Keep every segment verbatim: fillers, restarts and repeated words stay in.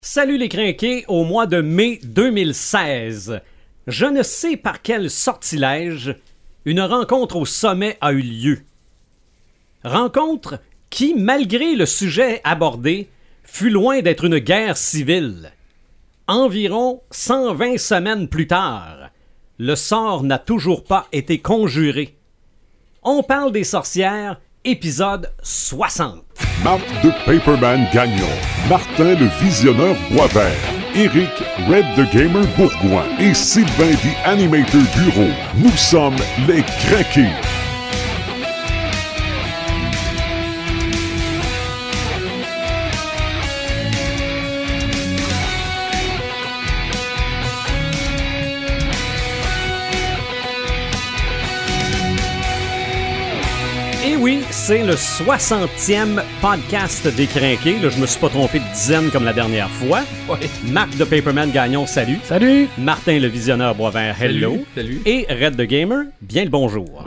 Salut les crinqués, au mois de mai deux mille seize. Je ne sais par quel sortilège une rencontre au sommet a eu lieu. Rencontre qui, malgré le sujet abordé, fut loin d'être une guerre civile. Environ cent vingt semaines plus tard, le sort n'a toujours pas été conjuré. On parle des sorcières, épisode soixante. Marc de Paperman Gagnon, Martin le Visionneur Boisvert, Éric Red the Gamer Bourgoin et Sylvain the Animator Bureau. Nous sommes les Crinqués. Et oui, c'est le soixantième podcast des Crinqués. Là, je me suis pas trompé de dizaine comme la dernière fois. Ouais. Marc de Paperman Gagnon, salut. Salut! Martin le Visionneur Boisvert, hello. Salut. Et Red the Gamer, bien le bonjour.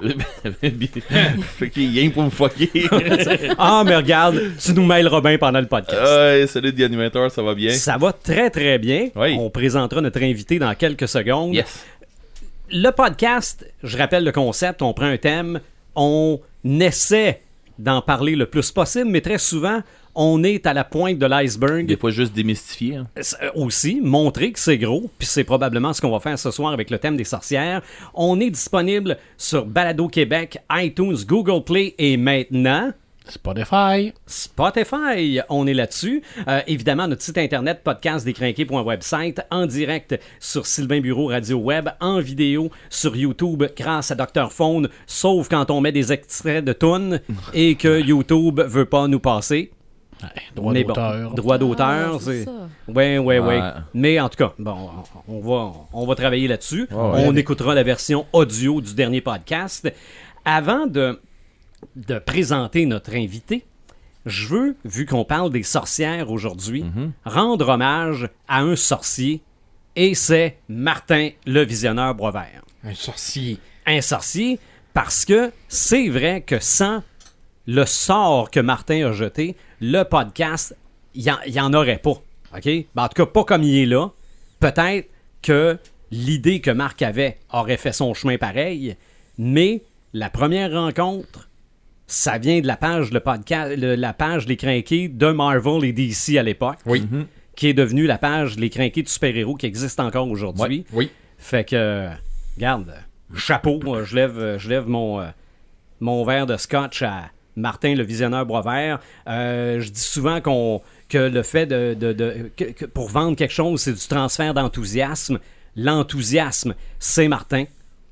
Fait qu'il y a rien pour me fucker. Ah, mais regarde, tu nous mêleras bien pendant le podcast. Ouais, salut The Animator, ça va bien? Ça va très très bien. Oui. On présentera notre invité dans quelques secondes. Yes. Le podcast, je rappelle le concept, on prend un thème, on essaie d'en parler le plus possible, mais très souvent, on est à la pointe de l'iceberg. Des fois, juste démystifier. Hein. Euh, Aussi, montrer que c'est gros, puis c'est probablement ce qu'on va faire ce soir avec le thème des sorcières. On est disponible sur Balado Québec, iTunes, Google Play et maintenant... Spotify. Spotify, on est là-dessus. Euh, évidemment, notre site internet podcastdescrinqués point website, en direct sur Sylvain Bureau Radio Web, en vidéo sur YouTube grâce à docteur Phone, sauf quand on met des extraits de tunes et que YouTube veut pas nous passer. Ouais, droit Mais d'auteur. Bon, droit d'auteur, Ah, c'est c'est... ça. Ouais, ouais, ouais, Ouais. Mais en tout cas, bon, on va, on va travailler là-dessus. Ouais, ouais. On écoutera la version audio du dernier podcast. Avant de... de présenter notre invité, je veux, vu qu'on parle des sorcières aujourd'hui, Mm-hmm. rendre hommage à un sorcier, et c'est Martin le Visionneur Boisvert. Un sorcier. Un sorcier, parce que c'est vrai que sans le sort que Martin a jeté, le podcast, il n'y en aurait pas. OK? Ben, en tout cas, pas comme il est là. Peut-être que l'idée que Marc avait aurait fait son chemin pareil, mais la première rencontre, ça vient de la page, le podcast, le- la page Les Crinqués de Marvel et D C à l'époque, Oui. Mm-hmm. qui est devenue la page Les Crinqués du super-héros qui existe encore aujourd'hui. Oui. Fait que, euh, regarde, chapeau, moi, je lève, je lève mon, euh, mon verre de scotch à Martin, le Visionneur Boisvert. Euh, je dis souvent qu'on, que le fait de... de, de que, que pour vendre quelque chose, c'est du transfert d'enthousiasme. L'enthousiasme, c'est Martin.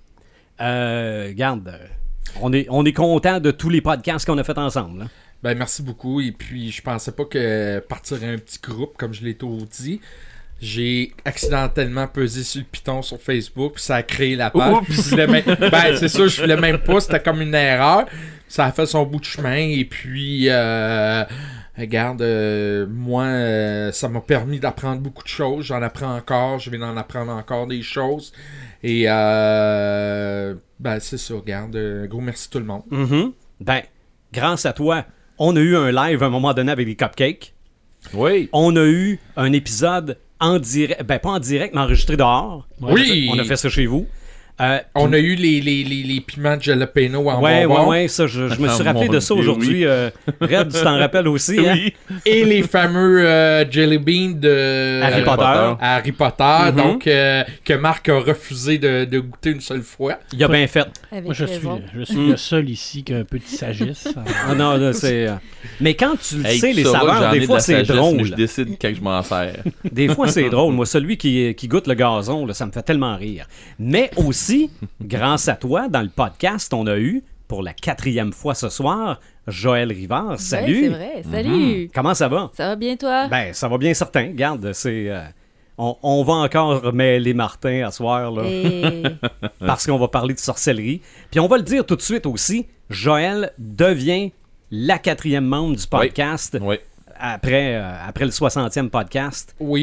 Euh, regarde, euh, on est, on est content de tous les podcasts qu'on a fait ensemble. Hein. Ben merci beaucoup. Et puis je pensais pas que partir un petit groupe, comme je l'ai tôt dit. J'ai accidentellement pesé sur le piton sur Facebook, puis ça a créé la page. Puis je voulais même- ben c'est sûr, je voulais même pas, c'était comme une erreur. Ça a fait son bout de chemin et puis euh, regarde, euh, moi euh, ça m'a permis d'apprendre beaucoup de choses. J'en apprends encore, je vais en apprendre encore des choses. Et euh, ben c'est ça, regarde, euh, gros merci tout le monde. Mhm. Ben, grâce à toi, on a eu un live à un moment donné avec des cupcakes. Oui. On a eu un épisode en direct, ben pas en direct, mais enregistré dehors. Oui. On a fait ça chez vous. Euh, On a eu les, les, les, les piments de jalapeno en ouais, ouais, bonbons ouais, ça, je, je me suis Ah, rappelé mon de ça Dieu, aujourd'hui. oui. Euh, Red, tu t'en rappelles aussi, hein? Oui. et les fameux euh, jelly beans de Harry Potter. Harry Potter, Mhm. donc euh, que Marc a refusé de, de goûter une seule fois. Il a bien fait. Avec Moi, je suis, raison. je suis Mm. le seul ici qui a un peu de sagesse. Ah non, là, c'est... euh, Mais quand tu le Hey, sais, tu les sauras que saveurs, j'en ai des de fois, la c'est sagesse, drôle. Mais je décide quand je m'en sers. Des fois, c'est drôle. Moi, celui qui, qui goûte le gazon, là, ça me fait tellement rire. Mais aussi, grâce à toi, dans le podcast, on a eu, pour la quatrième fois ce soir, Joël Rivard. Salut! Ouais, c'est vrai. Salut. Comment ça va? Ça va bien, toi? Ben, ça va bien certain. Regarde, c'est... euh, on, on va encore mêler Martin à soir, là, Et... parce qu'on va parler de sorcellerie. Puis on va le dire tout de suite aussi, Joël devient la quatrième membre du podcast Oui. après, euh, après le soixantième podcast. Oui.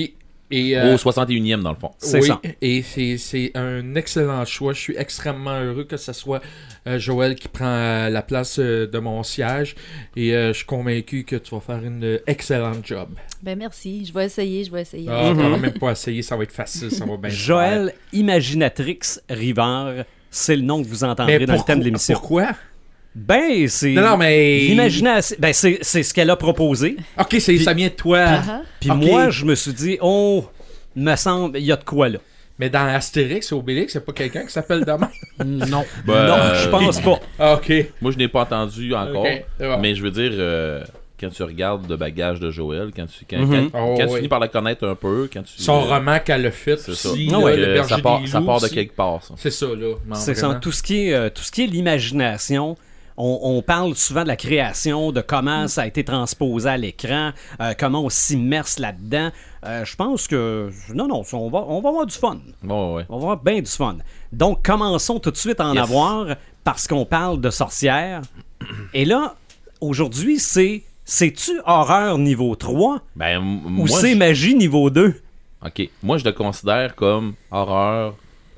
Et, euh, Au soixante et unième, dans le fond. C'est oui, ça. et c'est, c'est un excellent choix. Je suis extrêmement heureux que ce soit euh, Joël qui prend euh, la place euh, de mon siège. Et euh, je suis convaincu que tu vas faire une euh, excellente job. Ben merci, je vais essayer, je vais essayer. Ah, Mhm. t'auras même pas essayé, ça va être facile, ça va bien se Joël Imaginatrix Rivard, c'est le nom que vous faire. entendrez Mais dans le pourquoi- thème de l'émission. Pourquoi? Ben, c'est... Non, non, mais... L'imagination, ben c'est, c'est ce qu'elle a proposé. Ok, c'est, ça vient de toi. Ah, ah. Puis Ok. moi, je me suis dit, oh, me semble, il y a de quoi là. Mais dans Astérix et Obélix, c'est pas quelqu'un qui s'appelle demain. Non. Ben, non, euh, je pense pas. Ah, ok. Moi, je n'ai pas entendu encore. Ok, c'est bon. Mais je veux dire, euh, quand tu regardes le bagage de Joël, quand tu, quand, Mhm. quand, Oh, quand tu oui. finis par la connaître un peu, quand tu. Son euh, roman qu'elle a fait c'est ça. aussi, Ah là, ouais. Le Euh, Berger ça part, des ça loups part de aussi. quelque part, ça. C'est ça, là. Non, C'est ça, vraiment. tout ce qui est, euh, tout ce qui est l'imagination. On, on parle souvent de la création, de comment ça a été transposé à l'écran, euh, comment on s'immerse là-dedans. Euh, je pense que... Non, non, on va, on va avoir du fun. Bon, ouais. On va avoir bien du fun. Donc, commençons tout de suite à en Yes. avoir parce qu'on parle de sorcières. Et là, aujourd'hui, c'est... C'est-tu horreur niveau trois Ben, m- ou moi, c'est je- magie niveau deux? Ok. Moi, je le considère comme horreur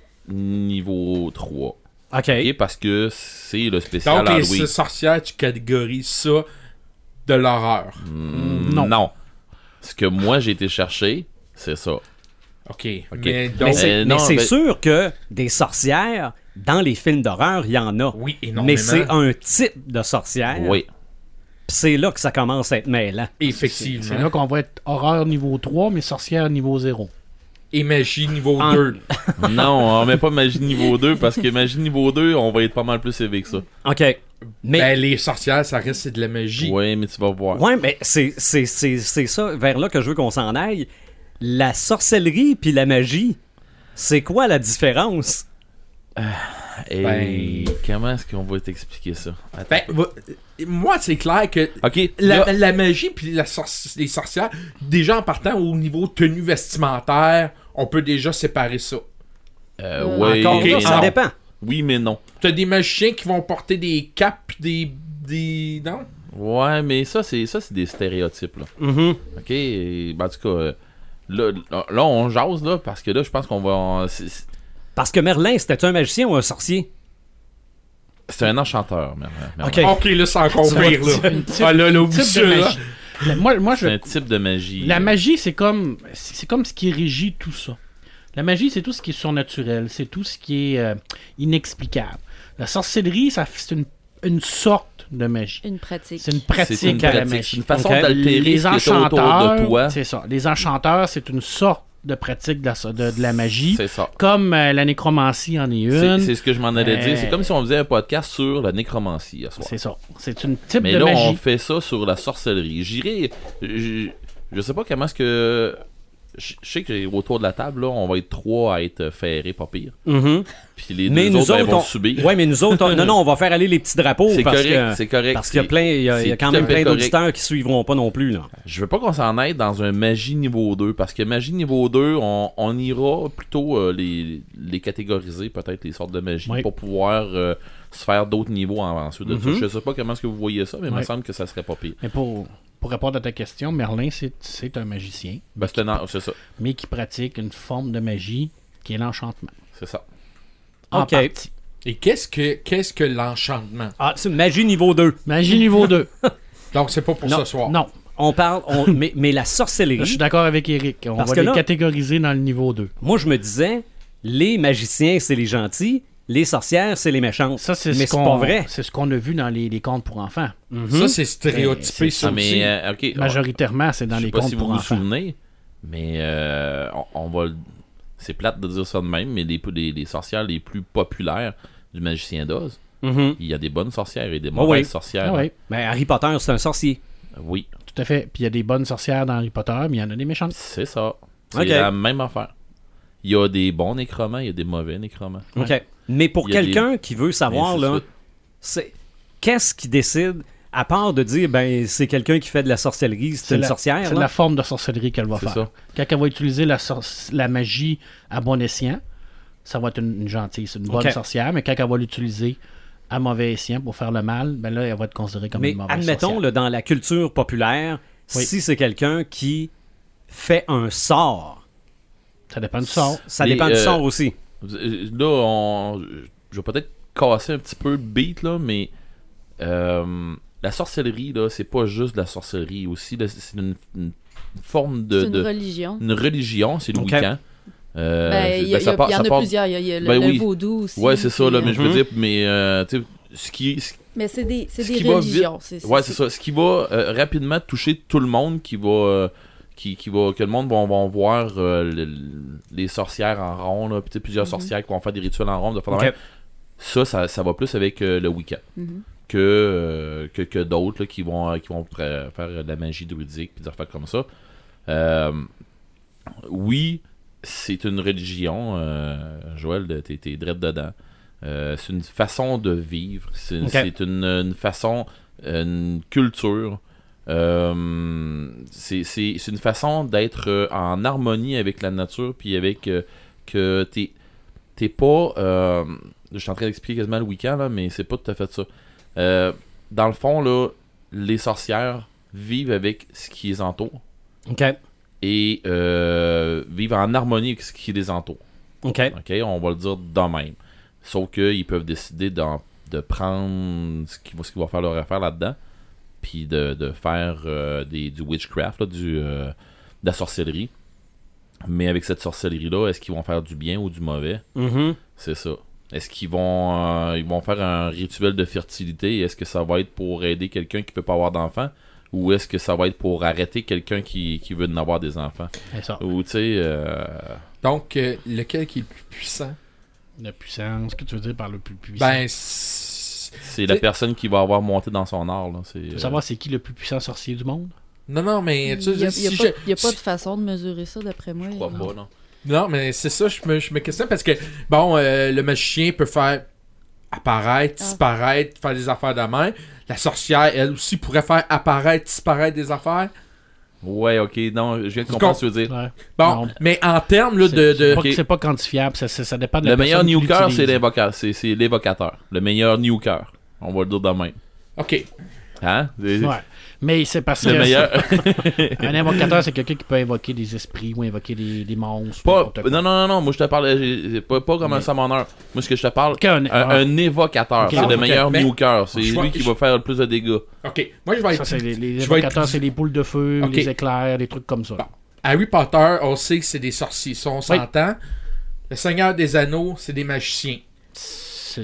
niveau trois. OK. Ok, parce que c'est le spécial Donc, les Halloween. sorcières, tu catégorises ça de l'horreur. Hmm, Non. non. Ce que moi, j'ai été chercher, c'est ça. OK. Ok. Mais donc, Mais c'est, Euh, mais non, c'est ben- sûr que des sorcières, dans les films d'horreur, il y en a. oui, énormément. Mais c'est un type de sorcière. Oui. Puis c'est là que ça commence à être mêlant. Effectivement. C'est là qu'on va être horreur niveau trois, mais sorcière niveau zéro. Et magie niveau En- deux. Non, on met pas magie niveau deux parce que magie niveau deux, on va être pas mal plus élevé que ça. OK. Mais... Ben, les sorcières, ça reste c'est de la magie. Oui, mais tu vas voir. Ouais, mais c'est, c'est, c'est, c'est ça, vers là que je veux qu'on s'en aille. La sorcellerie puis la magie, c'est quoi la différence? Et Ben- comment est-ce qu'on va t'expliquer ça? Attends. Ben, va- moi, c'est clair que ok, la, là- la magie puis la sorci- les sorcières, déjà en partant au niveau tenue vestimentaire, on peut déjà séparer ça. euh, Euh, oui, Encore ok, là, mais ça non. dépend. Oui, mais non. T'as des magiciens qui vont porter des capes pis des... des... Non? Ouais, mais ça, c'est ça, c'est des stéréotypes, là. Mhm. Ok, et, ben, en tout cas, euh, là, là, là, on jase, là, parce que là, je pense qu'on va... c'est- c'est- Parce que Merlin, c'était un magicien ou un sorcier? C'est un enchanteur, Merlin. Ok. Merlin. Ok, là, c'est encore pire, là. Un type- Ah, là, là, oublie type ça, de là. magie. La- Moi, moi je, C'est un type de magie. La là. magie, c'est comme, c'est c'est comme ce qui régit tout ça. La magie, c'est tout ce qui est surnaturel, c'est tout ce qui est euh, inexplicable. La sorcellerie, ça, c'est une, une sorte de magie. Une pratique. C'est une pratique C'est une à la pratique, magie. c'est une façon Ok. d'altérer Les ce qui est autour enchanteurs, de toi. c'est ça. Les enchanteurs, c'est une sorte de pratique de la, de, de la magie. C'est ça. Comme euh, la nécromancie en est C'est une. c'est ce que je m'en allais Euh, dire. C'est comme si on faisait un podcast sur la nécromancie à soir. C'est ça. C'est une type Mais de là, magie. on fait ça sur la sorcellerie. J'irai. Je je sais pas comment est-ce que. Je je sais que autour de la table, là, on va être trois à être ferrés, pas pire. Mhm. Puis les Mais deux nous autres, elles autres, vont on... subir. Ouais, mais nous autres, on- non, non, on va faire aller les petits drapeaux C'est parce correct, que... c'est correct. Parce qu'il y a c'est- plein, il y a, il y a c'est quand tout à même fait plein correct. d'auditeurs qui suivront pas non plus, là. Je veux pas qu'on s'en aille dans un magie niveau deux, parce que magie niveau deux, on, on ira plutôt euh, les, les catégoriser, peut-être les sortes de magie, Oui. pour pouvoir euh, se faire d'autres niveaux en, ensuite de ça. Mhm. Je sais pas comment est-ce que vous voyez ça, mais il me Oui. semble que ça serait pas pire. Mais pour, pour répondre à ta question, Merlin, c'est, c'est un magicien, Ben, c'est un- c'est ça, mais qui pratique une forme de magie qui est l'enchantement. c'est ça. En Ok. partie. Et qu'est-ce que, qu'est-ce que l'enchantement? Ah, c'est magie niveau deux. Magie niveau deux. Donc, c'est pas pour Non, ce soir. Non. On parle... on- mais, mais la Là, je sorcellerie, suis d'accord avec Eric. On Parce va que les là- catégoriser dans le niveau deux. moi, je me disais, les magiciens, c'est les gentils, les sorcières, c'est les méchantes. Ça, c'est mais ce c'est qu'on, pas vrai. c'est ce qu'on a vu dans les, les contes pour enfants. Mhm. Ça, c'est stéréotypé, Mais ça Ah, aussi. mais, euh, ok. Majoritairement, c'est dans je sais les pas contes si vous pour vous enfants. souvenez, mais euh, on, on va. le- C'est plate de dire ça de même, mais les, les, les sorcières les plus populaires du Magicien d'Oz, Mhm. il y a des bonnes sorcières et des Ah mauvaises oui. sorcières. Ah oui, Ben, Harry Potter, c'est un sorcier. Oui, tout à fait. Puis il y a des bonnes sorcières dans Harry Potter, mais il y en a des méchantes. c'est ça. C'est Ok. la même affaire. Il y a des bons nécromants, il y a des mauvais nécromants. OK. Mais pour Il y a quelqu'un qui veut savoir, Ainsi de là, suite. c'est qu'est-ce qui décide, à part de dire, ben, c'est quelqu'un qui fait de la sorcellerie, c'est une la, sorcière, C'est là? la forme de sorcellerie qu'elle va C'est faire. ça. Quand elle va utiliser la, sor- la magie à bon escient, ça va être une, une gentille, c'est une bonne Ok. sorcière, mais quand elle va l'utiliser à mauvais escient pour faire le mal, ben là, elle va être considérée comme Mais une mauvaise admettons, sorcière. là, dans la culture populaire, Oui. si c'est quelqu'un qui fait un sort, Ça dépend du sort. Ça Les, dépend du euh, sort aussi. Là, on... je vais peut-être casser un petit peu le beat, là, mais euh, la sorcellerie, là, c'est pas juste de la sorcellerie aussi. Là, c'est une, une forme de... C'est une de- religion. une religion, c'est le Ok. Wiccan. Euh, Ben, il y, a- ben, ça il y a- part- il y en ça a part- plusieurs. Il y a, il y a le, Ben le oui. vaudou aussi. Ouais, c'est ça, puis, là, mais je veux Mhm. dire, mais euh, tu sais, ce qui, ce- Mais c'est des, c'est ce des qui va religions. vite- c'est, c'est, ouais, c'est ça. Ce qui va euh, rapidement toucher tout le monde, qui va, euh, qui, qui va, que le monde va, va voir euh, le- le- les sorcières en rond, là, puis tu sais, plusieurs Mhm. sorcières qui vont faire des rituels en rond, de faire de Ok. même. Ça, ça, ça va plus avec euh, le Wiccan Mhm. que, euh, que, que d'autres là, qui vont, euh, qui vont pr- faire de la magie druidique puis des affaires comme ça. Euh, oui, c'est une religion, euh, Joël, t'es, t'es drette dedans. Euh, c'est une façon de vivre, c'est, Ok. c'est une, une façon, une culture. Euh, c'est, c'est, c'est une façon d'être euh, en harmonie avec la nature, puis avec euh, que t'es, t'es pas. Euh, je suis en train d'expliquer quasiment le week-end, là, mais c'est pas tout à fait ça. Euh, dans le fond, là, les sorcières vivent avec ce qui les entoure OK. et euh, vivent en harmonie avec ce qui les entoure. OK. OK, on va le dire de même. Sauf qu'ils peuvent décider d'en- de prendre ce qu'ils vont, ce qu'ils vont faire leur affaire là-dedans, puis de, de faire euh, des, du witchcraft, là, du, euh, de la sorcellerie. Mais avec cette sorcellerie-là, est-ce qu'ils vont faire du bien ou du mauvais? Mhm. C'est ça. Est-ce qu'ils vont euh, ils vont faire un rituel de fertilité? Est-ce que ça va être pour aider quelqu'un qui peut pas avoir d'enfants? Ou est-ce que ça va être pour arrêter quelqu'un qui, qui veut en avoir des enfants? C'est ça. Ou tu sais... euh, Donc, euh, lequel qui est le plus puissant? La puissance, qu'est-ce que tu veux dire par le plus puissant? Ben, c'est... c'est la T'sais- personne qui va avoir monté dans son art. Là. C'est, Tu veux euh, savoir c'est qui le plus puissant sorcier du monde? Non, non, mais... Tu Il n'y a, sais, il y a si pas, je- il y a pas si- de façon de mesurer ça, d'après moi. Je crois pas, non. Non, mais c'est ça, je me, je me questionne parce que, bon, euh, le magicien peut faire apparaître, Ah. disparaître, faire des affaires de main. La sorcière, elle aussi, pourrait faire apparaître, disparaître des affaires. Ouais, ok, non, je viens de Tu comprendre ce que tu veux dire. Ouais. Bon, Non. mais en termes là, C'est- de... c'est de... pas, Ok. c'est pas quantifiable, ça, ça, ça dépend de la Le meilleur personne qui nuker, c'est, l'utilise. l'évoca- c'est, c'est l'évocateur. Le meilleur nuker. On va le dire de même. OK. Hein? C'est- Ouais. Mais c'est parce Le que meilleur. un invocateur, c'est quelqu'un qui peut invoquer des esprits ou invoquer des, des monstres. Pas, n'importe quoi. non, non, non, non, moi je te parle, j'ai- j'ai pas, pas comme un Mais- summoner. Moi ce que je te parle, Qu'un- un, ah, un évocateur. Ok. C'est Ah, le ok, meilleur mais- nuker. C'est Je vois- lui qui je- va faire le plus de dégâts. OK. Moi, je vais ça, être... c'est les, les je vais être- invocateurs, c'est les boules de feu, Ok. les éclairs, des trucs comme ça. Bon. Harry Potter, on sait que c'est des sorciers. Ça, on s'entend. Le Seigneur des Anneaux, c'est des magiciens. C'est-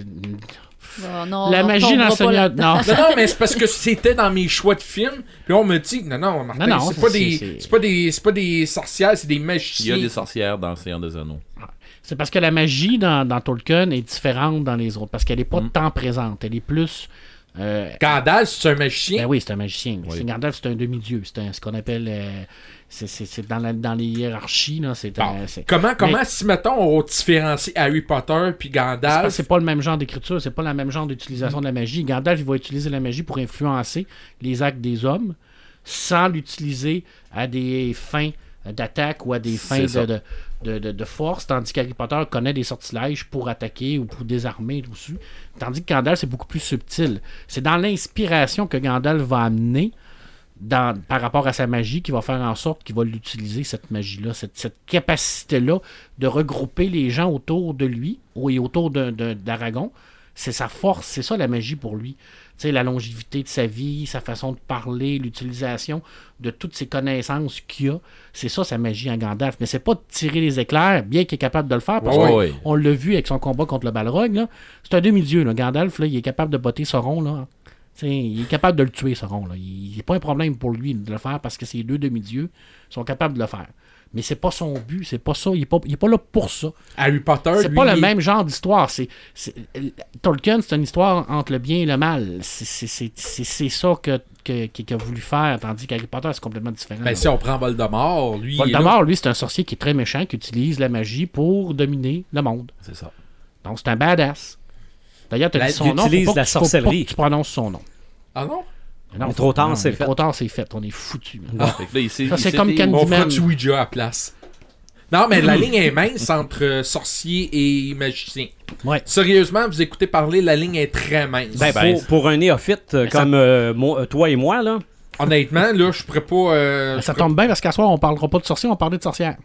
Non, non, La on magie dans tombera le pas Seigneur. là-dedans. Non, Non, non, mais c'est parce que c'était dans mes choix de film. Puis on me dit, non, non, Martin, Non, non, c'est, pas c'est- des, c'est- c'est pas des, c'est pas des sorcières, c'est des Il y magiciens. a des sorcières dans le Seigneur des Anneaux. c'est parce que la magie dans, dans Tolkien est différente dans les autres. Parce qu'elle est pas Mm. tant présente. Elle est plus. euh, Gandalf, c'est un magicien. Ben oui, c'est un magicien. Oui. C'est Gandalf, c'est un demi-dieu. C'est un- ce qu'on appelle. euh, c'est, c'est- c'est dans, la- dans les hiérarchies. Là, c'est, Bon. un- c'est, Comment, comment Mais- si, mettons, on différencie Harry Potter puis c'est, pas, Gandalf? c'est pas le même genre d'écriture, c'est pas le même genre d'utilisation de la magie. Gandalf, il va utiliser la magie pour influencer les actes des hommes sans l'utiliser à des fins d'attaque ou à des fins C'est ça. de, de, de, de- de force, tandis qu'Harry Potter connaît des sortilèges pour attaquer ou pour désarmer tout ça. Tandis que Gandalf, c'est beaucoup plus subtil. C'est dans l'inspiration que Gandalf va amener dans, par rapport à sa magie qui va faire en sorte qu'il va l'utiliser, cette magie-là, cette, cette capacité-là de regrouper les gens autour de lui ou et autour de, de- d'Aragon. C'est sa force, c'est ça la magie pour lui. Tu sais, la longévité de sa vie, sa façon de parler, l'utilisation de toutes ses connaissances qu'il a. C'est ça sa magie en Gandalf. Mais c'est pas de tirer les éclairs, bien qu'il est capable de le faire, parce Ouais, qu'on ouais. on l'a vu avec son combat contre le Balrog. Là. C'est un demi-dieu. Là. Gandalf, là, il est capable de botter Sauron. Là. Tu sais, il est capable de le tuer, Sauron. Là. Il n'est pas un problème pour lui de le faire parce que ces deux demi-dieux sont capables de le faire. Mais c'est pas son but, c'est pas ça. Il est pas, il est pas là pour ça. Harry Potter, C'est lui, pas le il- même genre d'histoire. C'est, c'est- Tolkien, c'est une histoire entre le bien et le mal. C'est, c'est, c'est, c'est, c'est ça que, que, qu'il a voulu faire, tandis qu'Harry Potter, c'est complètement différent. Ben, si on prend Voldemort, lui. il est là. Voldemort, lui, c'est un sorcier qui est très méchant, qui utilise la magie pour dominer le monde. C'est ça. Donc, c'est un badass. D'ailleurs, tu as La- dit son il nom. utilise faut pas la que tu- faut pas sorcellerie. que tu prononces son nom. Ah non? Mais non, Mais trop tard, non, c'est mais fait. Trop tard, c'est fait. On est foutu. Fait que là, il s'est- Ça, il c'est s'était- comme Candy- On fera Man. du Ouija à la place. Non, mais la ligne est mince entre euh, sorcier et magicien. Ouais. Sérieusement, vous écoutez parler, la ligne est très mince. Ben, Ben, pour, pour un néophyte euh, Mais ça- comme euh, moi- toi et moi, là, Honnêtement, là, je pourrais pas. euh, Ben, je ça pourrais- tombe bien parce qu'à soir, on parlera pas de sorcier, on va parler de sorcière.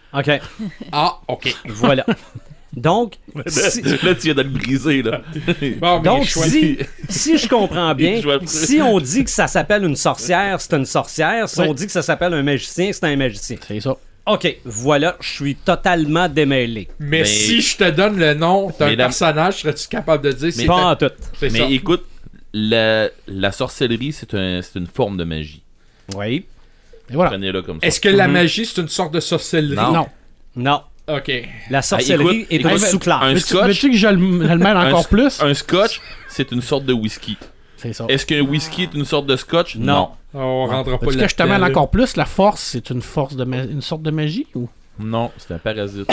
OK, Ah, OK. voilà. Donc, si, Là, tu viens de le briser, là. Bon, mais donc choisis. si, si je comprends bien, Je vois- si on dit que ça s'appelle une sorcière, c'est une sorcière. Si Oui. on dit que ça s'appelle un magicien, c'est un magicien. C'est ça. OK, voilà, je suis totalement démêlé. Mais Mais- si je te donne le nom d'un Mais la- personnage, serais-tu capable de dire c'est Pas en tout. c'est Mais ça? écoute, la, la sorcellerie, c'est un, c'est une forme de magie. Oui. Et voilà. Prenez-le comme ça. Est-ce que la magie, c'est une sorte de sorcellerie? Non. Non. Non. OK. La sorcellerie écoute, est un écoute, sous-classe. un Veux-tu scotch, veux-tu que je le, je le mêle encore un, plus? un scotch, c'est une sorte de whisky. C'est ça. Est-ce qu'un whisky est une sorte de scotch? Non. On rentrera pas Veux-tu que je te mêle là-dedans, encore plus? La force, c'est une force de ma- une sorte de magie ou? Non, c'est un parasite.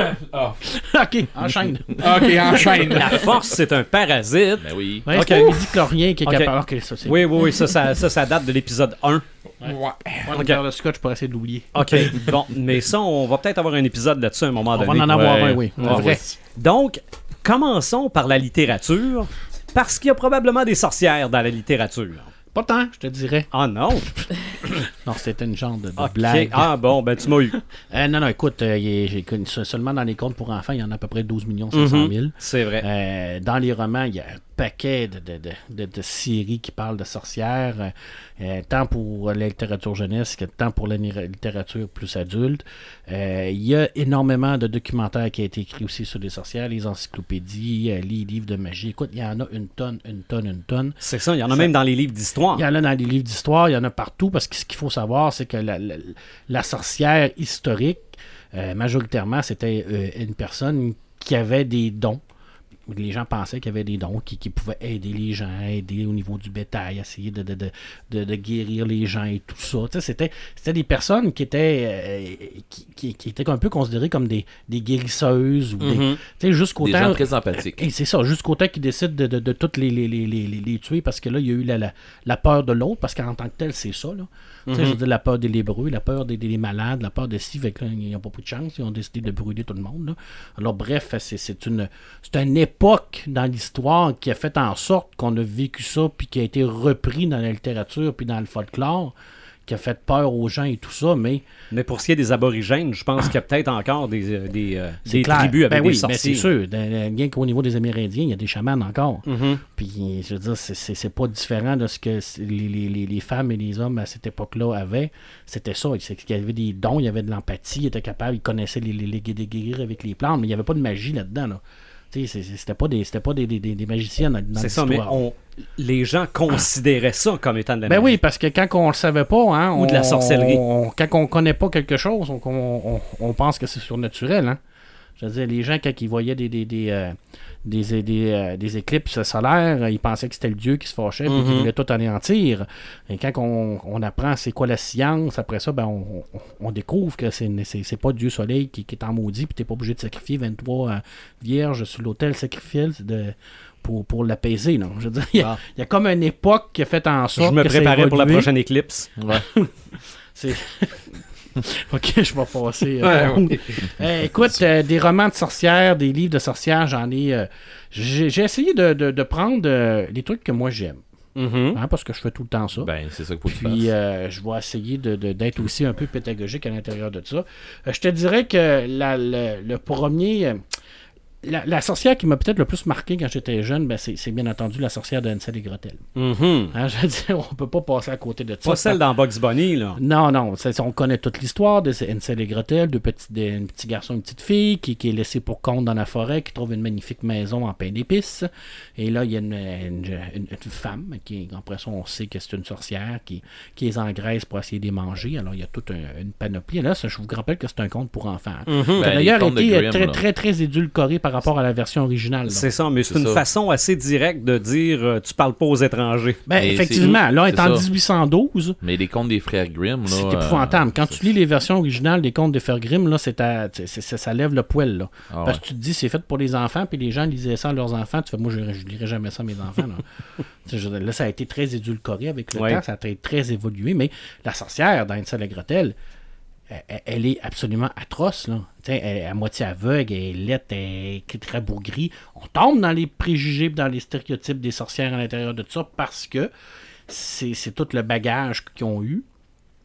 Ok, enchaîne. là. OK, enchaîne. La force, c'est un parasite. Ben oui. Ouais, Ok. c'est un midi-chlorien qui est Ok. capable. Ok, ça c'est. Oui, oui, oui, ça, ça, ça, ça date de l'épisode un. Ouais. On Ok. va le scotch pour essayer de l'oublier. OK, bon, mais ça, on va peut-être avoir un épisode là-dessus à un moment On va donné. en avoir Ouais. un, oui. Un Ah, vrai. Donc, commençons par la littérature, parce qu'il y a probablement des sorcières dans la littérature. Pas tant, je te dirais. Ah non? Non, c'était une genre de, de OK. blague. Ah bon, ben tu m'as eu. Euh, non, non, écoute, euh, il est- j'ai connu ça seulement dans les contes pour enfants, il y en a à peu près douze millions cinq cent mille. C'est vrai. Euh, dans les romans, il y a un paquet de, de, de, de, de séries qui parlent de sorcières, euh, euh, tant pour la littérature jeunesse que tant pour la ni- littérature plus adulte. Euh, il y a énormément de documentaires qui ont été écrits aussi sur les sorcières, les encyclopédies, euh, les livres de magie. Écoute, il y en a une tonne, une tonne, une tonne. C'est ça, il y en a même dans les livres d'histoire. Il y en a dans les livres d'histoire, il y en a partout, parce que ce qu'il faut savoir, c'est que la, la- la sorcière historique, euh, majoritairement, c'était euh, une personne qui avait des dons. Les gens pensaient qu'il y avait des dons qui, qui pouvaient aider les gens, aider au niveau du bétail, essayer de, de, de, de, de guérir les gens et tout ça. Tu sais, c'était, c'était des personnes qui étaient, euh, qui, qui, qui étaient un peu considérées comme des, des guérisseuses ou des, Mhm. tu sais, jusqu'au Des temps- gens très empathiques. et c'est ça, jusqu'au temps qu'ils décident de, de, de toutes les, les, les, les, les- les tuer parce que là, il y a eu la, la, la peur de l'autre, parce qu'en tant que tel, c'est ça. Là. Tu sais, je veux dire, la peur des lébreux, la peur des, des malades, la peur de ci, fait que là, ils n'ont pas pris de chance, ils ont décidé de brûler tout le monde. Là. Alors, bref, c'est, c'est, une, c'est une époque dans l'histoire qui a fait en sorte qu'on a vécu ça, puis qui a été repris dans la littérature, puis dans le folklore, qui a fait peur aux gens et tout ça, mais Mais pour ce qui est des aborigènes, je pense qu'il y a peut-être encore des, euh, des, euh, c'est des clair. tribus avec Ben des oui, sorciers. ben c'est sûr. Dans- Bien qu'au niveau des Amérindiens, il y a des chamans encore. Mhm. Puis, je veux dire, c'est, c'est, c'est pas différent de ce que c'est- les, les, les, les femmes et les hommes à cette époque-là avaient. C'était ça. C'est qu'il y avait des dons, il y avait de l'empathie, ils étaient capables, ils connaissaient les, les, les, les guérir avec les plantes, mais il n'y avait pas de magie là-dedans. Là. Tu sais, c'est- c'était pas des, c'était pas des, des, des, des magiciens dans, dans C'est ça, mais l'histoire. on, les gens considéraient ça comme étant de la Ben magie. oui, parce que quand on le savait pas, hein, Ou de la on- sorcellerie. on- quand on connaît pas quelque chose, on, on, on- on pense que c'est surnaturel. Hein. Je veux dire, les gens, quand ils voyaient des, des, des, euh, des, des, euh, des éclipses solaires, ils pensaient que c'était le Dieu qui se fâchait et Mhm. qui voulait tout anéantir. Et quand on, on apprend c'est quoi la science, après ça, ben on, on, on découvre que c'est, c'est, c'est pas Dieu Soleil qui, qui est en maudit, puis t'es pas obligé de sacrifier vingt-trois euh, vierges sur l'autel sacrificiel de, pour, pour l'apaiser. Non? Je veux dire, il y, a- Ah. il y a comme une époque qui a fait en sorte Je me que ça a préparais pour la évolué. prochaine éclipse. C'est... ok, je vais passer. Ouais, euh, ouais. Eh, écoute, euh, des romans de sorcières, des livres de sorcières, j'en ai. euh, j'ai, j'ai essayé de, de, de prendre euh, les trucs que moi j'aime, Mhm. hein, parce que je fais tout le temps ça. Ben, c'est ça qu'il faut que tu Puis fasses. euh, je vais essayer de, de- d'être aussi un peu pédagogique à l'intérieur de ça. Euh, je te dirais que la- le, le premier. euh, la, la sorcière qui m'a peut-être le plus marqué quand j'étais jeune, ben, c'est, c'est bien entendu la sorcière de Hansel et Gretel. Mhm. Hein, je veux dire, on peut pas passer à côté de ça. Pas celle dans Bugs Bunny, là. Non, non, c'est- on connaît toute l'histoire de ces Hansel et Gretel, deux petits, de- un petit garçon, une petite fille qui, qui est laissé pour compte dans la forêt, qui trouve une magnifique maison en pain d'épices. Et là, il y a une, une- une- une femme qui, après ça, on sait que c'est une sorcière qui, qui les engraisse pour essayer de les manger. Alors, il y a toute un- une panoplie. Et là, ça, je vous rappelle que c'est un conte pour enfants. Mhm. Qui a Ben, les d'ailleurs contes de été euh, Grimm, très, là. très, très édulcoré par rapport à la version originale. là. C'est ça, mais c'est, C'est une ça. façon assez directe de dire euh, tu parles pas aux étrangers. Ben, Et effectivement, là, on est c'est en ça. dix-huit cent douze. Mais les contes des frères Grimm, là. C'est euh, épouvantable. Quand c'est- tu lis les versions originales des contes des frères Grimm, là, c'est à- c'est- c'est- ça lève le poil. Là. Ah Parce ouais. que tu te dis, c'est fait pour les enfants, puis les gens lisaient ça à leurs enfants. Tu fais, moi, je ne lirai jamais ça à mes enfants. Là. Tu sais, je veux dire, là, ça a été très édulcoré avec le Ouais. temps, ça a été très évolué, mais la sorcière dans Hansel et Gretel, elle, elle est absolument atroce. Là. Tu sais, elle est à moitié aveugle, elle est laide, elle est très bourgrie. On tombe dans les préjugés, dans les stéréotypes des sorcières à l'intérieur de ça parce que c'est, c'est tout le bagage qu'ils ont eu.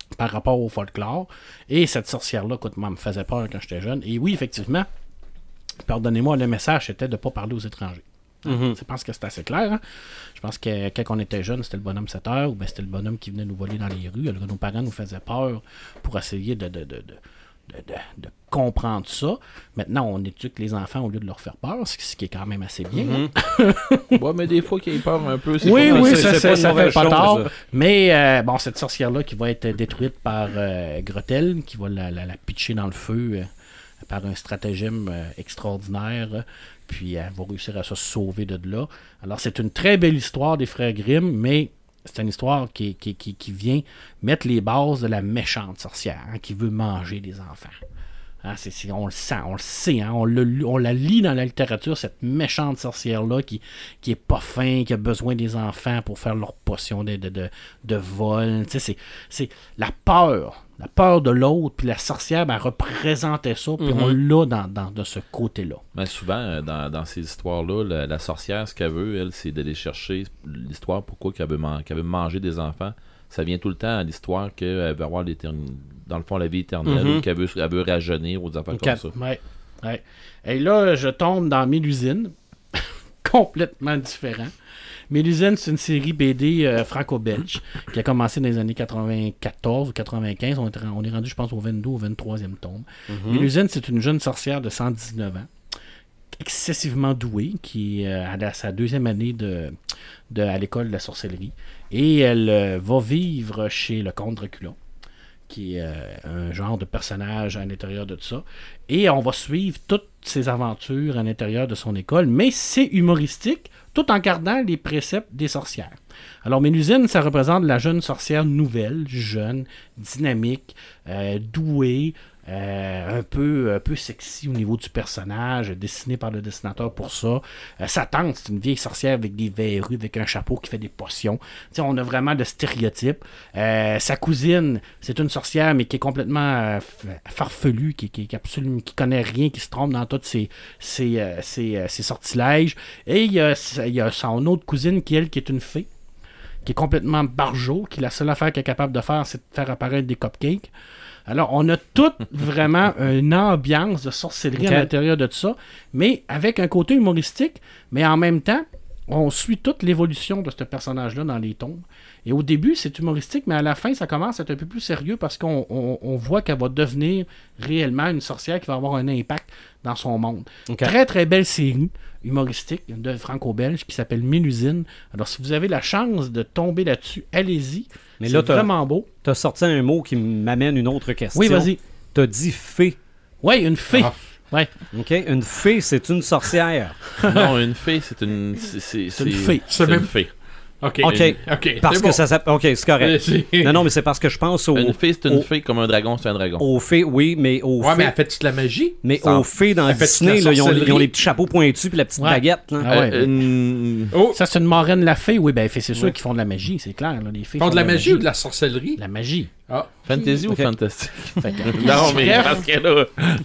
par rapport au folklore. Et cette sorcière-là, écoute, moi, me faisait peur quand j'étais jeune. Et oui, effectivement, pardonnez-moi, le message était de ne pas parler aux étrangers. Mm-hmm. Je pense que c'est assez clair. Hein? Je pense que quand on était jeune, c'était le bonhomme sept heures ou bien c'était le bonhomme qui venait nous voler dans les rues. Alors, nos parents nous faisaient peur pour essayer de, de, de, de, de, de, de comprendre ça. Maintenant, on éduque les enfants au lieu de leur faire peur, ce qui est quand même assez bien. Mm-hmm. Ouais, mais des fois qu'ils aient peur un peu, c'est Oui, pas oui, c'est- ça, c'est ça, pas une ça fait mauvaise pas chose, tard. ça. Mais euh, bon, cette sorcière-là qui va être détruite par euh, Gretel, qui va la, la, la pitcher dans le feu euh, par un stratagème euh, extraordinaire. euh, Puis elle va réussir à se sauver de là. Alors, c'est une très belle histoire des frères Grimm, mais c'est une histoire qui, qui, qui, qui vient mettre les bases de la méchante sorcière, hein, qui veut manger des enfants. Hein, c'est, c'est- on le sent, on le sait, hein, on, le- on la lit dans la littérature, cette méchante sorcière-là qui, qui est pas fin, qui a besoin des enfants pour faire leur potion de, de, de, de vol. Tu sais, c'est, c'est la peur, la peur de l'autre, puis la sorcière, ben, elle représentait ça, puis on l'a dans, dans, de ce côté-là. Mais souvent, euh, dans, dans ces histoires-là, la, la sorcière, ce qu'elle veut, elle, c'est d'aller chercher l'histoire pourquoi qu'elle veut, man- qu'elle veut manger des enfants. Ça vient tout le temps à l'histoire qu'elle veut avoir l'éternité, dans le fond, la vie éternelle, Mhm. ou qu'elle veut, elle veut rajeunir, ou des affaires Ok. comme ça. Ouais, ouais. Et là, je tombe dans Mélusine, complètement différent. Mélusine, c'est une série B D euh, franco-belge qui a commencé dans les années quatre-vingt-quatorze ou quatre-vingt-quinze. On est, on est rendu, je pense, au vingt-deux ou au vingt-troisième tome. Mélusine, c'est une jeune sorcière de cent dix-neuf ans, excessivement douée, qui euh, a la- sa deuxième année de, de, à l'école de la sorcellerie. Et elle euh, va vivre chez le comte Dracula, qui est euh, un genre de personnage à l'intérieur de tout ça. Et on va suivre toutes ses aventures à l'intérieur de son école, mais c'est humoristique, tout en gardant les préceptes des sorcières. Alors, Mélusine, ça représente la jeune sorcière nouvelle, jeune, dynamique, euh, douée, euh, un, peu, un peu sexy au niveau du personnage, dessiné par le dessinateur pour ça. Euh, sa tante, c'est une vieille sorcière avec des verrues, avec un chapeau qui fait des potions. Tu sais, on a vraiment le stéréotype. Euh, sa cousine, c'est une sorcière, mais qui est complètement euh, f- farfelue, qui, qui, qui, absolument, qui connaît rien, qui se trompe dans tous ses, ses, euh, ses, euh, ses sortilèges. Et il y a, il y a son autre cousine, qui, elle, qui est une fée, qui est complètement barjot, qui la seule affaire qu'elle est capable de faire, c'est de faire apparaître des cupcakes. Alors, on a toute vraiment une ambiance de sorcellerie Ok. à l'intérieur de tout ça, mais avec un côté humoristique, mais en même temps, on suit toute l'évolution de ce personnage-là dans les tombes. Et au début, c'est humoristique, mais à la fin, ça commence à être un peu plus sérieux parce qu'on on, on voit qu'elle va devenir réellement une sorcière qui va avoir un impact dans son monde. Ok. Très, très belle série humoristique de franco-belge qui s'appelle Mélusine. Alors, si vous avez la chance de tomber là-dessus, allez-y. Mais C'est là, t'as- vraiment beau. T'as sorti un mot qui m'amène une autre question. Oui, vas-y. T'as dit fée. Oui, une fée. Ah. Ouais, OK? Une fée, c'est une sorcière. Non, une fée, c'est une. C'est, c'est, c'est une fée. C'est même- une fée. Ok. OK. Ok. Parce c'est que bon. ça s'appelle. OK, c'est correct. C'est- Non, non, mais c'est parce que je pense au, Une fée, c'est une au- fée, comme un dragon, c'est un dragon. aux fées, oui, mais aux Ouais, fées. mais elle fait-tu de la magie? Mais Ça- aux fées dans elle fait Disney, de la là, ils, ont, sorcellerie. ils ont les petits chapeaux pointus puis la petite Ouais. baguette. Là. Ah ouais. Euh, une- Oh! Ça, c'est une marraine la fée. Oui, ben c'est sûr Ouais. qu'ils font de la magie, c'est clair. Là, les fées Ils font de la magie ou de la sorcellerie? La magie. Ah. Fantasy ou Ok. fantastique? Fait que- Non, mais Bref. parce que là.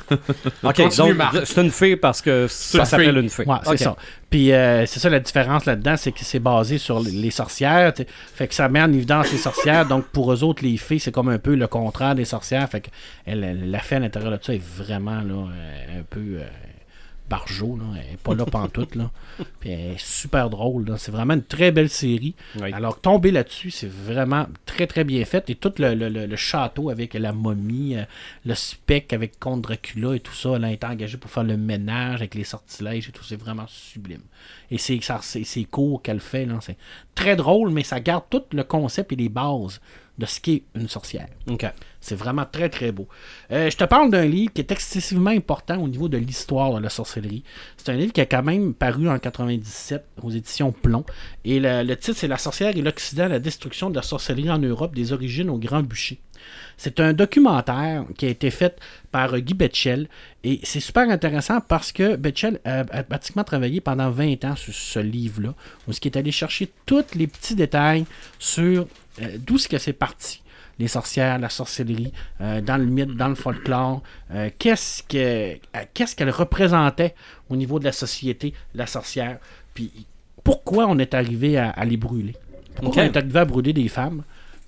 OK, Continue, donc Marc. c'est une fée parce que ça une s'appelle fée. une fée. Ouais, c'est OK. ça. Puis euh, c'est ça la différence là-dedans, c'est que c'est basé sur les- les sorcières. t'sais. Fait que ça met en évidence les sorcières. Donc pour eux autres, les fées, c'est comme un peu le contraire des sorcières. Fait que elle, elle- la fée à l'intérieur de ça est vraiment là, euh, un peu euh, barjot. Là. Elle est pas là pantoute. Là. Puis elle est super drôle. Là. C'est vraiment une très belle série. Oui. Alors tomber là-dessus, c'est vraiment très très bien fait. Et tout le, le- le- le château avec la momie, euh, le spectre avec Comte Dracula et tout ça, elle a été engagée pour faire le ménage avec les sortilèges et tout, c'est vraiment sublime. Et c'est, ça, c'est, c'est court qu'elle fait, là, c'est très drôle, mais ça garde tout le concept et les bases de ce qu'est une sorcière. OK. C'est vraiment très très beau. Euh, je te parle d'un livre qui est excessivement important au niveau de l'histoire de la sorcellerie. C'est un livre qui a quand même paru en quatre-vingt-dix-sept aux éditions Plomb. Et le, le titre, c'est La sorcière et l'Occident, la destruction de la sorcellerie en Europe, des origines au Grand Bûcher. C'est un documentaire qui a été fait par euh, Guy Betchel. Et c'est super intéressant parce que Betchel a, a pratiquement travaillé pendant vingt ans sur ce livre-là, où il est allé chercher tous les petits détails sur euh, d'où est-ce que c'est parti. Les sorcières, la sorcellerie, euh, dans le mythe, dans le folklore, euh, qu'est-ce que, euh, qu'est-ce qu'elle représentait au niveau de la société, la sorcière, puis pourquoi on est arrivé à, à les brûler. Pourquoi Ok. on est arrivé à brûler des femmes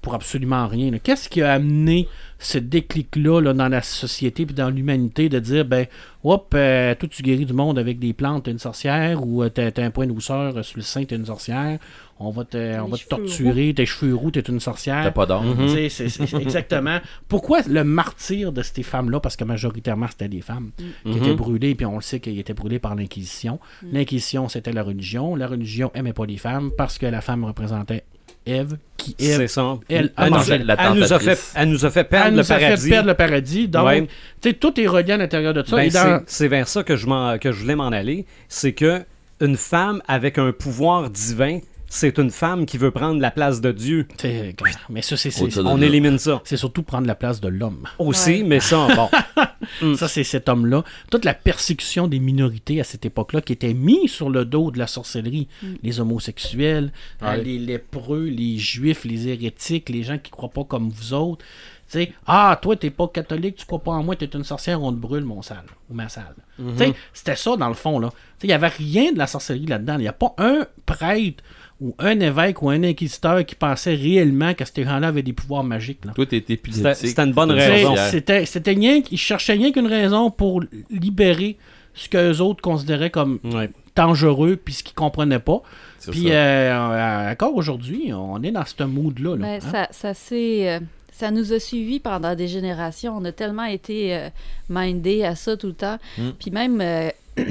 pour absolument rien. là. Qu'est-ce qui a amené ce déclic-là là, dans la société et dans l'humanité de dire, ben, hop, euh, toi tu guéris du monde avec des plantes, t'es une sorcière, ou euh, t'as, t'as un point de douceur euh, sur le sein, t'es une sorcière, on va te, on va te cheveux torturer, tes cheveux roux, t'es une sorcière. T'as pas d'âme. Tu sais, c'est, c'est- c'est exactement. Pourquoi le martyr de ces femmes-là? Parce que majoritairement, c'était des femmes qui Mhm. étaient brûlées, puis on le sait qu'ils étaient brûlées par l'Inquisition. L'Inquisition, c'était la religion. La religion aimait pas les femmes parce que la femme représentait Ève, qui C'est Ève, ça. elle, a elle, nous, mangé la elle nous a fait, tentatrice. elle nous a fait elle perdre nous le a fait paradis. perdre le paradis. Donc, Ouais. tu sais, tout est relié à l'intérieur de ça. Ben, et dans- c'est, c'est vers ça que je, m'en- que je voulais m'en aller. C'est que une femme avec un pouvoir divin, c'est une femme qui veut prendre la place de Dieu. c'est- Mais ça, c'est, c'est, Au-dessus de On là. élimine ça. c'est surtout prendre la place de l'homme. Aussi, Ouais. mais ça, bon. Mm. Ça, c'est cet homme-là. Toute la persécution des minorités à cette époque-là qui était mise sur le dos de la sorcellerie. Les homosexuels, euh, Ouais. les lépreux, les juifs, les hérétiques, les gens qui croient pas comme vous autres. Tu sais, ah, toi, t'es pas catholique, tu crois pas en moi, t'es une sorcière, on te brûle mon salle, ou ma salle. Tu sais, c'était ça dans le fond, là. Tu sais, il y avait rien de la sorcellerie là-dedans. Il n'y a pas un prêtre ou un évêque ou un inquisiteur qui pensait réellement que ces gens-là avaient des pouvoirs magiques, là. Toi, t'es C'était- épileptique. c'était une bonne t'es raison. sorcière. C'était, c'était rien, ils cherchaient rien qu'une raison pour libérer ce qu'eux autres considéraient comme Ouais. dangereux puis ce qu'ils comprenaient pas. C'est Puis ça. euh, encore aujourd'hui, on est dans ce mood-là. là, Ben, hein. ça, ça, s'est, euh, ça nous a suivis pendant des générations. On a tellement été euh, mindés à ça tout le temps. Mm. Puis même, euh,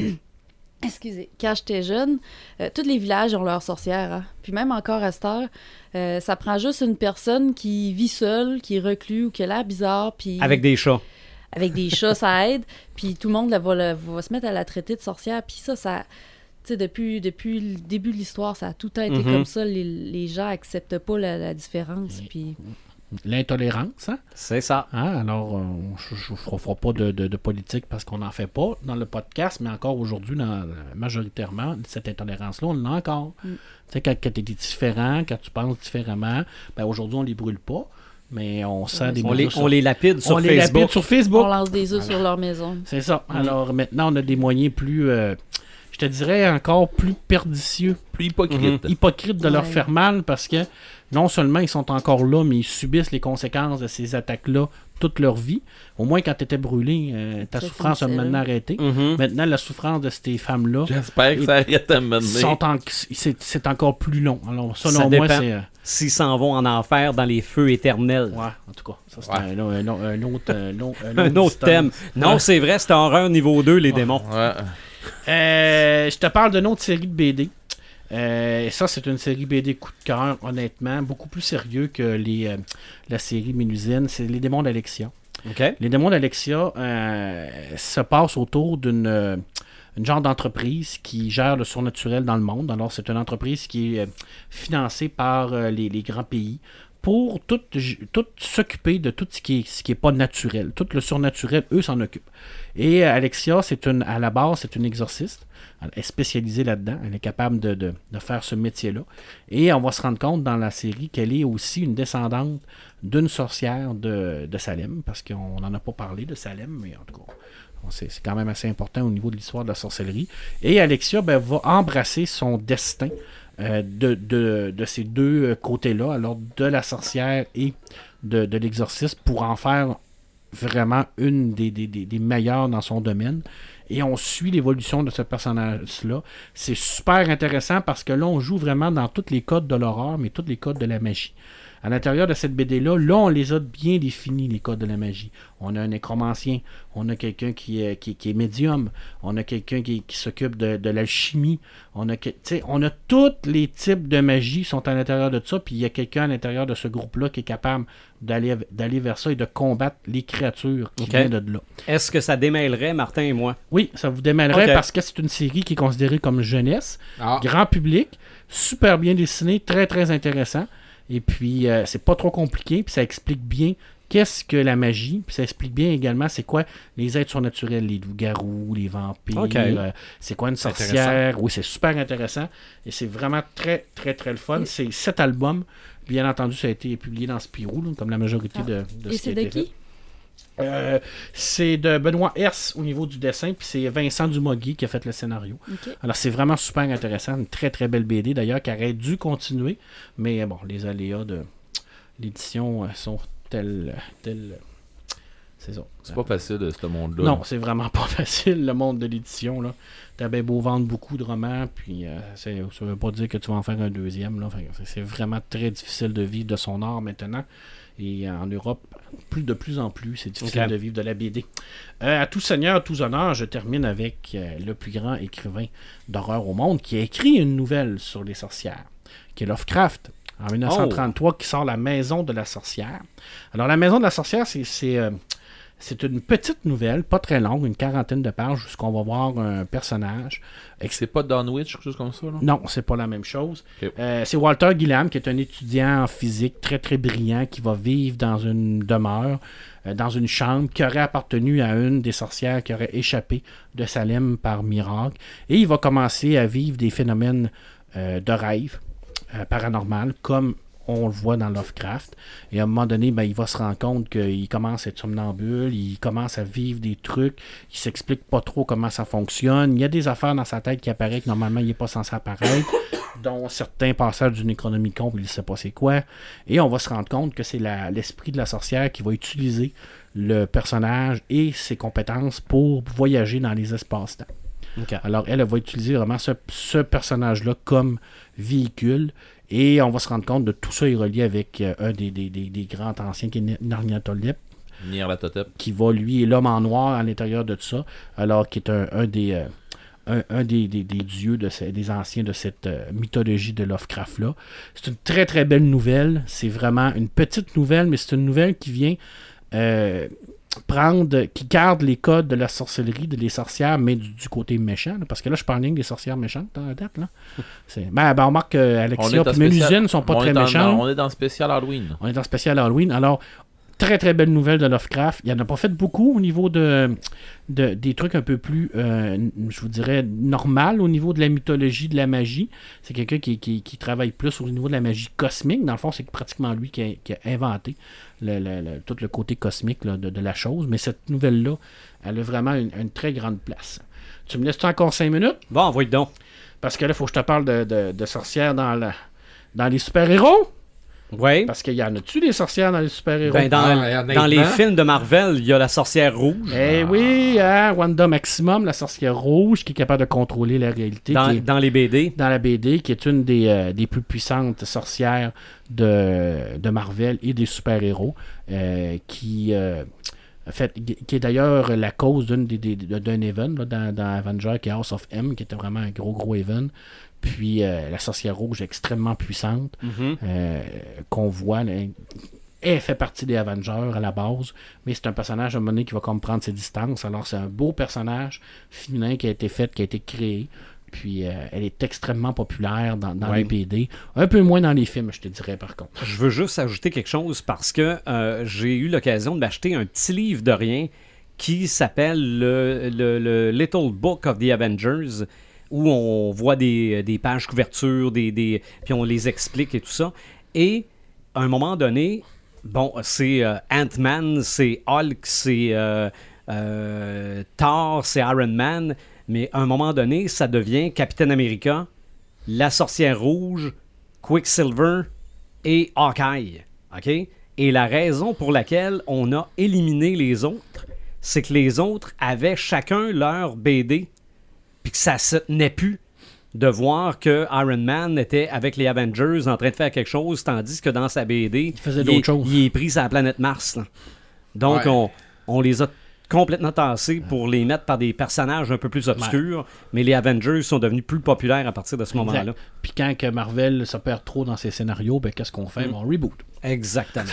excusez, quand j'étais jeune, euh, tous les villages ont leurs sorcières. Hein. Puis même encore à cette heure, euh, ça prend juste une personne qui vit seule, qui est reclus ou qui a l'air bizarre. Puis Avec des chats. avec des chats, ça aide. Puis tout le monde là, va, la- va se mettre à la traiter de sorcière. Puis ça, ça... Tu sais, depuis, depuis le début de l'histoire, ça a tout le temps été Mhm. comme ça. Les, les gens acceptent pas la, la différence. Puis... L'intolérance, hein? C'est ça. Hein, alors, euh, je ne ferai pas de, de- de politique parce qu'on n'en fait pas dans le podcast, mais encore aujourd'hui, dans- majoritairement, cette intolérance-là, on l'a encore. Mm. Tu sais, quand, quand tu es différent, quand tu penses différemment, ben aujourd'hui, on les brûle pas, mais on sent des On les, mesures on les lapide sur, sur on les Facebook. lapide sur Facebook. On lance des œufs sur leur maison. C'est ça. Alors maintenant, on a des moyens plus, euh, je te dirais, encore plus pernicieux, Plus hypocrite. hypocrites de leur Ouais. faire mal parce que non seulement ils sont encore là, mais ils subissent les conséquences de ces attaques-là toute leur vie. Au moins, quand tu étais brûlé, euh, ta Ça souffrance a finissait maintenant là. arrêté. Mhm. Maintenant, la souffrance de ces femmes-là J'espère que ça arrête à me mener. sont en- c'est, c'est encore plus long. Alors, selon Ça moi, dépend. c'est. euh, S'ils s'en vont en enfer dans les feux éternels. ouais, en tout cas, ça c'est Ouais. un, un- un- un autre, un autre, un Un autre distance. thème. Non, c'est vrai, c'était horreur niveau deux, les démons. Ouais. Euh, je te parle d'une autre série de B D. Euh, ça, c'est une série B D coup de cœur, honnêtement, beaucoup plus sérieux que les, euh, la série Mélusine. C'est Les Démons d'Alexia. OK. Les Démons d'Alexia euh, se passent autour d'une euh, une genre d'entreprise qui gère le surnaturel dans le monde. Alors, c'est une entreprise qui est euh, financée par euh, les, les grands pays pour tout, tout s'occuper de tout ce qui est, ce qui est pas naturel. Tout le surnaturel, eux, s'en occupent. Et euh, Alexia, c'est une, à la base, c'est une exorciste. Elle est spécialisée là-dedans. Elle est capable de, de, de faire ce métier-là. Et on va se rendre compte dans la série qu'elle est aussi une descendante d'une sorcière de, de Salem, parce qu'on n'en a pas parlé de Salem, mais en tout cas, on sait- c'est quand même assez important au niveau de l'histoire de la sorcellerie. Et Alexia ben, va embrasser son destin euh, de, de, de ces deux euh, côtés-là, alors de la sorcière et de, de l'exorciste, pour en faire vraiment une des, des, des, des meilleures dans son domaine. Et on suit l'évolution de ce personnage-là. C'est super intéressant parce que là, on joue vraiment dans tous les codes de l'horreur, mais tous les codes de la magie. À l'intérieur de cette B D-là, là, on les a bien définis, les codes de la magie. On a un nécromancien, on a quelqu'un qui est, qui, qui est médium, on a quelqu'un qui, qui s'occupe de, de l'alchimie, on a, que- tu sais, on a tous les types de magie qui sont à l'intérieur de ça, puis il y a quelqu'un à l'intérieur de ce groupe-là qui est capable d'aller, d'aller vers ça et de combattre les créatures qui Ok. viennent de là. Est-ce que ça démêlerait Martin et moi? Oui, ça vous démêlerait Ok. parce que c'est une série qui est considérée comme jeunesse, Ah, grand public, super bien dessiné, très très intéressant. Et puis, euh, c'est pas trop compliqué, puis ça explique bien qu'est-ce que la magie, puis ça explique bien également c'est quoi les êtres surnaturels, les loups-garous, les vampires, Ok. euh, c'est quoi une sorcière. Oui, c'est super intéressant. Et c'est vraiment très, très, très le fun. C'est sept albums. Bien entendu, ça a été publié dans Spirou, là, comme la majorité Ah. de, de Et ce qui c'est a de été qui? fait. Euh, c'est de Benoît Hers au niveau du dessin, puis c'est Vincent Dumogui qui a fait le scénario. OK. Alors c'est vraiment super intéressant, une très très belle B D d'ailleurs qui aurait dû continuer, mais bon, les aléas de l'édition euh, sont telles... telles c'est ça. C'est pas facile de ce monde-là. Non, c'est vraiment pas facile, le monde de l'édition. Là. T'as bien beau vendre beaucoup de romans, puis euh, c'est, ça veut pas dire que tu vas en faire un deuxième. Là. Fait, c'est, c'est vraiment très difficile de vivre de son art maintenant. Et en Europe, plus de plus en plus, c'est difficile okay. de vivre de la B D. Euh, à tout seigneur, à tous honneurs, je termine avec euh, le plus grand écrivain d'horreur au monde qui a écrit une nouvelle sur les sorcières, qui est Lovecraft. En dix-neuf cent trente-trois, oh. qui sort La Maison de la Sorcière. Alors, La Maison de la Sorcière, c'est... c'est euh, C'est une petite nouvelle, pas très longue, une quarantaine de pages, où on va voir un personnage. C'est pas Dunwich, quelque chose comme ça, là? Non, c'est pas la même chose. Okay. Euh, c'est Walter Gilliam, qui est un étudiant en physique très très brillant, qui va vivre dans une demeure, euh, dans une chambre, qui aurait appartenu à une des sorcières qui aurait échappé de Salem par miracle. Et il va commencer à vivre des phénomènes euh, de rêve euh, paranormal, comme on le voit dans Lovecraft. Et à un moment donné, ben, il va se rendre compte qu'il commence à être somnambule, il commence à vivre des trucs, il s'explique pas trop comment ça fonctionne. Il y a des affaires dans sa tête qui apparaissent que normalement il n'est pas censé apparaître, dont certains passages du Necronomicon, il ne sait pas c'est quoi. Et on va se rendre compte que c'est la, l'esprit de la sorcière qui va utiliser le personnage et ses compétences pour voyager dans les espaces-temps. Okay. Alors elle, elle va utiliser vraiment ce, ce personnage-là comme véhicule. Et on va se rendre compte de tout ça est relié avec euh, un des, des, des, des grands anciens qui est Nyarlathotep. Nyarlathotep. Qui va, lui, est l'homme en noir à l'intérieur de tout ça. Alors qui est un, un des euh, un, un des, des, des dieux de ces, des anciens de cette euh, mythologie de Lovecraft-là. C'est une très très belle nouvelle. C'est vraiment une petite nouvelle, mais c'est une nouvelle qui vient euh, prendre, qui garde les codes de la sorcellerie, de les sorcières, mais du, du côté méchant, là, parce que là, je parle bien des sorcières méchantes dans la date. Là. C'est, ben, ben, on remarque qu'Alexia et Mélusine ne sont pas très méchants. On est dans spécial Halloween. On est dans spécial Halloween. Alors, très très belle nouvelle de Lovecraft. Il n'y en a pas fait beaucoup au niveau de, de des trucs un peu plus, euh, je vous dirais, normal au niveau de la mythologie, de la magie. C'est quelqu'un qui, qui, qui travaille plus au niveau de la magie cosmique. Dans le fond, c'est pratiquement lui qui a, qui a inventé le, le, le, tout le côté cosmique là, de, de la chose. Mais cette nouvelle-là, elle a vraiment une, une très grande place. Tu me laisses-tu encore cinq minutes? Bon, envoie donc. Parce que là, il faut que je te parle de, de, de sorcières dans, la, dans les super-héros. Oui. Parce qu'il y en a-tu des sorcières dans les super-héros? Ben dans, ah, dans les films de Marvel, il y a la sorcière rouge. Eh ah. oui, hein, Wanda Maximum, la sorcière rouge, qui est capable de contrôler la réalité. Dans, est, dans les B D. Dans la B D, qui est une des, euh, des plus puissantes sorcières de, de Marvel et des super-héros, euh, qui... Euh, En fait, qui est d'ailleurs la cause d'une des, des, d'un event là, dans, dans Avengers, qui est House of M, qui était vraiment un gros gros event. Puis euh, la sorcière rouge extrêmement puissante, mm-hmm. euh, qu'on voit, là, elle fait partie des Avengers à la base, mais c'est un personnage à un moment donné qui va comme prendre ses distances. Alors c'est un beau personnage féminin qui a été fait, qui a été créé. Puis euh, elle est extrêmement populaire dans, dans ouais. les B D. Un peu moins dans les films, je te dirais, par contre. Je veux juste ajouter quelque chose parce que euh, j'ai eu l'occasion de m'acheter un petit livre de rien qui s'appelle le, le, le Little Book of the Avengers, où on voit des, des pages couverture, des, des, puis on les explique et tout ça. Et à un moment donné, bon, c'est euh, Ant-Man, c'est Hulk, c'est euh, euh, Thor, c'est Iron Man... Mais à un moment donné, ça devient Captain America, la sorcière rouge, Quicksilver et Hawkeye. OK? Et la raison pour laquelle on a éliminé les autres, c'est que les autres avaient chacun leur B D, puis que ça se tenait plus de voir que Iron Man était avec les Avengers en train de faire quelque chose, tandis que dans sa B D, il faisait d'autres il, choses. Il est pris sur la planète Mars. Là. Donc, ouais. on, on les a complètement tassés pour les mettre par des personnages un peu plus obscurs, ouais. mais les Avengers sont devenus plus populaires à partir de ce exact. moment-là. Puis quand que Marvel se perd trop dans ses scénarios, ben qu'est-ce qu'on fait? Mm. On reboot. Exactement.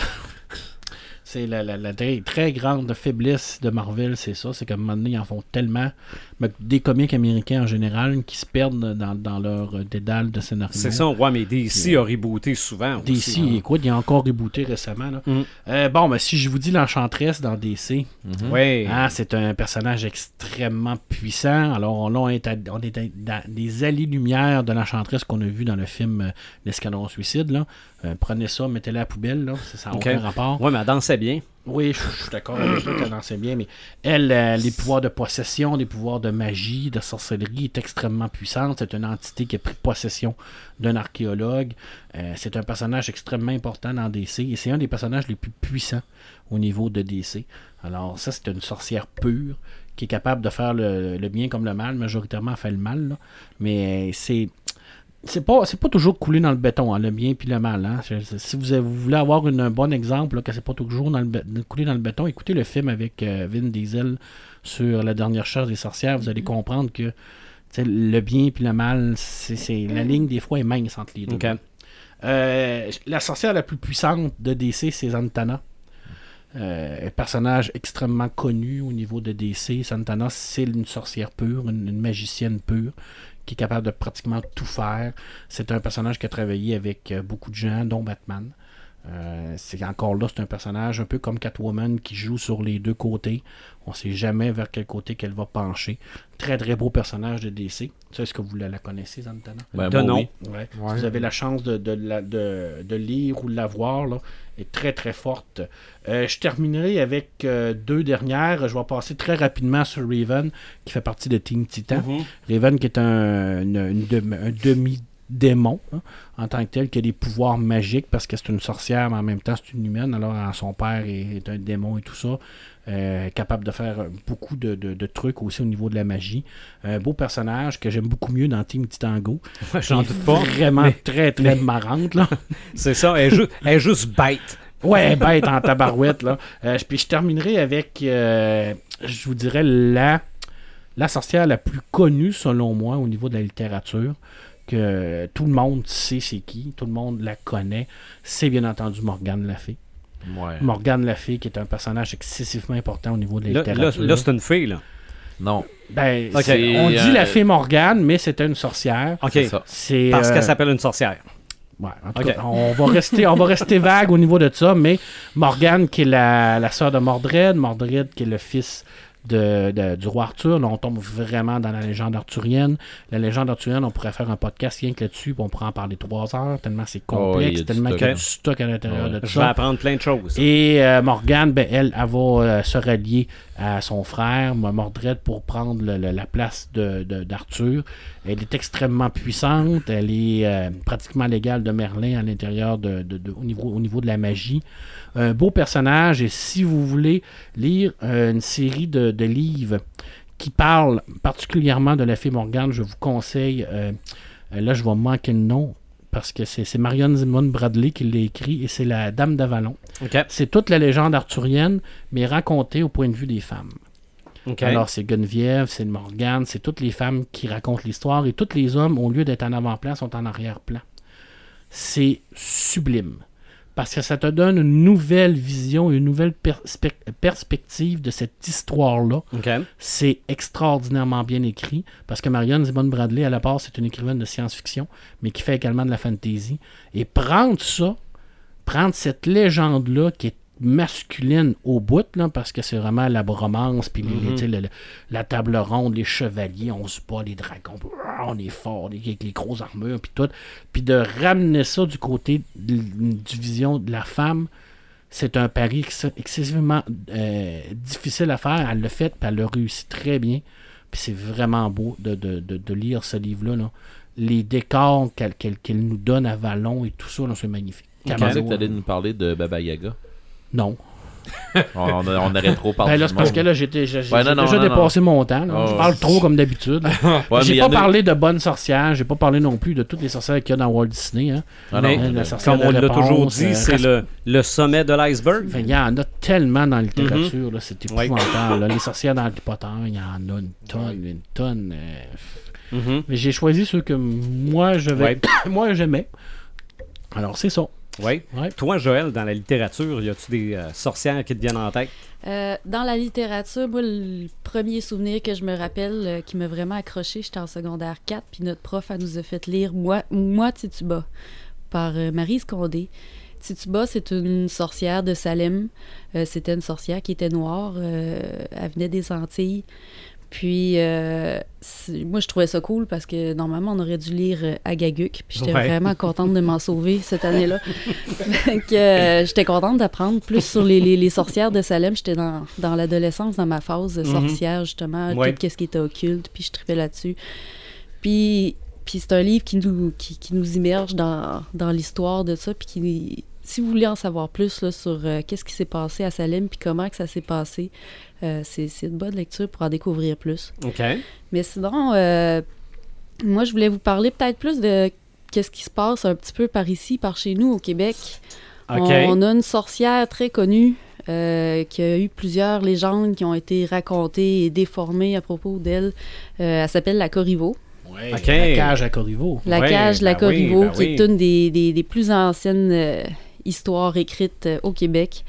C'est la, la, la très, très grande faiblesse de Marvel, c'est ça. C'est qu'à un moment donné, ils en font tellement. Des comics américains en général qui se perdent dans, dans leur dédale de scénario. C'est ça, ouais, mais D C a rebooté souvent. D C, aussi, écoute, il a encore rebooté récemment. Là. Mm. Euh, bon, ben, si je vous dis l'Enchantress dans D C, mm-hmm. ouais. hein, c'est un personnage extrêmement puissant. Alors, on, on est, à, on est dans les allées-lumière de l'Enchantress qu'on a vu dans le film euh, L'Escadron Suicide. Là. Euh, prenez ça, mettez-la à la poubelle. Là. Ça n'a okay. aucun rapport. Ouais, mais elle dansait bien. Oui, je je suis d'accord avec toi, tu en sais bien, mais elle, euh, les pouvoirs de possession, les pouvoirs de magie, de sorcellerie est extrêmement puissante. C'est une entité qui a pris possession d'un archéologue. Euh, c'est un personnage extrêmement important dans D C et c'est un des personnages les plus puissants au niveau de D C. Alors ça, c'est une sorcière pure qui est capable de faire le, le bien comme le mal. Majoritairement, elle fait le mal, là. Mais c'est... C'est pas, c'est pas toujours coulé dans le béton, hein, le bien puis le mal. Hein. Si vous, avez, vous voulez avoir une, un bon exemple, là, que c'est pas toujours dans le, coulé dans le béton, écoutez le film avec euh, Vin Diesel sur La dernière chasse des sorcières. Vous allez comprendre que le bien puis le mal, c'est, c'est, la ligne des fois est mince entre les deux. Okay. Euh, la sorcière la plus puissante de D C, c'est Zatanna. Euh, un personnage extrêmement connu au niveau de D C. Zatanna, c'est une sorcière pure, une, une magicienne pure, qui est capable de pratiquement tout faire. C'est un personnage qui a travaillé avec euh, beaucoup de gens, dont Batman. Euh, c'est encore là, c'est un personnage un peu comme Catwoman qui joue sur les deux côtés. On ne sait jamais vers quel côté qu'elle va pencher. Très très beau personnage de D C. Ça, est-ce que vous la, la connaissez, Zatanna? Ben, De moi, nom. oui. Ouais. Ouais. Si vous avez la chance de, de, la- de, de lire ou de la voir, là, elle est très très forte. Euh, je terminerai avec euh, deux dernières. Je vais passer très rapidement sur Raven, qui fait partie de Teen Titan. Mm-hmm. Raven, qui est un, une- une dem- un demi-démon, hein, en tant que tel, qui a des pouvoirs magiques, parce que c'est une sorcière, mais en même temps, c'est une humaine. Alors, euh, son père est, est un démon et tout ça. Euh, capable de faire beaucoup de, de, de trucs aussi au niveau de la magie. Un beau personnage que j'aime beaucoup mieux dans Team Titan Go. J'en Qui est doute pas. Vraiment mais- très très marrante, là. C'est ça, elle est, ju- elle est juste bête. Ouais, bête en tabarouette, là. Euh, puis je terminerai avec, euh, je vous dirais, la, la sorcière la plus connue, selon moi, au niveau de la littérature, que tout le monde sait c'est qui, tout le monde la connaît. C'est bien entendu Morgane la Fée. Ouais. Morgane la Fée, qui est un personnage excessivement important au niveau de la Là, là, littérature. là, c'est une fille, là. Non. Ben, Ok. c'est- on dit Euh, la Fée Morgane, mais c'était une sorcière. OK. C'est ça. C'est, Parce euh, qu'elle s'appelle une sorcière. Ouais, en tout Ok. cas, on va rester, on va rester vague au niveau de ça, mais Morgane, qui est la, la sœur de Mordred, Mordred, qui est le fils de, de- du roi Arthur, là, on tombe vraiment dans la légende arthurienne. La légende arthurienne, on pourrait faire un podcast rien que là-dessus, puis on pourrait en parler trois heures, tellement c'est Oh, il y complexe, a du tellement stock, qu'il y a hein. du stock à l'intérieur Ouais. de tout Je vais ça. apprendre plein de choses. Et euh, Morgane, ben, elle, elle va euh, se rallier à son frère, Mordred, pour prendre le- le- la place de, de- d'Arthur. Elle est extrêmement puissante. Elle est euh, pratiquement l'égale de Merlin à l'intérieur de, de- de- au, niveau, au niveau de la magie. Un beau personnage. Et si vous voulez lire euh, une série de, de livres qui parlent particulièrement de la fée Morgane, je vous conseille, euh, euh, là je vais manquer le nom, parce que c'est, c'est Marion Zimmerman Bradley qui l'a écrit, et c'est la Dame d'Avalon. OK. C'est toute la légende arthurienne, mais racontée au point de vue des femmes. OK. Alors, c'est Guenevere, c'est Morgane, c'est toutes les femmes qui racontent l'histoire, et tous les hommes, au lieu d'être en avant-plan, sont en arrière-plan. C'est sublime. Parce que ça te donne une nouvelle vision, une nouvelle perspe- perspective de cette histoire-là. OK. C'est extraordinairement bien écrit, parce que Marion Zimmerman Bradley, à la base, c'est une écrivaine de science-fiction, mais qui fait également de la fantasy. Et prendre ça, prendre cette légende-là, qui est masculine au bout, là, parce que c'est vraiment la bromance, puis les- Mhm. tu sais, le- le- la table ronde, les chevaliers, on se bat, les dragons, on est fort, les- avec les grosses armures, puis tout. Puis de ramener ça du côté de d'une vision de la femme, c'est un pari ex- excessivement euh, difficile à faire. Elle l'a fait, puis elle l'a réussi très bien. Puis c'est vraiment beau de, de, de, de lire ce livre-là. Là. Les décors qu'elle, qu'elle, qu'elle nous donne à Vallon et tout ça, là, c'est magnifique. Je Camaro, pensais que tu allais hein. nous parler de Baba Yaga. Non. On, on, a- on aurait trop parlé. Ben là, du c'est parce monde. que là, j'étais, j'ai, j'ai Ouais, non, non, déjà non, dépassé mon temps. là. Oh, je parle ouais. trop comme d'habitude. Ouais, mais J'ai il y pas en a- parlé de bonnes sorcières. J'ai pas parlé non plus de toutes les sorcières qu'il y a dans Walt Disney. Hein. Ah non, Mais, Hein, euh, la sorcière Comme on de l'a réponse, toujours dit, euh, c'est le, le sommet de l'iceberg. Enfin, il y en a tellement dans la littérature, Mm-hmm. là, c'est épouvantable. là. Les sorcières dans Harry Potter, il y en a une tonne, une tonne. euh. Mhm. Mais j'ai choisi ceux que moi je vais, Ouais. moi j'aimais. Alors c'est ça. Oui. Ouais. Toi, Joël, dans la littérature, y a-tu des euh, sorcières qui te viennent en tête? Euh, dans la littérature, moi, le premier souvenir que je me rappelle euh, qui m'a vraiment accroché, j'étais en secondaire quatre, puis notre prof, elle nous a fait lire Moi, Moi Tituba par euh, Marie Scondé. Tituba, c'est une sorcière de Salem. Euh, c'était une sorcière qui était noire. euh, elle venait des Antilles. Puis, euh, c'est- moi, je trouvais ça cool parce que normalement, on aurait dû lire euh, Agaguk. Puis, j'étais Ouais. vraiment contente de m'en sauver cette année-là. Fait que euh, j'étais contente d'apprendre plus sur les, les, les sorcières de Salem. J'étais dans, dans l'adolescence, dans ma phase de Mhm. sorcière, justement, Ouais. tout ce qui était occulte. Puis, je tripais là-dessus. Puis, puis c'est un livre qui nous, qui, qui nous immerge dans, dans l'histoire de ça. Puis, qui, si vous voulez en savoir plus là, sur euh, qu'est-ce qui s'est passé à Salem, puis comment que ça s'est passé, euh, c'est, c'est une bonne lecture pour en découvrir plus. OK. Mais sinon, euh, moi, je voulais vous parler peut-être plus de qu'est-ce qui se passe un petit peu par ici, par chez nous, au Québec. OK. On, on a une sorcière très connue euh, qui a eu plusieurs légendes qui ont été racontées et déformées à propos d'elle. Euh, elle s'appelle la Corriveau. Ouais, Ok. La cage à Corriveau. La Ouais, cage de la ben Corriveau, oui, ben qui oui. est une des, des- des plus anciennes euh, histoires écrites euh, au Québec.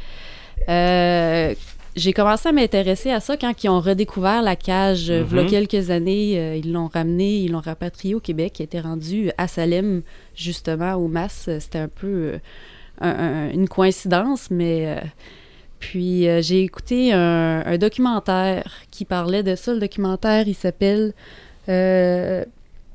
Euh, j'ai commencé à m'intéresser à ça quand ils ont redécouvert la cage. euh, v'là Mhm. quelques années, euh, ils l'ont ramené, ils l'ont rapatrié au Québec, qui était rendu à Salem, justement, au Mas. Euh, C'était un peu euh, un- un- une coïncidence, mais... euh, puis euh, j'ai écouté un, un documentaire qui parlait de ça. Le documentaire, il s'appelle euh,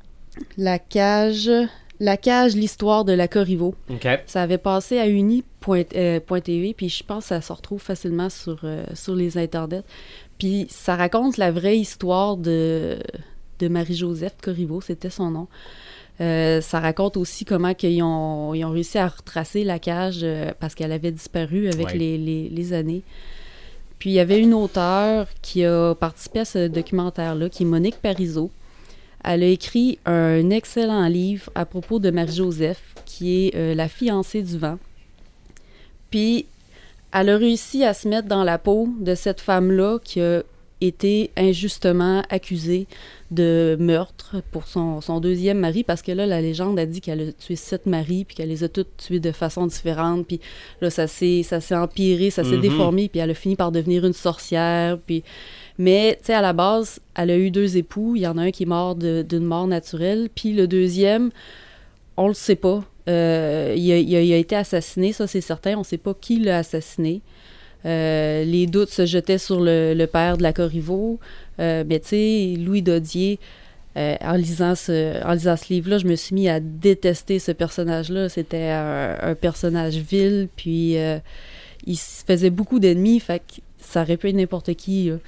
La cage... La cage, l'histoire de la Corriveau. OK. Ça avait passé à uni point t v, puis je pense que ça se retrouve facilement sur, euh, sur les internets. Puis ça raconte la vraie histoire de, de Marie-Joseph Corriveau, c'était son nom. Euh, ça raconte aussi comment qu'ils ont, ils ont réussi à retracer la cage euh, parce qu'elle avait disparu avec Ouais. les, les, les années. Puis il y avait une auteure qui a participé à ce documentaire-là, qui est Monique Parizeau. Elle a écrit un excellent livre à propos de Marie-Joseph, qui est euh, La fiancée du vent. Puis, elle a réussi à se mettre dans la peau de cette femme-là qui a été injustement accusée de meurtre pour son, son deuxième mari, parce que là, la légende a dit qu'elle a tué sept maris, puis qu'elle les a toutes tués de façon différente, puis là, ça s'est, ça s'est empiré, ça s'est Mhm. déformé, puis elle a fini par devenir une sorcière, puis... Mais, tu sais, à la base, elle a eu deux époux. Il y en a un qui est mort de- d'une mort naturelle. Puis le deuxième, on le sait pas. Euh, il, a, il a- il a été assassiné, ça c'est certain. On ne sait pas qui l'a assassiné. Euh, les doutes se jetaient sur le, le père de la Corriveau. Euh, mais tu sais, Louis Dodier, euh, en, lisant ce, en lisant ce livre-là, je me suis mis à détester ce personnage-là. C'était un, un personnage vil, puis euh, il se faisait beaucoup d'ennemis, fait que ça aurait pu être n'importe qui, là.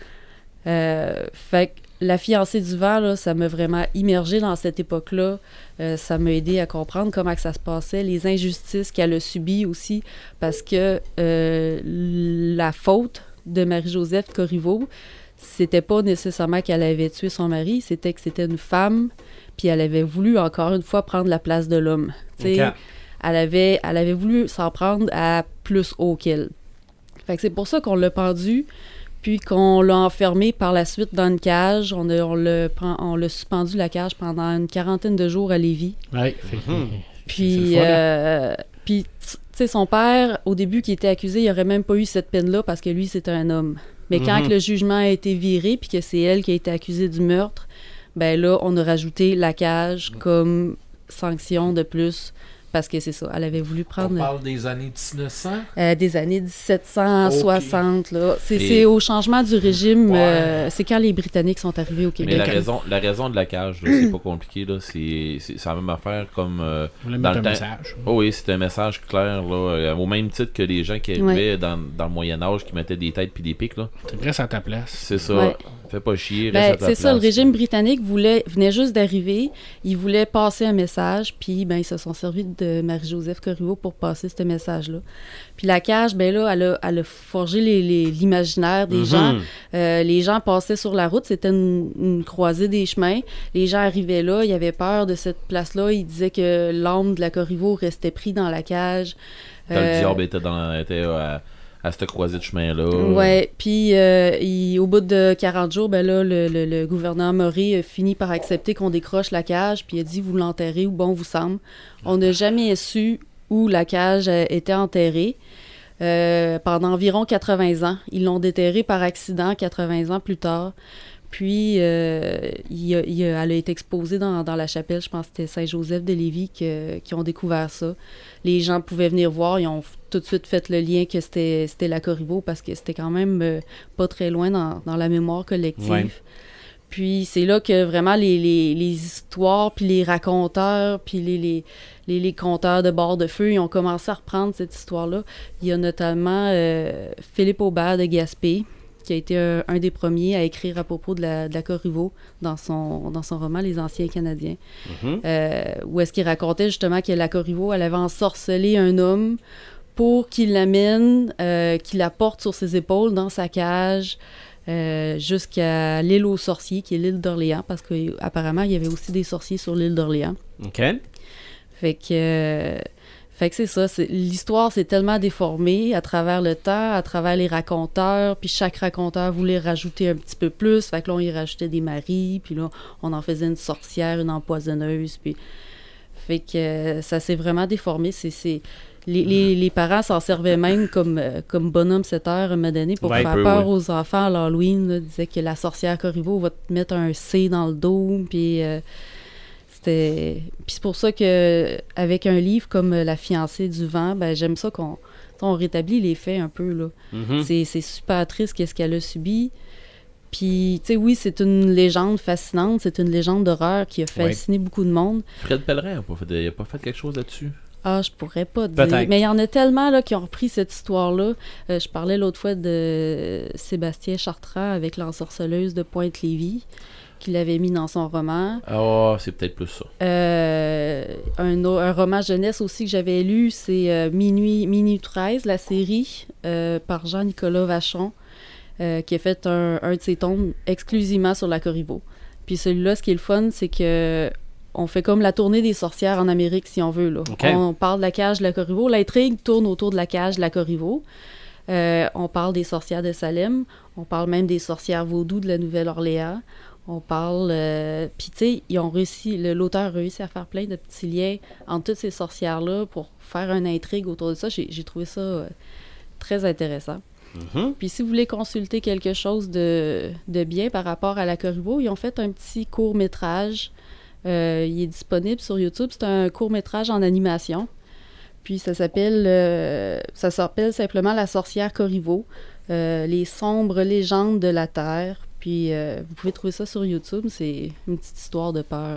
Euh, fait que La fiancée du vent, là, ça m'a vraiment immergée dans cette époque-là. Euh, ça m'a aidé à comprendre comment que ça se passait, les injustices qu'elle a subies aussi, parce que euh, la faute de Marie-Joseph Corriveau, c'était pas nécessairement qu'elle avait tué son mari, c'était que c'était une femme, puis elle avait voulu encore une fois prendre la place de l'homme. Tu sais, OK. elle avait, elle avait voulu s'en prendre à plus haut qu'elle. Fait que c'est pour ça qu'on l'a pendu, puis qu'on l'a enfermé par la suite dans une cage. On, a, on, l'a, pen- on l'a suspendu la cage pendant une quarantaine de jours à Lévis. Ouais, fait que- Mhm. Puis, C'est le fun, hein? euh, puis tu sais, son père, au début, qui était accusé, il aurait même pas eu cette peine-là parce que lui, c'était un homme. Mais quand Mhm. que le jugement a été viré, puis que c'est elle qui a été accusée du meurtre, ben là, on a rajouté la cage comme sanction de plus. Parce que c'est ça, elle avait voulu On prendre parle des années dix-neuf cents. euh, des années dix-sept cent soixante. Là. C'est, Et- c'est au changement du régime. Ouais. euh, c'est quand les Britanniques sont arrivés au Mais Québec. la raison, la raison de la cage, là, c'est pas compliqué. Là. C'est, c'est, c'est la même affaire comme. euh, On voulait Dans mettre un le temps- message. Oh oui, c'était un message clair, là, euh, au même titre que les gens qui arrivaient dans, dans le Moyen-Âge qui mettaient des têtes puis des pics. Là. Tu restes à ta place. C'est ça. Ouais. Fais pas chier, reste Ben, à ta c'est ça, le place. régime britannique voulait, venait juste d'arriver. Il voulait passer un message, puis ben, ils se sont servis de Marie-Joseph Corriveau pour passer ce message-là. Puis la cage, ben là, elle a, elle a forgé les- les- l'imaginaire des Mhm. gens. Euh, les gens passaient sur la route, c'était une, une croisée des chemins. Les gens arrivaient là, ils avaient peur de cette place-là. Ils disaient que l'âme de la Corriveau restait pris dans la cage. Quand Euh, le diable était, dans, était à, à cette croisée de chemin-là. Ouais, puis euh, il- au bout de quarante jours, ben là, le, le- le gouverneur Maury a fini par accepter qu'on décroche la cage, puis il a dit vous l'enterrez où bon vous semble. On n'a jamais su où la cage euh, était enterrée. Euh, pendant environ quatre-vingts ans. Ils l'ont déterrée par accident quatre-vingts ans plus tard. Puis, euh, il a- il a- elle a été exposée dans, dans la chapelle, je pense que c'était Saint-Joseph de Lévis que- qui ont découvert ça. Les gens pouvaient venir voir, ils ont f- tout de suite fait le lien que c'était, c'était la Corriveau parce que c'était quand même euh, pas très loin dans, dans la mémoire collective. Ouais. Puis c'est là que vraiment les, les, les histoires, puis les raconteurs, puis les, les, les, les conteurs de bord de feu, ils ont commencé à reprendre cette histoire-là. Il y a notamment euh, Philippe Aubert de Gaspé, qui a été un, un des premiers à écrire à propos de la, de la Corriveau dans son, dans son roman Les Anciens Canadiens, mm-hmm. euh, où est-ce qu'il racontait justement que la Corriveau, elle avait ensorcelé un homme pour qu'il l'amène, euh, qu'il la porte sur ses épaules dans sa cage, Euh, jusqu'à l'île aux sorciers, qui est l'île d'Orléans, parce qu'apparemment, il y avait aussi des sorciers sur l'île d'Orléans. OK. Fait que, euh, fait que c'est ça. C'est, l'histoire s'est tellement déformée à travers le temps, à travers les raconteurs, puis chaque raconteur voulait rajouter un petit peu plus. Fait que là, on y rajoutait des maris, puis là, on en faisait une sorcière, une empoisonneuse, puis... Fait que euh, ça s'est vraiment déformé. C'est... c'est... Les, les, les parents s'en servaient même comme, euh, comme bonhomme sept heures à un moment donné pour ouais, faire peu, peur ouais. aux enfants à l'Halloween. Là, disaient que la sorcière Corriveau va te mettre un C dans le dos. Puis euh, c'était... Puis c'est pour ça que avec un livre comme La fiancée du vent, ben j'aime ça qu'on on rétablit les faits un peu. Là. Mm-hmm. C'est, c'est super triste qu'est-ce qu'elle a subi. Puis, tu sais, oui, c'est une légende fascinante. C'est une légende d'horreur qui a fasciné ouais. beaucoup de monde. Fred Pellerin n'a pas, pas fait quelque chose là-dessus? Ah, je pourrais pas dire. Peut-être. Mais il y en a tellement là, qui ont repris cette histoire-là. Euh, je parlais l'autre fois de Sébastien Chartrand avec l'ensorceleuse de Pointe-Lévis, qu'il avait mis dans son roman. Ah, oh, c'est peut-être plus ça. Euh, un, un roman jeunesse aussi que j'avais lu, c'est euh, Minuit, Minuit treize, la série, euh, par Jean-Nicolas Vachon, euh, qui a fait un, un de ses tomes exclusivement sur la Corriveau. Puis celui-là, ce qui est le fun, c'est que on fait comme la tournée des sorcières en Amérique, si on veut. Là. Okay. On parle de la cage de la Corriveau. L'intrigue tourne autour de la cage de la Corriveau. Euh, on parle des sorcières de Salem. On parle même des sorcières vaudou de la Nouvelle-Orléans. On parle... Euh... Puis, tu sais, ils ont réussi... Le, l'auteur a réussi à faire plein de petits liens entre toutes ces sorcières-là pour faire une intrigue autour de ça. J'ai, j'ai trouvé ça euh, très intéressant. Mm-hmm. Puis, si vous voulez consulter quelque chose de, de bien par rapport à la Corriveau, ils ont fait un petit court-métrage. Euh, il est disponible sur YouTube. C'est un court-métrage en animation. Puis ça s'appelle euh, ça s'appelle simplement La sorcière Corriveau, euh, les sombres légendes de la Terre. Puis euh, vous pouvez trouver ça sur YouTube. C'est une petite histoire de peur.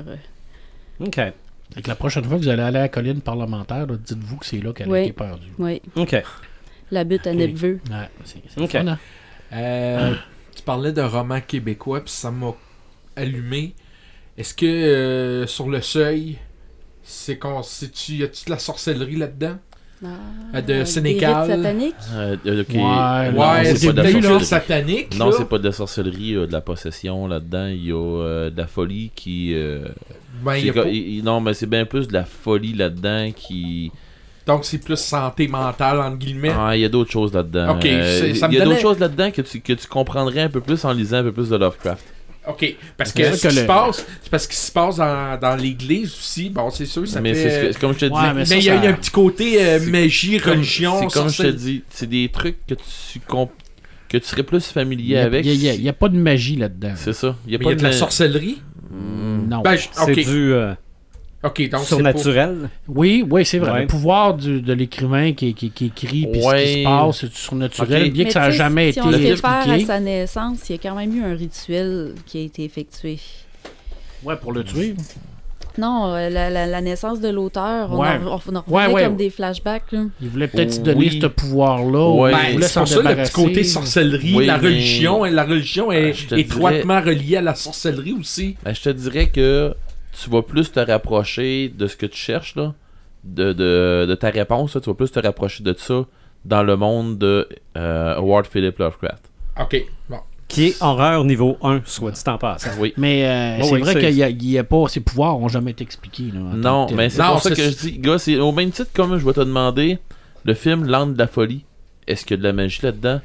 OK. Fait que la prochaine fois que vous allez aller à la colline parlementaire, là, dites-vous que c'est là qu'elle oui. a été perdue. Oui. OK. La butte à okay. Nepveux. Ouais, c'est, c'est OK. fun, hein? euh, tu parlais de romans québécois, puis ça m'a allumé. Est-ce que euh, sur le seuil, c'est qu'on, c'est-tu, y a-tu de la sorcellerie là-dedans? Ah, de Sénégal? Des rites sataniques? Euh, okay. Ouais, non, ouais c'est, c'est, pas c'est de la peut-être satanique. Non, là. c'est pas de la sorcellerie, il y a de la possession là-dedans. Il y a euh, de la folie qui... Euh, ben, y a co- pas... il, non, mais c'est bien plus de la folie là-dedans qui... Donc, c'est plus santé mentale, entre guillemets. Ah, il y a d'autres choses là-dedans. Ok, euh, ça me Il y a donnait... d'autres choses là-dedans que tu, que tu comprendrais un peu plus en lisant un peu plus de Lovecraft. OK, parce que c'est ce qui le... se passe, c'est parce qu'il se passe dans, dans l'église aussi. Bon, c'est sûr, ça mais fait... c'est, c'est comme je te dis. Ouais, mais ça, il y, a, ça... y a un petit côté euh, magie, comme, religion. C'est comme sorcelle... je te dis, c'est des trucs que tu comp... que tu serais plus familier il y a, avec. Il n'y a, a, a pas de magie là-dedans. C'est ça. Il y a mais pas y a de la sorcellerie? Mmh. Non. Ben, je... okay. C'est du euh, okay, donc surnaturel. C'est pour... Oui, oui, c'est vrai. Ouais. Le pouvoir du, de l'écrivain qui, qui, qui écrit puis ouais. ce qui se passe, c'est du surnaturel, Okay. bien Mais que ça n'a jamais si été on se expliqué. réfère à sa naissance, il y a quand même eu un rituel qui a été effectué. Ouais, pour le tuer. Non, euh, la, la, la naissance de l'auteur, on Ouais. en, on en Ouais, revenait ouais. comme des flashbacks. Là. Il voulait peut-être Oh, se donner oui. ce pouvoir-là. Ouais. Il Ben, voulait c'est s'en pour ça le petit débarrasser. côté sorcellerie, Oui, la mais- religion, et la religion est Ah, je te étroitement reliée à la sorcellerie aussi. Ben, je te dirais que tu vas plus te rapprocher de ce que tu cherches, là, de, de, de ta réponse. Là, tu vas plus te rapprocher de ça dans le monde de euh, Howard Philip Lovecraft. OK, bon. Qui est horreur niveau un, soit dit en passant. Oui. Mais euh, Oh, c'est oui, vrai c'est- qu'il y a, il y a pas... Ces pouvoirs n'ont jamais été expliqués. Là, en tant Non, que tel. mais c'est Non, pour ça c'est- que je dis, gars, c'est au même titre comme je vais te demander le film L'Anne de la folie. Est-ce qu'il y a de la magie là-dedans?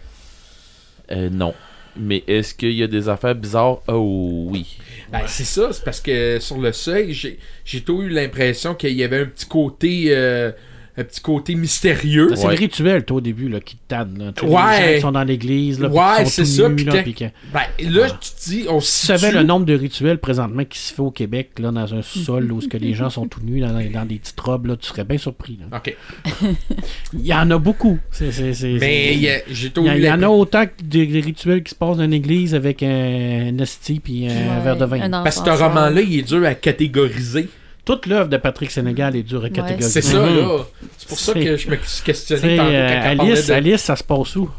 Euh, non. Mais est-ce qu'il y a des affaires bizarres? Oh oui. Ben, c'est ça, c'est parce que sur le seuil, j'ai, j'ai toujours eu l'impression qu'il y avait un petit côté euh, un petit côté mystérieux. C'est Ouais. le rituel, toi, au début, là, qui te tanne. Là. Tous Ouais. les gens qui sont dans l'église, là, puis Ouais, qui sont c'est tout ça, nus, puis là, quand- puis que- Ben, là, tu te dis, on Tu se savais situe- le nombre de rituels présentement qui se fait au Québec, là, dans un sous-sol, où ce que les gens sont tout nus dans, dans des petites robes, là, tu serais bien surpris. Là. OK. Il y en a beaucoup. C'est, c'est, c'est, Mais c'est- il y a- j'ai il y, a- eu il y la- en a autant que des, des rituels qui se passent dans une église avec un, un hostie puis un Ouais, verre de vin. un Parce que ce encenseur. roman-là, il est dur à catégoriser. Toute l'œuvre de Patrick Sénégal est dure à Ouais. catégoriser. C'est ça, Mhm. là. C'est pour ça C'est- que je me suis questionné T'sais, tantôt euh, quand elle parlait Alice, de... Alice, ça se passe où?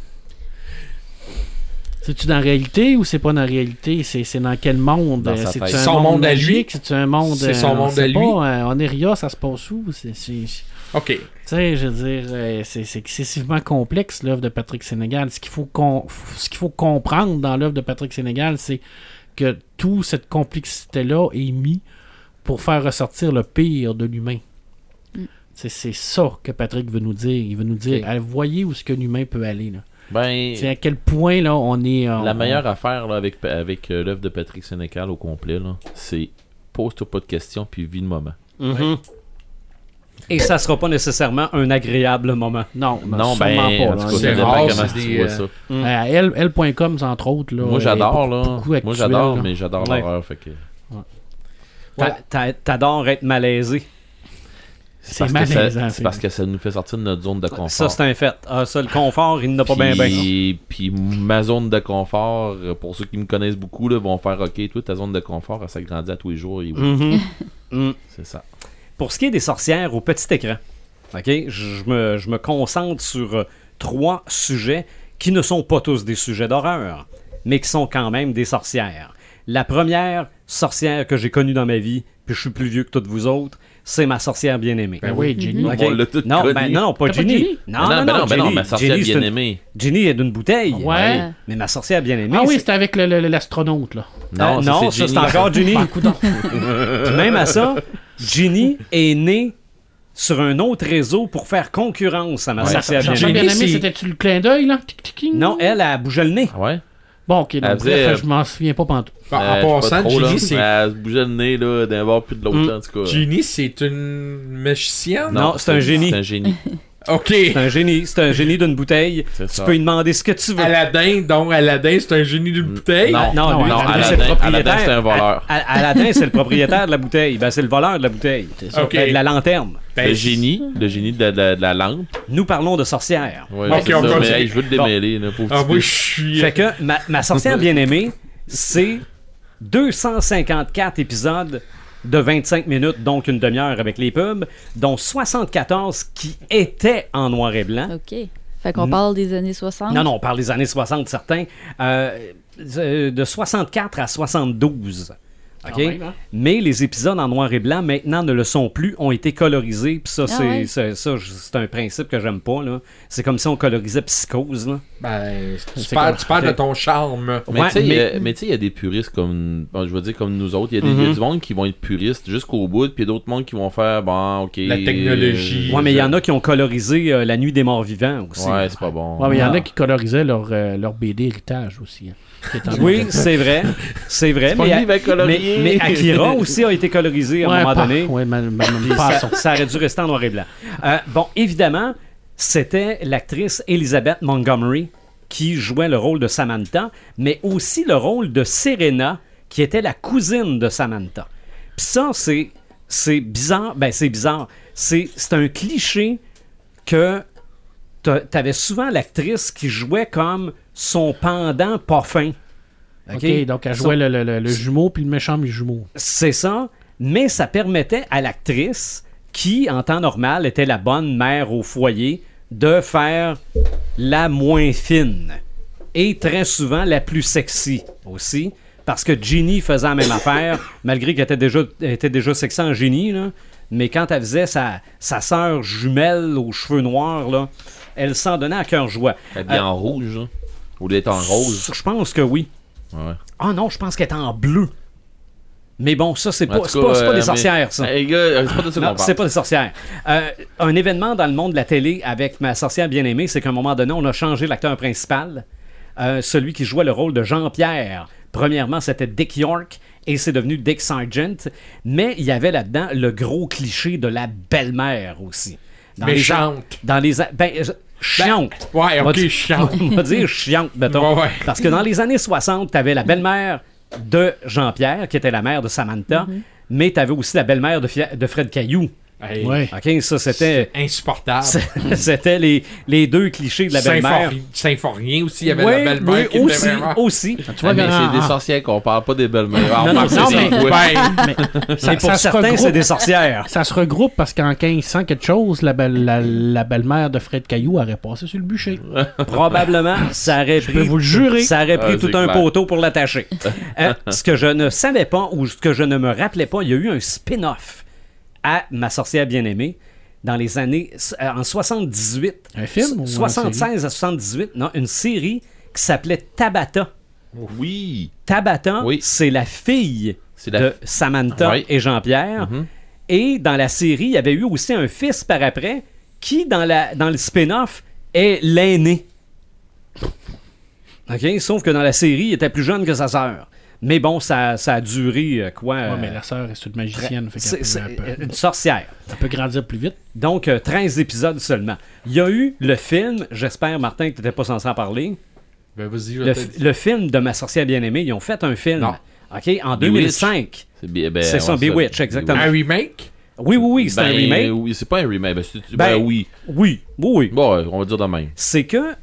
C'est-tu dans la réalité ou c'est pas dans la réalité? C'est, c'est dans quel monde? Dans sa C'est-tu tête. un Son monde à lui. magique? C'est-tu un monde... C'est euh, son on monde sait à lui. pas, euh, en Eria, ça se passe où? C'est... c'est... OK. Tu sais, je veux dire, euh, c'est, c'est excessivement complexe, l'œuvre de Patrick Sénégal. Ce qu'il faut, con- ce qu'il faut comprendre dans l'œuvre de Patrick Sénégal, c'est que toute cette complexité-là est mise pour faire ressortir le pire de l'humain. Mm. C'est, c'est ça que Patrick veut nous dire. Il veut nous dire, Ok. ah, voyez où ce que l'humain peut aller. Là. Ben, C'est à quel point là, on est... euh, la on- meilleure affaire là, avec, avec euh, l'œuvre de Patrick Sénécal au complet, là, c'est pose-toi pas de questions puis vis le moment. Mhm. Et ça sera pas nécessairement un agréable moment. Non, Non, sûrement ben, pas. en tout là. cas, C'est ça dépend rare, comment c'est tu des, vois euh, ça. Euh, elle, elle point com, entre autres. Là, Moi, est j'adore, beaucoup- là. beaucoup Moi, actuelle, j'adore, là. mais j'adore Ouais. l'horreur, fait que... T'a- t'a- T'adores être malaisé. C'est parce que ça- malaisant, C'est c'est- parce que ça nous fait sortir de notre zone de confort. Ça, c'est un fait. Ah, ça, le confort, il n'a pas bien bien. Puis, puis ma zone de confort, euh, pour ceux qui me connaissent beaucoup, là, vont faire OK, toi, ta zone de confort, elle s'agrandit à tous les jours. Et oui, Mhm. Mm. c'est ça. Pour ce qui est des sorcières au petit écran, ok, je je me, je me concentre sur euh, trois sujets qui ne sont pas tous des sujets d'horreur, mais qui sont quand même des sorcières. La première sorcière que j'ai connue dans ma vie, puis je suis plus vieux que toutes vous autres, c'est ma sorcière bien-aimée. Ben oui, Jenny. Ok. On l'a tout non, connu. ben non, pas T'as pas Ginny. Ginny? Non, Ben non, ben non, ben non, Ginny. ma sorcière Ginny, c'est une- bien-aimée. Ginny est d'une bouteille. Ouais. Mais ma sorcière bien-aimée, Ah oui, c'est- c'était avec le- le- l'astronaute, là. Non, Euh, ça, non, c'est ça, Ginny. c'est encore Ginny. Ah, coudonc. Puis même à ça, Ginny est née sur un autre réseau pour faire concurrence à ma Ouais. sorcière Jean-Jean bien-aimée. bien-aimé, c'est- c'était-tu le clin d'œil, là? Tic, tic, tic. Non, elle a bougé le nez. Ah ouais? Bon, ok, donc, Elle bref, faisait- je m'en souviens pas pantoute. Bon, Euh, en je sais pas passant, trop, là, Ginny, mais c'est... elle se bougeait le nez là, d'un bord puis de l'autre, Mm. là, en tout cas. Ginny, c'est une magicienne? Non, c'est un génie. C'est un génie. OK. C'est un génie. C'est un génie d'une bouteille. C'est Tu ça. peux lui demander ce que tu veux. Aladdin, donc Aladdin, c'est un génie d'une bouteille? Ah, non, Non, lui, non, Aladdin, Aladdin- c'est le propriétaire. Aladdin, c'est un voleur. A- A- Aladdin, c'est le propriétaire de la bouteille. Ben, c'est le voleur de la bouteille. ça. OK. Ben, de la lanterne. Ben, Le génie, le génie de la, de la- de la lampe. Nous parlons de sorcières. Ouais, Ok, c'est on ça, continue. mais hey, je veux le démêler. Là, pauvre Ah, petit moi, peu. je suis... Fait que ma, ma sorcière bien-aimée, c'est deux cent cinquante-quatre épisodes de vingt-cinq minutes, donc une demi-heure avec les pubs, dont soixante-quatorze qui étaient en noir et blanc. OK. Fait qu'on parle des années soixante. Non, non, on parle des années soixante, certains. Euh, euh, de soixante-quatre à soixante-douze. OK? Quand même, hein? Mais les épisodes en noir et blanc, maintenant, ne le sont plus, ont été colorisés. Puis ça, Ah c'est, ouais? c'est- ça, je- c'est un principe que j'aime pas. Là. C'est comme si on colorisait Psychose. Là. Ben, tu C'est perds, comme- tu perds de ton charme. Mais Ouais, tu sais, mais- euh, mais tu sais, il y a des puristes comme, bon, je veux dire comme nous autres. Il y a des il y a Mhm. du monde qui vont être puristes jusqu'au bout, puis il y a d'autres mondes qui vont faire, bon, ok. La technologie. euh, Ouais, mais il y je- en a qui ont colorisé euh, La Nuit des Morts Vivants aussi. Ouais, c'est pas bon. Ouais, mais il y en Ah. a qui colorisaient leur, euh, leur B D héritage aussi. hein, qui est en Oui, noir et blanc. c'est vrai. C'est vrai. C'est pas Mais, lui qui va colorier. mais, mais Akira aussi a été colorisé à un Ouais, moment pas- donné. Ouais, mais, mais- mais Puis pas ça, à son. ça aurait dû rester en noir et blanc. Euh, bon, évidemment, c'était l'actrice Elizabeth Montgomery qui jouait le rôle de Samantha, mais aussi le rôle de Serena, qui était la cousine de Samantha. Puis ça, c'est, c'est bizarre. Ben, c'est bizarre. C'est, c'est un cliché que t'a- t'avais souvent l'actrice qui jouait comme son pendant pas fin. OK, donc elle jouait le, le- le- le jumeau puis le méchant mais jumeau. C'est ça, mais ça permettait à l'actrice, qui en temps normal était la bonne mère au foyer, de faire la moins fine et très souvent la plus sexy aussi, parce que Ginny faisait la même affaire, malgré qu'elle était déjà, elle était déjà sexy en Ginny, là, mais quand elle faisait sa, sa sœur jumelle aux cheveux noirs, là, elle s'en donnait à cœur joie. Elle est bien en rouge, hein, au lieu d'être en rose. Je pense que oui. Ouais. Ah non, je pense qu'elle est en bleu. Mais bon, ça, c'est En pas, tout c'est cas, pas, c'est pas euh, des mais- sorcières, ça. Hey, gars, euh, c'est pas de ça qu'on Non, parle. c'est pas des sorcières. Euh, un événement dans le monde de la télé avec ma sorcière bien-aimée, c'est qu'à un moment donné, on a changé l'acteur principal. Euh, celui qui jouait le rôle de Jean-Pierre. Premièrement, c'était Dick York et c'est devenu Dick Sargent. Mais il y avait là-dedans le gros cliché de la belle-mère aussi. Dans les- Méchante. Dans les... a- Ben, je- chiante. Ouais, On va ok, dire- chiante. On va dire chiante, mettons. Ouais, ouais. Parce que dans les années soixante, tu avais la belle-mère de Jean-Pierre, qui était la mère de Samantha, mais tu avais aussi la belle-mère de, Fia- de Fred Caillou. Hey, Ouais. OK, ça, c'était... insupportable. C'était les, les deux clichés de la belle-mère. Symphorien- Symphorien aussi, il y avait Oui, la belle-mère oui, qui était aussi, vraiment... aussi. Tu Ah, vois, mais quand- c'est des ah, sorcières qu'on parle pas des belles-mères. Ah, Non, non, on c'est parle ça. des- Ben, mais ça, Mais pour ça se certains, regroupe. c'est des sorcières. Ça se regroupe parce qu'en quinze cents quelque chose, la, belle, la, la belle-mère de Fred Caillou aurait passé sur le bûcher. Probablement, ça aurait Je pris... peux vous le jurer. Ça aurait pris Ah, tout c'est un clair. poteau pour l'attacher. Euh, ce que je ne savais pas ou ce que je ne me rappelais pas, il y a eu un spin-off à Ma sorcière bien-aimée dans les années... euh, en soixante-dix-huit. Un film ou une soixante-seize à soixante-dix-huit. Non, une série qui s'appelait Tabata. Oui. Tabata, Oui. c'est la fille C'est la de f- Samantha Oui. et Jean-Pierre. Mhm. Et dans la série, il y avait eu aussi un fils par après qui, dans, la, dans le spin-off, est l'aîné. OK? Sauf que dans la série, il était plus jeune que sa sœur. Mais bon, ça, ça a duré, euh, quoi... Ouais, euh, mais la sœur est une magicienne. Fait c'est- qu'elle c'est peut, elle peut- une sorcière. elle peut grandir plus vite. Donc, euh, treize épisodes seulement. Il y a eu le film, j'espère, Martin, que tu n'étais pas censé en parler, Ben, vas-y, je le, te f- dis. le film de Ma sorcière bien-aimée. Ils ont fait un film. Non. OK? En deux mille cinq. C'est bi- ben, C'est ça, ouais, Bewitch, exactement. Un remake? Oui, oui, oui, c'est Ben, un remake. Oui, c'est pas un remake. Ben, c'est- Ben, ben, oui. Oui, oui, oui. Bon, ouais, on va dire de même. C'est que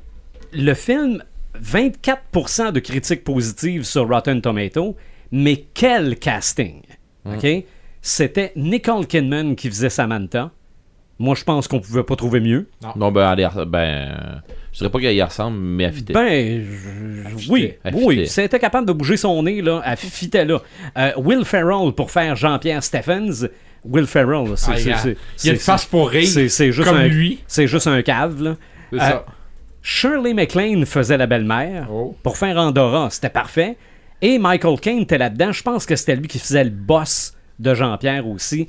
le film, vingt-quatre pour cent de critiques positives sur Rotten Tomato, mais quel casting! OK? C'était Nicole Kidman qui faisait Samantha. Moi, je pense qu'on pouvait pas trouver mieux. Non, ben, allez, ben, euh, je dirais pas qu'elle y ressemble, mais elle fitait. Ben, je- oui, Elle oui. fitait. Si elle était capable de bouger son nez, là, elle fitait là. Euh, Will Ferrell pour faire Jean-Pierre Stephens. Will Ferrell, là, c'est... Ah, il y c'est- a- c'est- il y a une c'est- face pour rire, c'est- c'est juste comme un- lui. C'est juste un cave, là. C'est Euh, ça. Shirley MacLaine faisait la belle-mère Oh. pour faire Andorra, c'était parfait. Et Michael Caine était là-dedans. Je pense que c'était lui qui faisait le boss de Jean-Pierre aussi.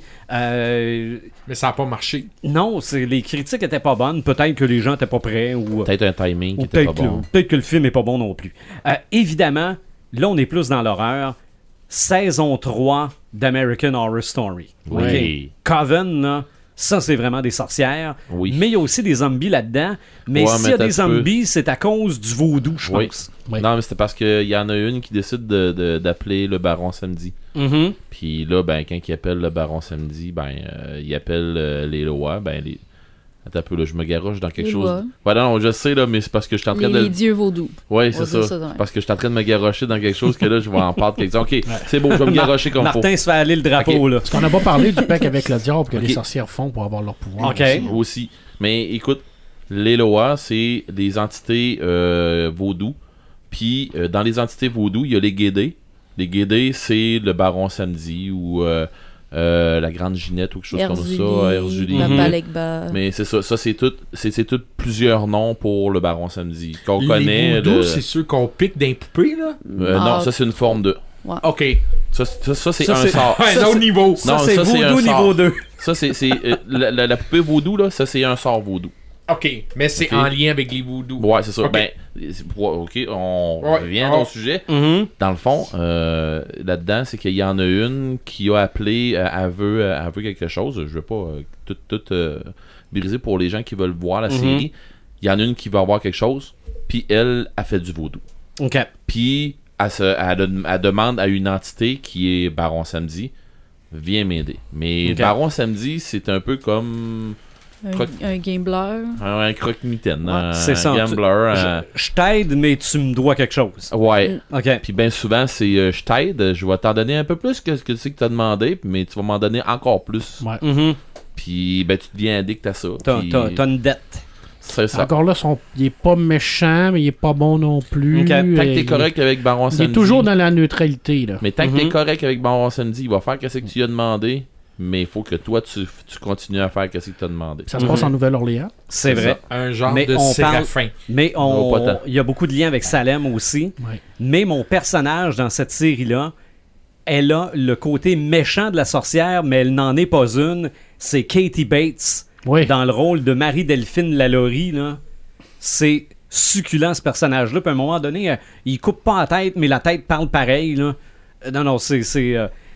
Euh, Mais ça n'a pas marché. non, c'est, les critiques étaient pas bonnes. Peut-être que les gens étaient pas prêts ou, Peut-être un timing ou qui était peut-être, pas bon. que, peut-être que le film est pas bon non plus. Euh, évidemment, là, on est plus dans l'horreur. Saison trois d'American Horror Story. Oui. OK. Coven, là, ça, c'est vraiment des sorcières. Oui. Mais il y a aussi des zombies là-dedans. Mais Ouais, s'il mais y a t'as des un peu- zombies, c'est à cause du vaudou, je Oui. pense. Oui. Non, mais c'était parce qu'il y en a une qui décide de- de- d'appeler le baron samedi. Mhm. Puis là, ben, quand il appelle le baron samedi, ben, euh, il appelle euh, les lois. Ben, les... Attends un peu, là, je me garoche dans quelque Les chose. lois. Ouais, non, je sais, là, mais c'est parce que je suis en train Les, de. les dieux vaudous. Ouais, On c'est va ça. dire ça de même. C'est parce que je suis en train de me garocher dans quelque chose que là, je vais en parler. Quelque... Ok, c'est beau, je vais me Mar- garocher comme faut. Martin se fait aller le drapeau, Ok. là. Parce qu'on n'a pas parlé du pacte avec le diable que Ok. les sorcières font pour avoir leur pouvoir. Ok. aussi. Aussi. Mais écoute, les lois, c'est des entités euh, vaudou. Puis euh, dans les entités vaudou, il y a les guédés. Les guédés, c'est le baron samedi ou euh, euh, la grande Ginette ou quelque chose comme ça. Erzulie. Papa Mhm. Legba. Mais c'est ça, ça c'est tout, c'est, c'est tout plusieurs noms pour le baron samedi. Qu'on Les connaît. voodoos, le- c'est ceux qu'on pique d'un poupée, là? Euh, Ah. Non, ça c'est une forme de. OK. Ça, ça, ça, c'est Ça, un c'est- sort. Un Ça, autre c'est- niveau. Ça, Non, c'est ça, c'est vaudou un niveau sort. deux. Ça c'est, c'est euh, la, la- la poupée vaudou là, ça c'est un sort vaudou. OK. Mais c'est Ok. en lien avec les voodoos. Ouais, c'est ça. Ok. Ben, c'est- ouais, ok, on Ouais. revient à Oh. ton sujet. Mhm. Dans le fond, euh, là-dedans, c'est qu'il y en a une qui a appelé, euh, elle veut, euh, elle veut quelque chose. Je veux pas euh, tout, tout euh, briser pour les gens qui veulent voir la Mhm. série. Il y en a une qui va avoir quelque chose, puis elle a fait du vaudou. OK. Puis elle, se- elle dem- elle demande à une entité qui est Baron Samedi, viens m'aider. Mais Ok. Baron Samedi, c'est un peu comme Un, Croc- un gambler. un, un croque-mitaine, Ouais, un, c'est ça. gambler. un- Je, je t'aide, mais tu me dois quelque chose. Ouais. OK. Puis bien souvent, c'est euh, je t'aide, je vais t'en donner un peu plus que ce que tu sais que t'as demandé, mais tu vas m'en donner encore plus. Ouais. Mhm. Puis ben tu deviens addict à ça. T'as, Puis, t'as- t'as une dette. c'est ça. Encore là, son... il est pas méchant, mais il est pas bon non plus. Ok. Tant que Et- t'es correct avec Baron Il Samedi. est toujours dans la neutralité, là. Mais tant que t'es Mhm. correct avec Baron Samedi, il va faire qu'est-ce que tu lui as demandé, mais il faut que toi tu, tu continues à faire qu'est-ce que tu as demandé. Ça se passe Mhm. en Nouvelle-Orléans. C'est C'est vrai. Un genre Mais de on parle- séraphin. Mais Non, pas on, tant. il y a beaucoup de liens avec Salem aussi. Ouais. Mais mon personnage dans cette série-là, elle a le côté méchant de la sorcière, mais elle n'en est pas une. C'est Katie Bates Oui. dans le rôle de Marie-Delphine Lalaurie. Là. C'est succulent ce personnage-là. Puis à un moment donné, euh, il coupe pas la tête, mais la tête parle pareil. Là. Euh, Non, non, c'est, c'est, euh,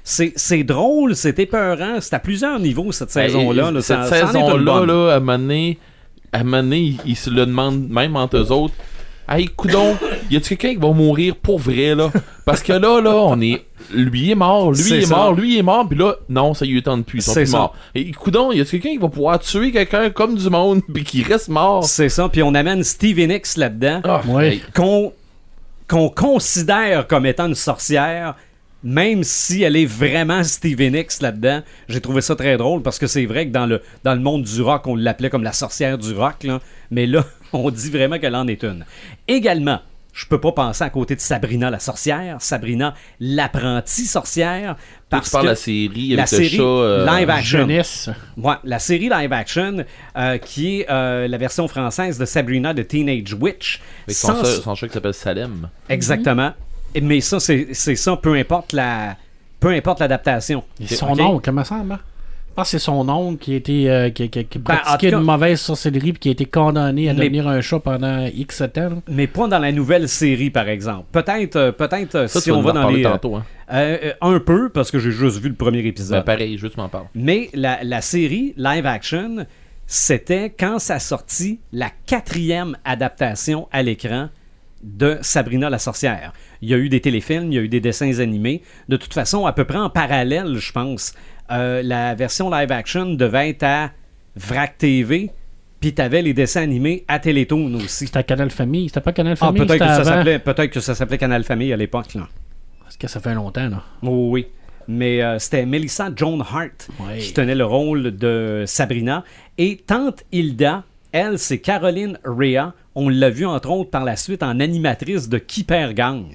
C'est, c'est drôle, c'est épeurant, c'est à plusieurs niveaux cette saison-là. Là, cette ça, ça en est une saison-là, bonne. là, à un moment donné, à un moment donné, ils, ils se le demandent même entre eux autres. Hey, coudon, y a-tu quelqu'un qui va mourir pour vrai, là? Parce que là, là, on est. Lui est mort, lui C'est est ça. mort, lui est mort, puis là, non, ça y est tente plus, ils sont C'est plus ça. morts. Et coudon, y a-tu quelqu'un qui va pouvoir tuer quelqu'un comme du monde, puis qui reste mort? C'est ça, puis on amène Stevie Nicks là-dedans, Ah, Ouais. hey, qu'on, qu'on considère comme étant une sorcière, même si elle est vraiment Stevie Nicks là-dedans. J'ai trouvé ça très drôle, parce que c'est vrai que dans le, dans le monde du rock, on l'appelait comme la sorcière du rock, là, mais là, on dit vraiment qu'elle en est une. Également, je peux pas penser à côté de Sabrina la sorcière, Sabrina l'apprentie sorcière, toi, parce tu parles de que la série la avec le série chat. euh, live action. Jeunesse. Ouais, la série live action, euh, qui est euh, la version française de Sabrina the Teenage Witch. Avec son, Sans- chat- son chat qui s'appelle Salem. Exactement. Et- Mais ça, c'est c'est ça, peu importe la, peu importe l'adaptation. Son Ok? oncle, comment ça, hein? Je pense que c'est son oncle qui a été euh, qui, qui, qui Ben, en pratiquait tout cas- une mauvaise sorcellerie puis qui a été condamné à Mais- devenir un chat pendant X temps. là. Mais pas dans la nouvelle série, par exemple. Peut-être, euh, peut-être euh, Ça, si tu vas on nous va en dans parler les, euh, tantôt. Hein. euh, euh, un peu, parce que j'ai juste vu le premier Ben, épisode. pareil, juste tu m'en parles. Mais la, la série live action, c'était quand ça sortit la quatrième adaptation à l'écran de Sabrina la sorcière. Il y a eu des téléfilms, il y a eu des dessins animés. De toute façon, à peu près en parallèle, je pense, euh, la version live action devait être à Vrac T V, puis t'avais les dessins animés à Télétoon aussi. C'était à Canal Famille. C'était pas Canal Ah, Famille, peut-être que, c'était ça avant. s'appelait, peut-être que ça s'appelait Canal Famille à l'époque, là. Parce que ça fait longtemps, là. Oh, oui. Mais euh, c'était Melissa Joan Hart Ouais. qui tenait le rôle de Sabrina. Et Tante Hilda, elle, c'est Caroline Rhea. On l'a vu, entre autres, par la suite en animatrice de Qui perd gagne.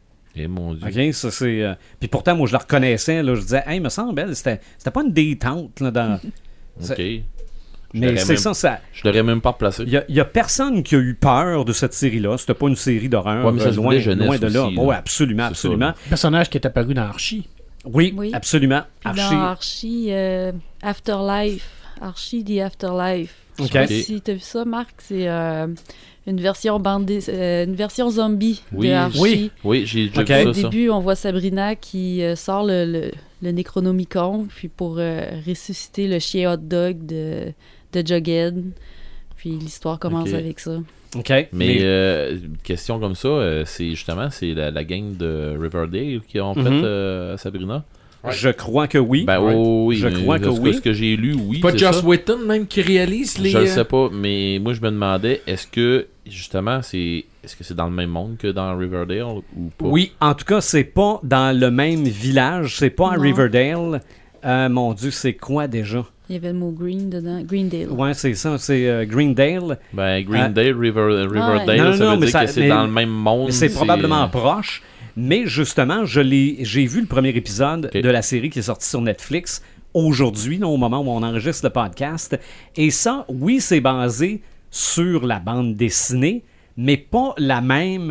Eh mon dieu. OK, ça c'est... euh, Puis pourtant, moi, je la reconnaissais. Là, je disais, hey, me semble, elle, c'était, c'était pas une des tantes, là, dans... Ok. Je Mais l'aurais c'est même- ça, ça... Je l'aurais même pas replacé. Il y a, il y a personne qui a eu peur de cette série-là. C'était pas une série d'horreur. Ouais, mais ça euh, se loin, voulait jeunesse loin de là. aussi, là. Oui, absolument, C'est ça, absolument. là. Le personnage qui est apparu dans Archie. Oui, Oui. absolument. Puis Archie. dans Archie, euh, Afterlife. Archie the Afterlife. Je sais Ok. pas Ok. si t'as vu ça, Marc. C'est euh, une version bande dess- euh, une version zombie Oui. de Archie. Oui. Oui, j'ai déjà Ok. vu Au ça, ça. début, on voit Sabrina qui euh, sort le, le, le Necronomicon, puis pour euh, ressusciter le chien hot dog de, de Jughead. Puis l'histoire commence Ok. avec ça. OK. Mais euh, une question comme ça, euh, c'est justement c'est la, la gang de Riverdale qui ont Mhm. fait euh, Sabrina. Je crois que oui. Ben Ouais. oh, oui, Je mais crois que ce oui. Ce que j'ai lu, oui. Pas c'est Joss ça. Whedon même qui réalise les. Je le euh, sais pas, mais moi je me demandais, est-ce que justement c'est est-ce que c'est dans le même monde que dans Riverdale ou pas? Oui, en tout cas, c'est pas dans le même village, c'est pas à Non. Riverdale. Euh, mon Dieu, c'est quoi déjà? Il y avait le mot green dedans. Greendale. Ouais, c'est ça, c'est euh, Greendale. Ben Greendale, River, Riverdale, Ouais. Non, ça non, veut mais dire ça- que c'est mais- dans le même monde. C'est probablement proche. Mais justement, je l'ai, j'ai vu le premier épisode Ok. de la série qui est sorti sur Netflix aujourd'hui, là, au moment où on enregistre le podcast. Et ça, oui, c'est basé sur la bande dessinée, mais pas la même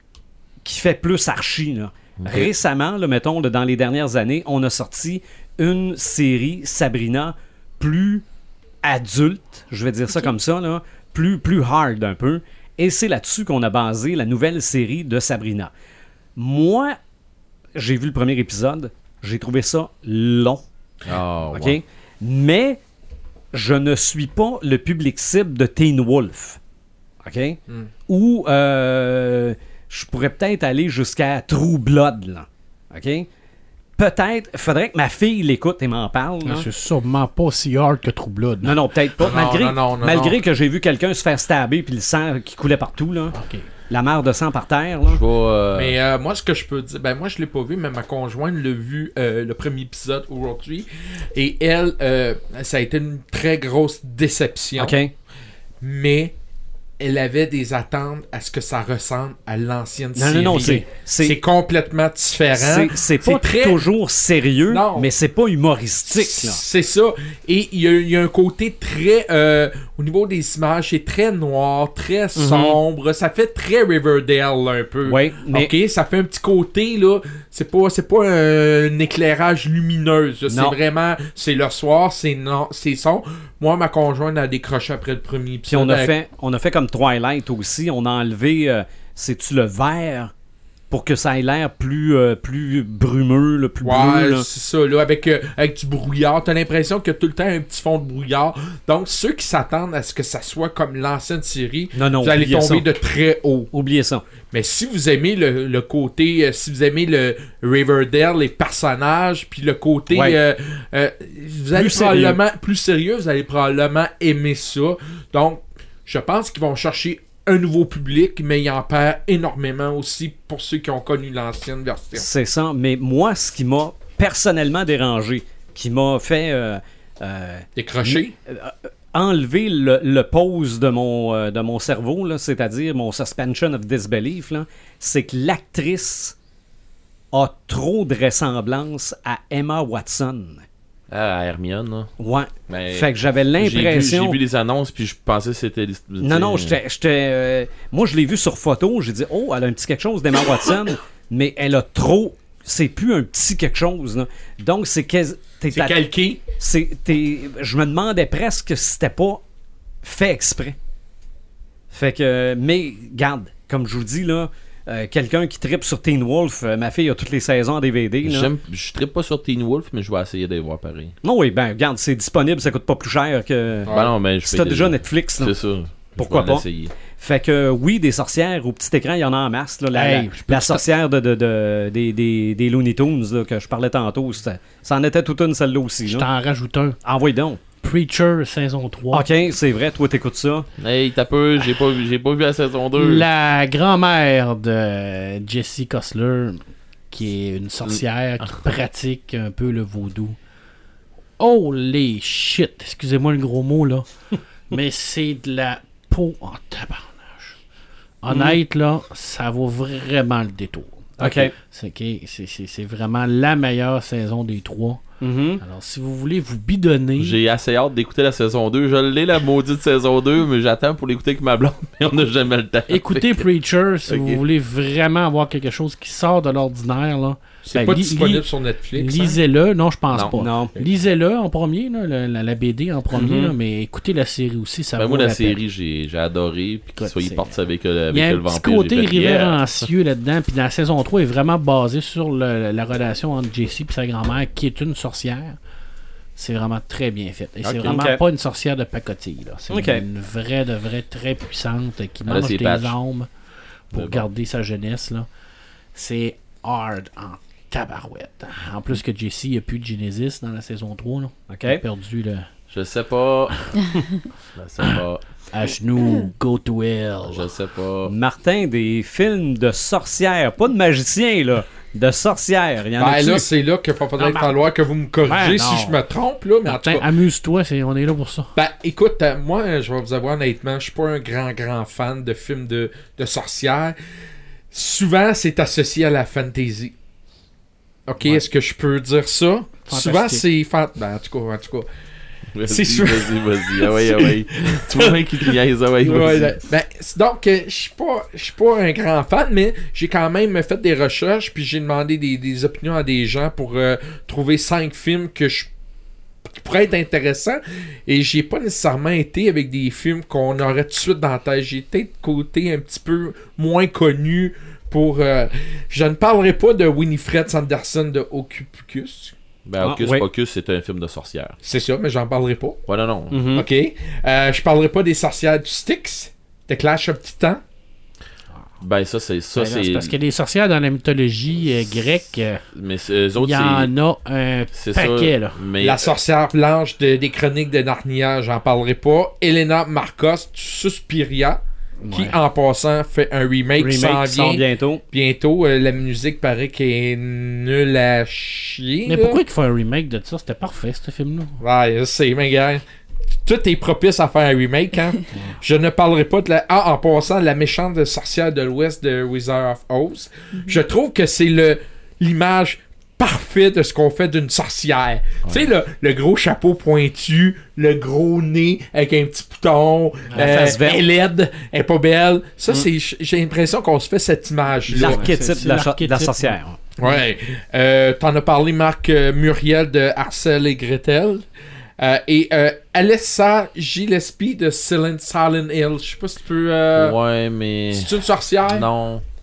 qui fait plus Archie. Là. Ok. Récemment, là, mettons, là, dans les dernières années, on a sorti une série Sabrina plus adulte, je vais dire ça Ok. comme ça, là, plus, plus hard un peu. Et c'est là-dessus qu'on a basé la nouvelle série de Sabrina. Moi, j'ai vu le premier épisode, j'ai trouvé ça long, Ah, OK? ouais. Mais je ne suis pas le public cible de Teen Wolf, OK? Hmm. Ou euh, je pourrais peut-être aller jusqu'à True Blood, là, OK? Peut-être, faudrait que ma fille l'écoute et m'en parle. là. C'est sûrement pas aussi hard que True Blood. Non, non, peut-être pas. Non, malgré non, non, non, malgré non. que j'ai vu quelqu'un se faire stabber puis le sang qui coulait partout, là. Ok. La mare de sang par terre, là. Je vais, euh, Mais euh, moi, ce que je peux dire, ben moi, je l'ai pas vu, mais ma conjointe l'a vu euh, le premier épisode aujourd'hui. Et elle, euh, ça a été une très grosse déception. OK. Mais elle avait des attentes à ce que ça ressemble à l'ancienne Non, série. non, non, c'est... C'est c'est complètement différent. C'est, c'est pas C'est très- toujours sérieux, Non. mais c'est pas humoristique. Là. C'est ça. Et il y, a- il y a un côté très... euh, au niveau des images, c'est très noir, très sombre. Ça fait très Riverdale, là, un peu. Oui, mais Ok, ça fait un petit côté, là. C'est pas, c'est pas un, un éclairage lumineux. là. C'est Non. vraiment... C'est le soir, c'est non, c'est son. Moi, ma conjointe a décroché après le premier puis épisode. on a, avec- fait, on a fait comme Twilight aussi. On a enlevé, euh, c'est-tu le vert pour que ça ait l'air plus, euh, plus brumeux, là, plus Ouais, brûleux. Là. c'est ça, là, avec, euh, avec du brouillard. T'as l'impression qu'il y a tout le temps un petit fond de brouillard. Donc, ceux qui s'attendent à ce que ça soit comme l'ancienne série, Non, non, vous allez oubliez tomber ça. de très haut. Oubliez ça. Mais si vous aimez le, le côté, euh, si vous aimez le Riverdale, les personnages, puis le côté, Ouais. euh, euh, vous allez Plus probablement, plus sérieux, vous allez probablement aimer ça. Donc, je pense qu'ils vont chercher un nouveau public, mais il en perd énormément aussi pour ceux qui ont connu l'ancienne version. C'est ça. Mais moi, ce qui m'a personnellement dérangé, qui m'a fait euh, euh, Décroché. enlever le, le pause de mon, euh, de mon cerveau, là, c'est-à-dire mon suspension of disbelief, là, c'est que l'actrice a trop de ressemblance à Emma Watson. Ah, à Hermione, là. Ouais. Mais Fait que j'avais j'ai vu, l'impression... j'ai vu les annonces, puis je pensais que c'était... Non, non, j'étais... j'étais, euh, moi, je l'ai vu sur photo, j'ai dit, oh, elle a un petit quelque chose d'Emma Watson, mais elle a trop... C'est plus un petit quelque chose, là. Donc, c'est... quasi- t'es- C'est t'as- calqué. c'est, t'es- je me demandais presque si c'était pas fait exprès. Fait que, mais, garde, comme je vous dis, là, euh, quelqu'un qui trippe sur Teen Wolf, euh, ma fille a toutes les saisons en D V D. Là. J'aime, je trippe pas sur Teen Wolf, mais je vais essayer d'aller voir pareil. Non, oui, ben, garde, c'est disponible, ça coûte pas plus cher que. Ben non, mais je Si fais t'as déjà Netflix, là. C'est ça. Pourquoi Je vais en pas? essayer. Fait que, oui, des sorcières au petit écran, il y en a en masse. Là, la Hey, la- je peux la tout- sorcière de, de, de- des, des, des Looney Tunes là, que je parlais tantôt, c'était- ça en était toute une, celle-là aussi. Je Là. t'en rajoute un. Envoie donc. Preacher, saison trois. Ok, c'est vrai, toi, t'écoutes ça. Hey, t'as peu, j'ai pas, vu- j'ai pas vu la saison deux. La grand-mère de Jessie Costler, qui est une sorcière qui pratique un peu le vaudou. Holy shit! Excusez-moi le gros mot, là. Mais c'est de la peau en tabarnage. Honnête, là, ça vaut vraiment le détour. Ok. C'est, que- c'est, c'est, c'est vraiment la meilleure saison des trois. Mhm. Alors, si vous voulez vous bidonner... J'ai assez hâte d'écouter la saison deux. Je l'ai, la maudite saison deux, mais j'attends pour l'écouter avec ma blonde, mais on n'a jamais le temps. Écoutez Fait que- Preacher si Ok. vous voulez vraiment avoir quelque chose qui sort de l'ordinaire, là. C'est Ben, pas li- disponible li- sur Netflix. hein? Lisez-le, non, je pense Non. pas. Non. Lisez-le en premier, là, la, la- la B D en premier, Mhm. là, mais écoutez la série aussi, ça Ben, vaut moi, la la peine. série, j'ai, j'ai adoré. Puis qu'il Écoute, soit c'est- parti avec, euh, Il y avec a le un petit vampire. côté j'ai fait, yeah. révérencieux là-dedans, puis dans la saison trois est vraiment basé sur le- la relation entre Jessie et sa grand-mère, qui est une sorcière. C'est vraiment très bien fait. Et c'est Ok. vraiment Ok. pas une sorcière de pacotille. Là. C'est Ok. une vraie, de vraie, très puissante qui Elle a mange ses des patchs. âmes pour Mais bon. garder sa jeunesse. Là. C'est hard en tabarouette. En plus que Jessie a plus de Genesis dans la saison trois. Là. Ok. Elle a perdu le Je sais pas. Je sais pas. à genoux, go to hell. Je sais pas. Martin, des films de sorcières, pas de magiciens, là, de sorcières. Il y en a Ben là, c'est là qu'il va Non, falloir que vous me corrigez Ben, si non. je me trompe, là. Mais en tout Martin, cas, amuse-toi, c'est- on est là pour ça. ben écoute, euh, moi, je vais vous avouer honnêtement, je suis pas un grand, grand fan de films de, de sorcières. Souvent, c'est associé à la fantasy. Ok, Ouais. est-ce que je peux dire ça? Fantastique. Souvent, c'est... fan- Ben, en tout cas, en tout cas... Vas-y, C'est sûr. Vas-y, vas-y. Ah ouais, ah ouais. Tu vois bien qu'il te niaise. Ah ouais, Ouais, vas-y. là, ben, c- donc, euh, je suis pas, je suis pas un grand fan, mais j'ai quand même fait des recherches, puis j'ai demandé des, des opinions à des gens pour euh, trouver cinq films que je qui pourraient être intéressants. Et j'ai pas nécessairement été avec des films qu'on aurait tout de suite dans la tête. J'ai été de côté un petit peu moins connu pour. euh, je ne parlerai pas de Winifred Sanderson de Hocus. Ben, Ah, Hocus ouais. Pocus, c'est un film de sorcière. C'est ça, mais j'en parlerai pas. Ouais, non, non. Mhm. Ok. Euh, je parlerai pas des sorcières du Styx, de Clash of Titans. Ben, ça, c'est. Ça, Ben là, c'est... c'est parce que les sorcières dans la mythologie euh, grecque, euh, Mais c'est- eux il autres, y c'est. en a un C'est paquet. ça. Là. Mais. La sorcière blanche de- des chroniques de Narnia, j'en parlerai pas. Elena Marcos, Suspiria, qui Ouais. en passant fait un remake, qui s'en Remake qui sort vient bientôt. bientôt. Euh, la musique paraît qu'elle est nulle à chier. Mais là. pourquoi il faut un remake de ça? C'était parfait, ce film-là. Ouais, je sais, mais gars. Tout est propice à faire un remake, hein. Je ne parlerai pas de la. Ah, en passant, la méchante sorcière de l'Ouest de Wizard of Oz. Je trouve que c'est le l'image parfaite de ce qu'on fait d'une sorcière. Tu sais, le, le gros chapeau pointu, le gros nez avec un petit bouton, La euh, face verte. elle est laide, elle est pas belle. Ça, c'est. J'ai l'impression qu'on se fait cette image-là. L'archétype c'est- c'est de, la cho- de la l'archétype. sorcière. Ouais. Euh, T'en as parlé, Marc euh, Muriel de Hansel et Gretel. Euh, et euh, Alessa Gillespie de Silent, Silent Hill. Je sais pas si tu peux. Euh... Ouais, mais. C'est une sorcière? Non.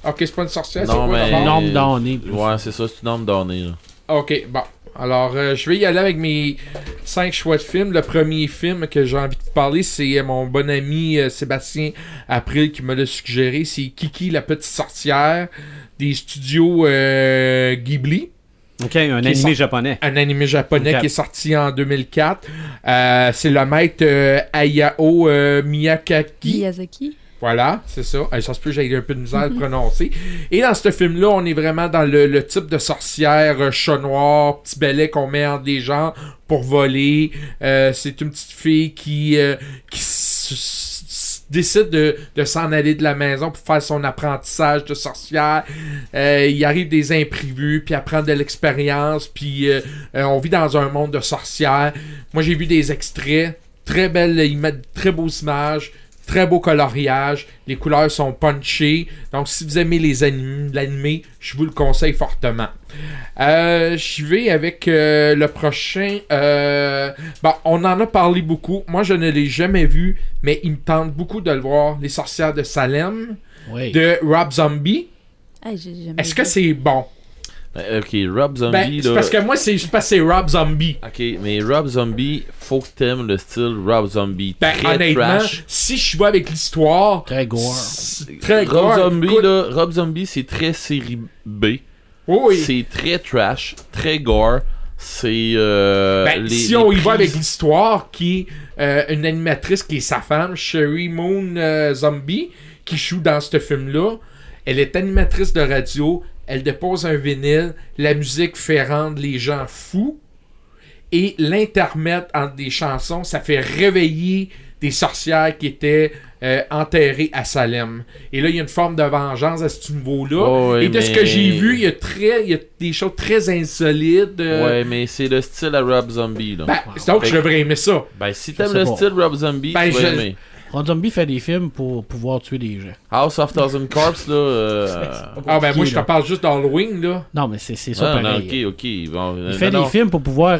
Ok, c'est pas une sorcière, c'est Non, quoi mais- d'abord? Une arme donnée. plus. Ouais, c'est ça, c'est une arme donnée. là. Ok, bon. Alors, euh, je vais y aller avec mes cinq choix de films. Le premier film que j'ai envie de parler, c'est euh, mon bon ami euh, Sébastien April qui me l'a suggéré. C'est Kiki la petite sorcière des studios euh, Ghibli. OK, un Qui est animé sorti- japonais. Un animé japonais Ok. qui est sorti en deux mille quatre. Euh, c'est le maître euh, Hayao euh, Miyazaki. Miyazaki. Voilà, c'est ça. Euh, Ça se peut que j'ai un peu de misère à le prononcer. Et dans ce film-là, on est vraiment dans le, le type de sorcière, euh, chat noir, petit belet qu'on met entre des gens pour voler. Euh, c'est une petite fille qui, euh, qui s- s- décide de, de s'en aller de la maison pour faire son apprentissage de sorcière. Euh, il arrive des imprévus, puis elle prend de l'expérience, puis euh, euh, on vit dans un monde de sorcières. Moi, j'ai vu des extraits. Très belles, ils mettent très beaux images. Très beau coloriage, les couleurs sont punchées. Donc, si vous aimez les anim- l'animé, je vous le conseille fortement. Euh, je vais avec euh, le prochain. Euh, bon, on en a parlé beaucoup. Moi, je ne l'ai jamais vu, mais il me tente beaucoup de le voir. Les sorcières de Salem, Oui. de Rob Zombie. Hey, j'ai jamais Est-ce que vu. c'est bon? Ben, ok, Rob Zombie, Ben, c'est là. parce que moi, c'est juste parce que c'est Rob Zombie. Ok, mais Rob Zombie, faut que t'aimes le style Rob Zombie. Ben, Très honnêtement, trash. si je vois avec l'histoire, Très gore. c'est très Rob gore. Zombie, Écoute, là, Rob Zombie, c'est très série B. oui, oui. C'est très trash, très gore. C'est. Euh, Ben, les- si les on y va prises- avec l'histoire, qui est euh, une animatrice qui est sa femme, Sherry Moon euh, Zombie, qui joue dans ce film-là, elle est animatrice de radio, elle dépose un vinyle, la musique fait rendre les gens fous, et l'intermède entre des chansons, ça fait réveiller des sorcières qui étaient euh, enterrées à Salem. Et là, il y a une forme de vengeance à ce niveau-là. Oh, ouais, et de ce mais- que j'ai vu, il y a très, il y a des choses très insolites. euh, Ouais, mais c'est le style à Rob Zombie, là. Ben, donc, Fait je devrais aimer ça. Ben, si Je t'aimes sais le pas. style Rob Zombie, Ben, tu vas je- aimer. Rob Zombie fait des films pour pouvoir tuer des gens. House of Thousand Corpse, là. Euh... Ah ben moi je te là. parle juste d'Halloween là. Non, mais c'est c'est ça ah, non, pareil. ok, ok. Bon, euh, Il fait non, des non. films pour pouvoir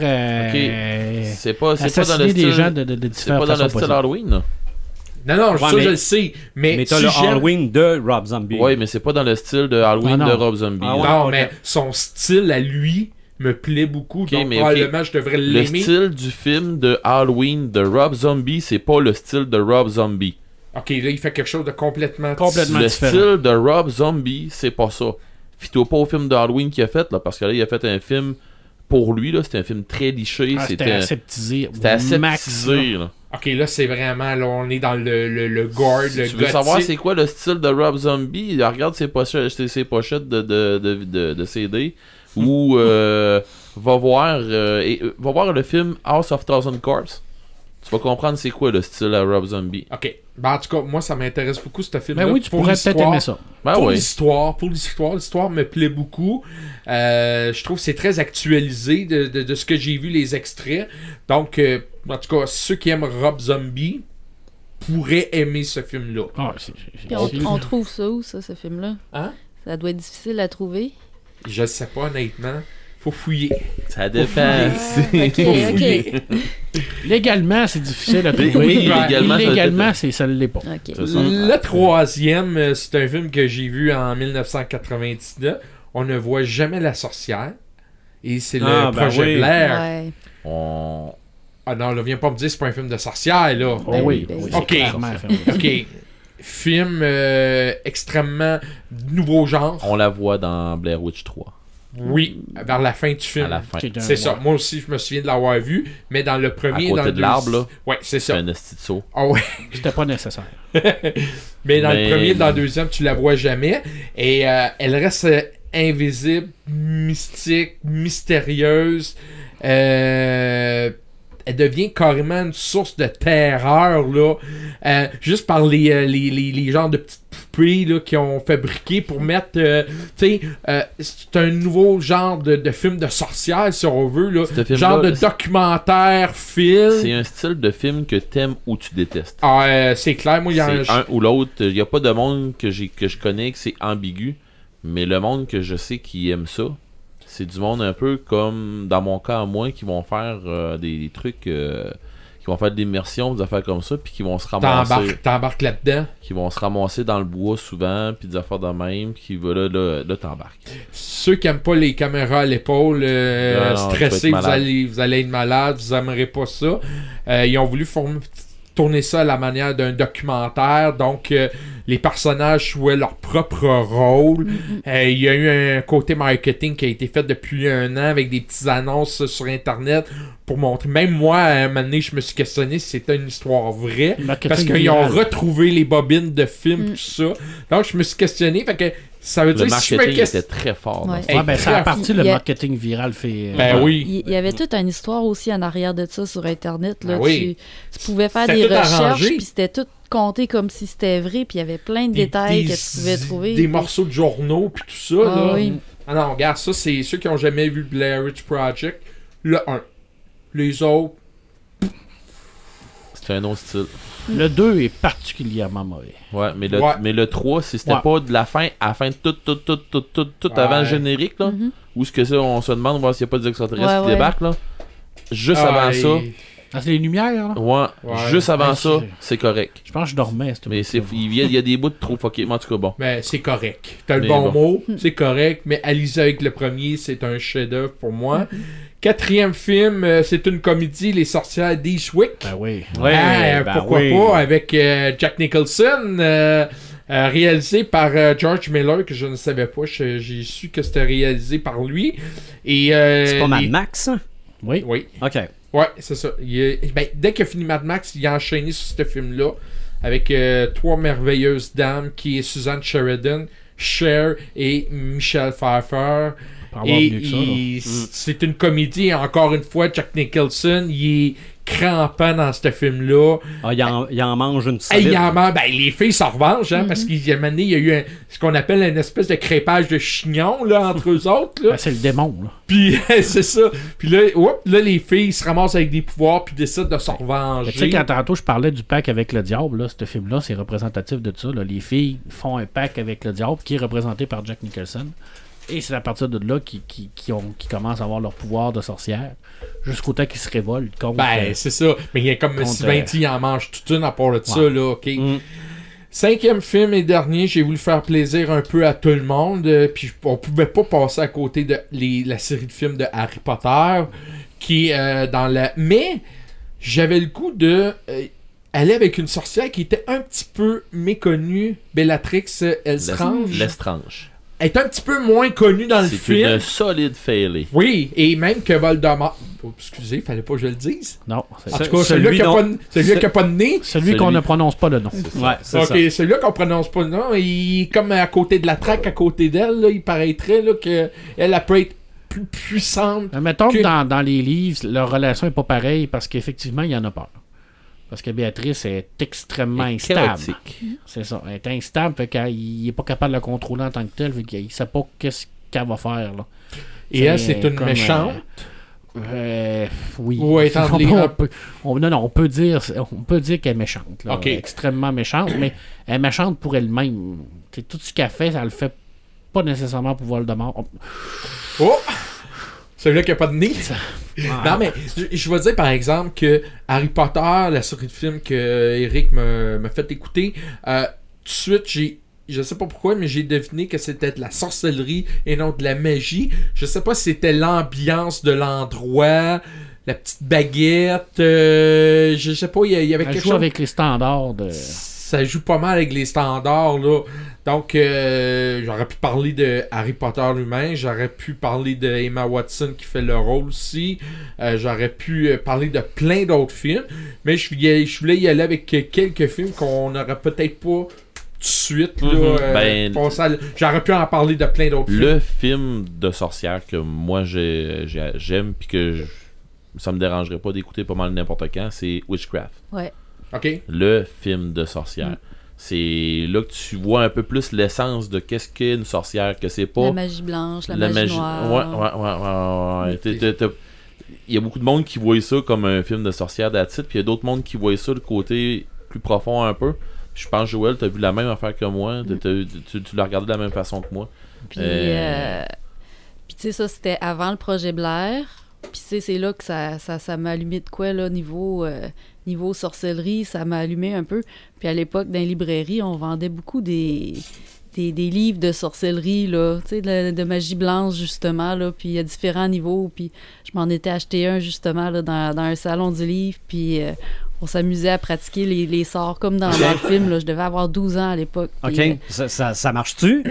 euh, C'est pas, c'est pas dans assassiner le style. des gens de, de, de C'est différentes pas dans le façons style possibles. Halloween, là. Non non, Ouais, ça mais- je le sais, mais, Mais t'as si le j'aime- Halloween de Rob Zombie. Ouais, mais c'est pas dans le style de Halloween Ah, non. de Rob Zombie. Ah, là. ouais. Non, ok. mais son style à lui me plaît beaucoup, Ok, donc mais probablement ok. je devrais Le l'aimer. style du film de Halloween de Rob Zombie, c'est pas le style de Rob Zombie. Ok, là il fait quelque chose de complètement Complètement Le différent. style de Rob Zombie, c'est pas ça. Fais-toi pas au film de Halloween qu'il a fait, là, parce que là, il a fait un film pour lui, là. C'était un film très liché. Ah, c'était c'était aseptisé. c'était aseptisé, là. Ok, là c'est vraiment, là on est dans le, le, le gore, le Si tu veux gothique. savoir c'est quoi le style de Rob Zombie, regarde ses pochettes, ses, ses pochettes de, de, de, de, de C D ou euh, va voir euh, et, euh, va voir le film House of Thousand Corpse. Tu vas comprendre c'est quoi le style à Rob Zombie. Ok, ben en tout cas, moi ça m'intéresse beaucoup ce film Ben oui, tu pourrais peut-être aimer ça. Ben pour ouais. l'histoire, pour l'histoire, l'histoire me plaît beaucoup. Euh, je trouve que c'est très actualisé de, de, de ce que j'ai vu, les extraits. Donc, euh, en tout cas, ceux qui aiment Rob Zombie pourraient aimer ce film-là. Ah, c'est- c'est- Puis on, c'est- on trouve ça où, ça, ce film-là? Hein? Ça doit être difficile à trouver. Je sais pas, honnêtement. Faut fouiller. Ça dépend. Ok, ok. Légalement, c'est difficile à Oui, trouver. oui, légalement, ça Illégalement, dépend. c'est ça l'est pas. Ok. C'est ça. Le troisième, euh, c'est un film que j'ai vu en dix-neuf cent quatre-vingt-dix-neuf. On ne voit jamais la sorcière. Et c'est le Ah, ben projet oui. Blair. Ouais. On... Ah non, là, viens pas me dire que c'est pas un film de sorcière, là. Oh Ben oui, oui, ben oui, oui. c'est Ok. clairement un film. Ok. Film euh, extrêmement nouveau genre. on la voit dans Blair Witch trois. Oui, vers la fin du film. À la fin. C'est un- C'est ça. ouais. Moi aussi, je me souviens de l'avoir vu. Mais dans le À premier. côté dans le de l'arbre, là. Ouais, c'est C'est ça. un esti de saut. Ah ouais. C'était pas nécessaire. Mais dans Mais- le premier, dans le deuxième, tu la vois jamais. Et euh, elle reste euh, invisible, mystique, mystérieuse. Euh, elle devient carrément une source de terreur, là. Euh, juste par les, euh, les, les, les genres de petites poupées là, qu'ils ont fabriquées pour mettre. euh, tu sais, euh, c'est un nouveau genre de, de film de sorcière, si on veut. Là. Ce film-là, Genre de là, c'est- documentaire, film. C'est un style de film que t'aimes ou tu détestes. Ah, euh, c'est clair, moi, il y a C'est un ou l'autre. Il n'y a pas de monde que, j'ai, que je connais que c'est ambigu. Mais le monde que je sais qui aime ça, c'est du monde un peu comme, dans mon cas à moi, qui vont faire euh, des, des trucs... euh, qui vont faire de l'immersion, des affaires comme ça, puis qui vont se ramasser. T'embarques, t'embarques là-dedans. Qui vont se ramasser dans le bois souvent, puis des affaires de même, puis là, là, là t'embarques. Ceux qui aiment pas les caméras à l'épaule, euh, Non, non, stressés, tu vas être vous malade. allez, vous allez être malade, vous aimerez pas ça. Euh, ils ont voulu form- tourner ça à la manière d'un documentaire, donc euh, les personnages jouaient leur propre rôle. Euh, Il y a eu un côté marketing qui a été fait depuis un an avec des petites annonces sur Internet pour montrer. Même moi, à un moment donné, je me suis questionné si c'était une histoire vraie. Marketing Parce qu'ils ont viral. retrouvé les bobines de films, Mm. tout ça. Donc, je me suis questionné. Fait que ça veut Le dire si je me marketing questionne. était très fort. dans Ouais. ce Ouais, Hey, ben, ça a très- parti il le y a- marketing viral fait. euh, Ben ouais. oui. Il il y avait toute une histoire aussi en arrière de ça sur Internet. Là. Ben oui. tu, tu pouvais faire C'était des tout recherches, arrangé. puis c'était tout compté comme si c'était vrai, puis il y avait plein de Des- détails des- que tu pouvais trouver. Des puis- morceaux de journaux, puis tout ça. Ah là. oui. Ah non, regarde, ça, c'est ceux qui ont jamais vu le Blair Witch Project. Le un. Les autres, C'était un autre style. Le deux est particulièrement mauvais. Ouais, mais le, Ouais. mais le trois, si c'était Ouais. pas de la fin à la fin de tout, tout, tout, tout, tout, tout avant le Ouais. générique, là, Mhm. où ce que ça, on se demande voir s'il n'y a pas des extraterrestres Ouais, qui ouais. débarquent, là. Juste ah, avant et- ça, Ah, c'est les lumières, là? ouais, Ouais. juste avant Ouais, ça, c'est- c'est correct. Je pense que je dormais. cette Mais c'est, époque-là. il y, a, il y a des bouts de trop fuckés, mais en tout cas, bon. Mais c'est correct. T'as le Mais bon, bon. mot, c'est correct. Mais Alice avec le premier, c'est un chef-d'œuvre pour moi. Quatrième film, euh, c'est une comédie, Les Sorcières d'Eastwick. Ben oui. Ouais, Ah, ben pourquoi oui. pas, avec euh, Jack Nicholson, euh, euh, réalisé par euh, George Miller, que je ne savais pas. Je- J'ai su que c'était réalisé par lui. Et, euh, C'est pas Mad les- Max, ça? Oui. Oui, OK. ouais, c'est ça. Il est- ben, dès qu'il a fini Mad Max, il a enchaîné sur ce film-là avec euh, trois merveilleuses dames qui est Suzanne Sheridan, Cher et Michelle Pfeiffer. Pour avoir Et mieux que ça, là. il- c'est une comédie, encore une fois, Jack Nicholson, il est crampant dans ce film-là. Ah, il en, il en mange une Hey, solide. il en manque- ben, les filles s'en revanchent, hein, parce qu'il y a un moment donné, il y a eu un- ce qu'on appelle une espèce de crépage de chignon là, entre eux autres. Là. Ben, c'est le démon, là. Puis c'est ça. Puis là, oups, là, les filles se ramassent avec des pouvoirs puis décident de s'en revenger. Mais tu sais, quand tantôt je parlais du pacte avec le diable, là, ce film-là, c'est représentatif de ça. Là. Les filles font un pacte avec le diable qui est représenté par Jack Nicholson. Et c'est à partir de là qu'ils qui, qui ont- qui commencent à avoir leur pouvoir de sorcière. Jusqu'au temps qu'ils se révoltent contre. Ben, euh, c'est ça. Mais il y a comme contre, Sylvain euh, dit, il en mange toute une à part de ça, Ouais. là, ok? Mm. Cinquième film et dernier, j'ai voulu faire plaisir un peu à tout le monde. euh, Puis on pouvait pas passer à côté de les- la série de films de Harry Potter, qui est euh, dans la. Mais j'avais le goût de euh, aller avec une sorcière qui était un petit peu méconnue, Bellatrix Lestrange. L'estrange. Elle est un petit peu moins connue dans le C'est film. une solide failée. Oui, et même que Voldemort. Oh, excusez, fallait pas que je le dise. Non, c'est En Ce- tout cas, celui celui-là qui a dont- pas de- celui-là qui a pas de nez. celui, celui- qu'on ne prononce pas le nom. Ouais, c'est Ok, ça. celui-là qu'on prononce pas le nom, il est comme à côté de la traque, à côté d'elle, là, il paraîtrait là, que elle elle peut être plus puissante. Mais mettons que Que- dans, dans les livres, leur relation est pas pareille parce qu'effectivement, il y en a peur. Parce que Béatrice est extrêmement Et instable. chaotique. C'est ça. Elle est instable, fait qu'il est pas capable de la contrôler en tant que tel, fait qu'il sait pas qu'est-ce qu'elle va faire. Là. Et elle, c'est une comme, méchante. euh, euh, oui. Ouais, étant on, les- peut- on peut, on- non, non, on peut dire, on peut dire qu'elle est méchante. Là, Ok. Extrêmement méchante, mais elle est méchante pour elle-même. T'sais, tout ce qu'elle fait, elle le fait pas nécessairement pour Voldemort. On- Oh! Celui-là qui a pas de nez. Non, mais je, je vais dire par exemple que Harry Potter, la série de films que Eric me- m'a fait écouter, euh, tout de suite, j'ai. Je sais pas pourquoi, mais j'ai deviné que c'était de la sorcellerie et non de la magie. Je sais pas si c'était l'ambiance de l'endroit, la petite baguette. euh, je sais pas, il y, a- il y avait Elle quelque joue chose. avec les standards de. Ça joue pas mal avec les standards, là. Donc, euh, j'aurais pu parler de Harry Potter lui-même. J'aurais pu parler de Emma Watson qui fait le rôle aussi. Euh, j'aurais pu euh, parler de plein d'autres films. Mais je, voulais- je voulais y aller avec quelques films qu'on n'aurait peut-être pas tout de suite. Là, Mhm. euh, Ben, passé à l- j'aurais pu en parler de plein d'autres films. Le film de sorcière que moi j'ai- j'ai- j'aime puis que je- ça me dérangerait pas d'écouter pas mal n'importe quand, c'est Witchcraft. Ouais. OK? Le film de sorcière. Mm. C'est là que tu vois un peu plus l'essence de qu'est-ce qu'est une sorcière, que c'est pas La magie blanche, la, magie, noire. Ouais, ouais, ouais, ouais, ouais. T'es- t'es- t'es- Il y a beaucoup de monde qui voit ça comme un film de sorcière d'attitude, puis il y a d'autres mondes qui voient ça le côté plus profond un peu. Je pense, Joël, t'as vu la même affaire que moi. T'as- t'as- tu tu l'as regardé de la même façon que moi. Puis, Euh, euh, puis tu sais, ça, c'était avant le projet Blair. Puis tu sais, c'est là que ça, ça, ça m'a allumé de quoi, là, niveau euh, niveau sorcellerie, ça m'a allumé un peu. Puis à l'époque, dans les librairies, on vendait beaucoup des, des, des livres de sorcellerie, là, tu sais, de, de magie blanche, justement, là, puis à différents niveaux. Puis je m'en étais acheté un, justement, là, dans, dans un salon du livre, puis euh, on s'amusait à pratiquer les, les sorts comme dans, dans le film. Là. Je devais avoir douze ans à l'époque. OK. Puis, euh, ça, ça, ça marche-tu?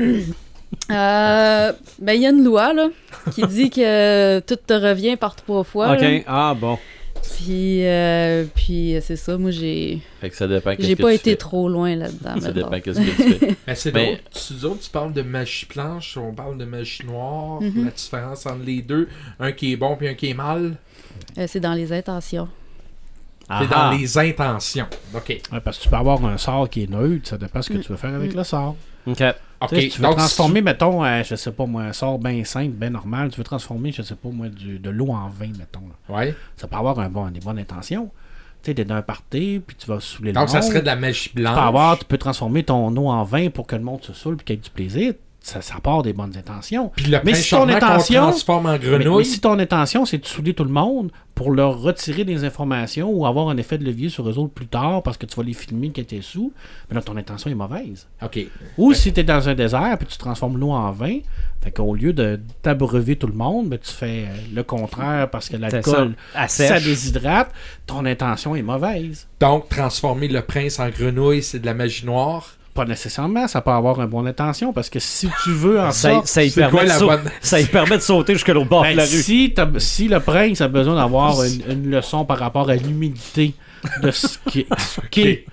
Euh, ben, il y a une loi, là, qui dit que tout te revient par trois fois. OK. Là. Ah, bon. Puis, euh, puis c'est ça, moi, j'ai Fait que ça dépend qu'est-ce j'ai que pas tu été fais. trop loin là-dedans. Ça mettons. dépend qu'est-ce que tu fais. Mais c'est Mais- drôle. Tu autres, tu parles de magie blanche, on parle de magie noire. Mhm. La différence entre les deux, un qui est bon puis un qui est mal, Euh, c'est dans les intentions. c'est Ah, dans les intentions. OK. Ouais, parce que tu peux avoir un sort qui est neutre, ça dépend ce que tu veux faire avec Mm. le sort. OK. OK. Tu sais, si tu veux Donc, transformer, mettons, euh, je sais pas moi, un sort bien simple, bien normal, tu veux transformer, je sais pas moi, du, de l'eau en vin, mettons. là. Ouais. Ça peut avoir un bon, des bonnes intentions. Tu sais, t'es dans un party, puis tu vas saouler le Donc, ça monde. serait de la magie Tu peux, blanche. avoir, tu peux transformer ton eau en vin pour que le monde se saoule et qu'il y ait du plaisir. Ça, ça part des bonnes intentions. Puis le Mais prince si ton charmant qu'on intention- transforme en Mais, grenouille. mais si ton intention, c'est de saouler tout le monde pour leur retirer des informations ou avoir un effet de levier sur eux autres plus tard parce que tu vas les filmer qui étaient sous, mais là, ton intention est mauvaise. OK. Ou si tu es dans un désert puis tu transformes l'eau en vin, fait qu'au lieu de t'abreuver tout le monde, ben, tu fais euh, le contraire parce que l'alcool, À ça sèche. déshydrate, ton intention est mauvaise. Donc, transformer le prince en grenouille, c'est de la magie noire. Pas nécessairement, ça peut avoir une bonne intention parce que si tu veux en Ça, sorte... ça, y c'est permet quoi de la sau- bonne- ça y permet de sauter jusqu'à l'autre bord Ben, de la rue. si, t'as- si le prince a besoin d'avoir une, une leçon par rapport à l'humilité de ce qui ce qu'est,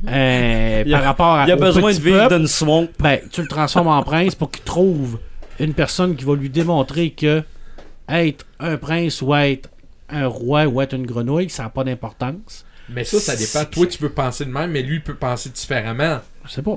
euh, Il a- par rapport à, Il a au besoin petit de vivre peuple, d'une swamp. ben, tu le transformes en prince pour qu'il trouve une personne qui va lui démontrer que être un prince ou être un roi ou être une grenouille, ça n'a pas d'importance. Mais ça, ça dépend. Toi, tu peux penser de même, mais lui, il peut penser différemment. Je sais pas.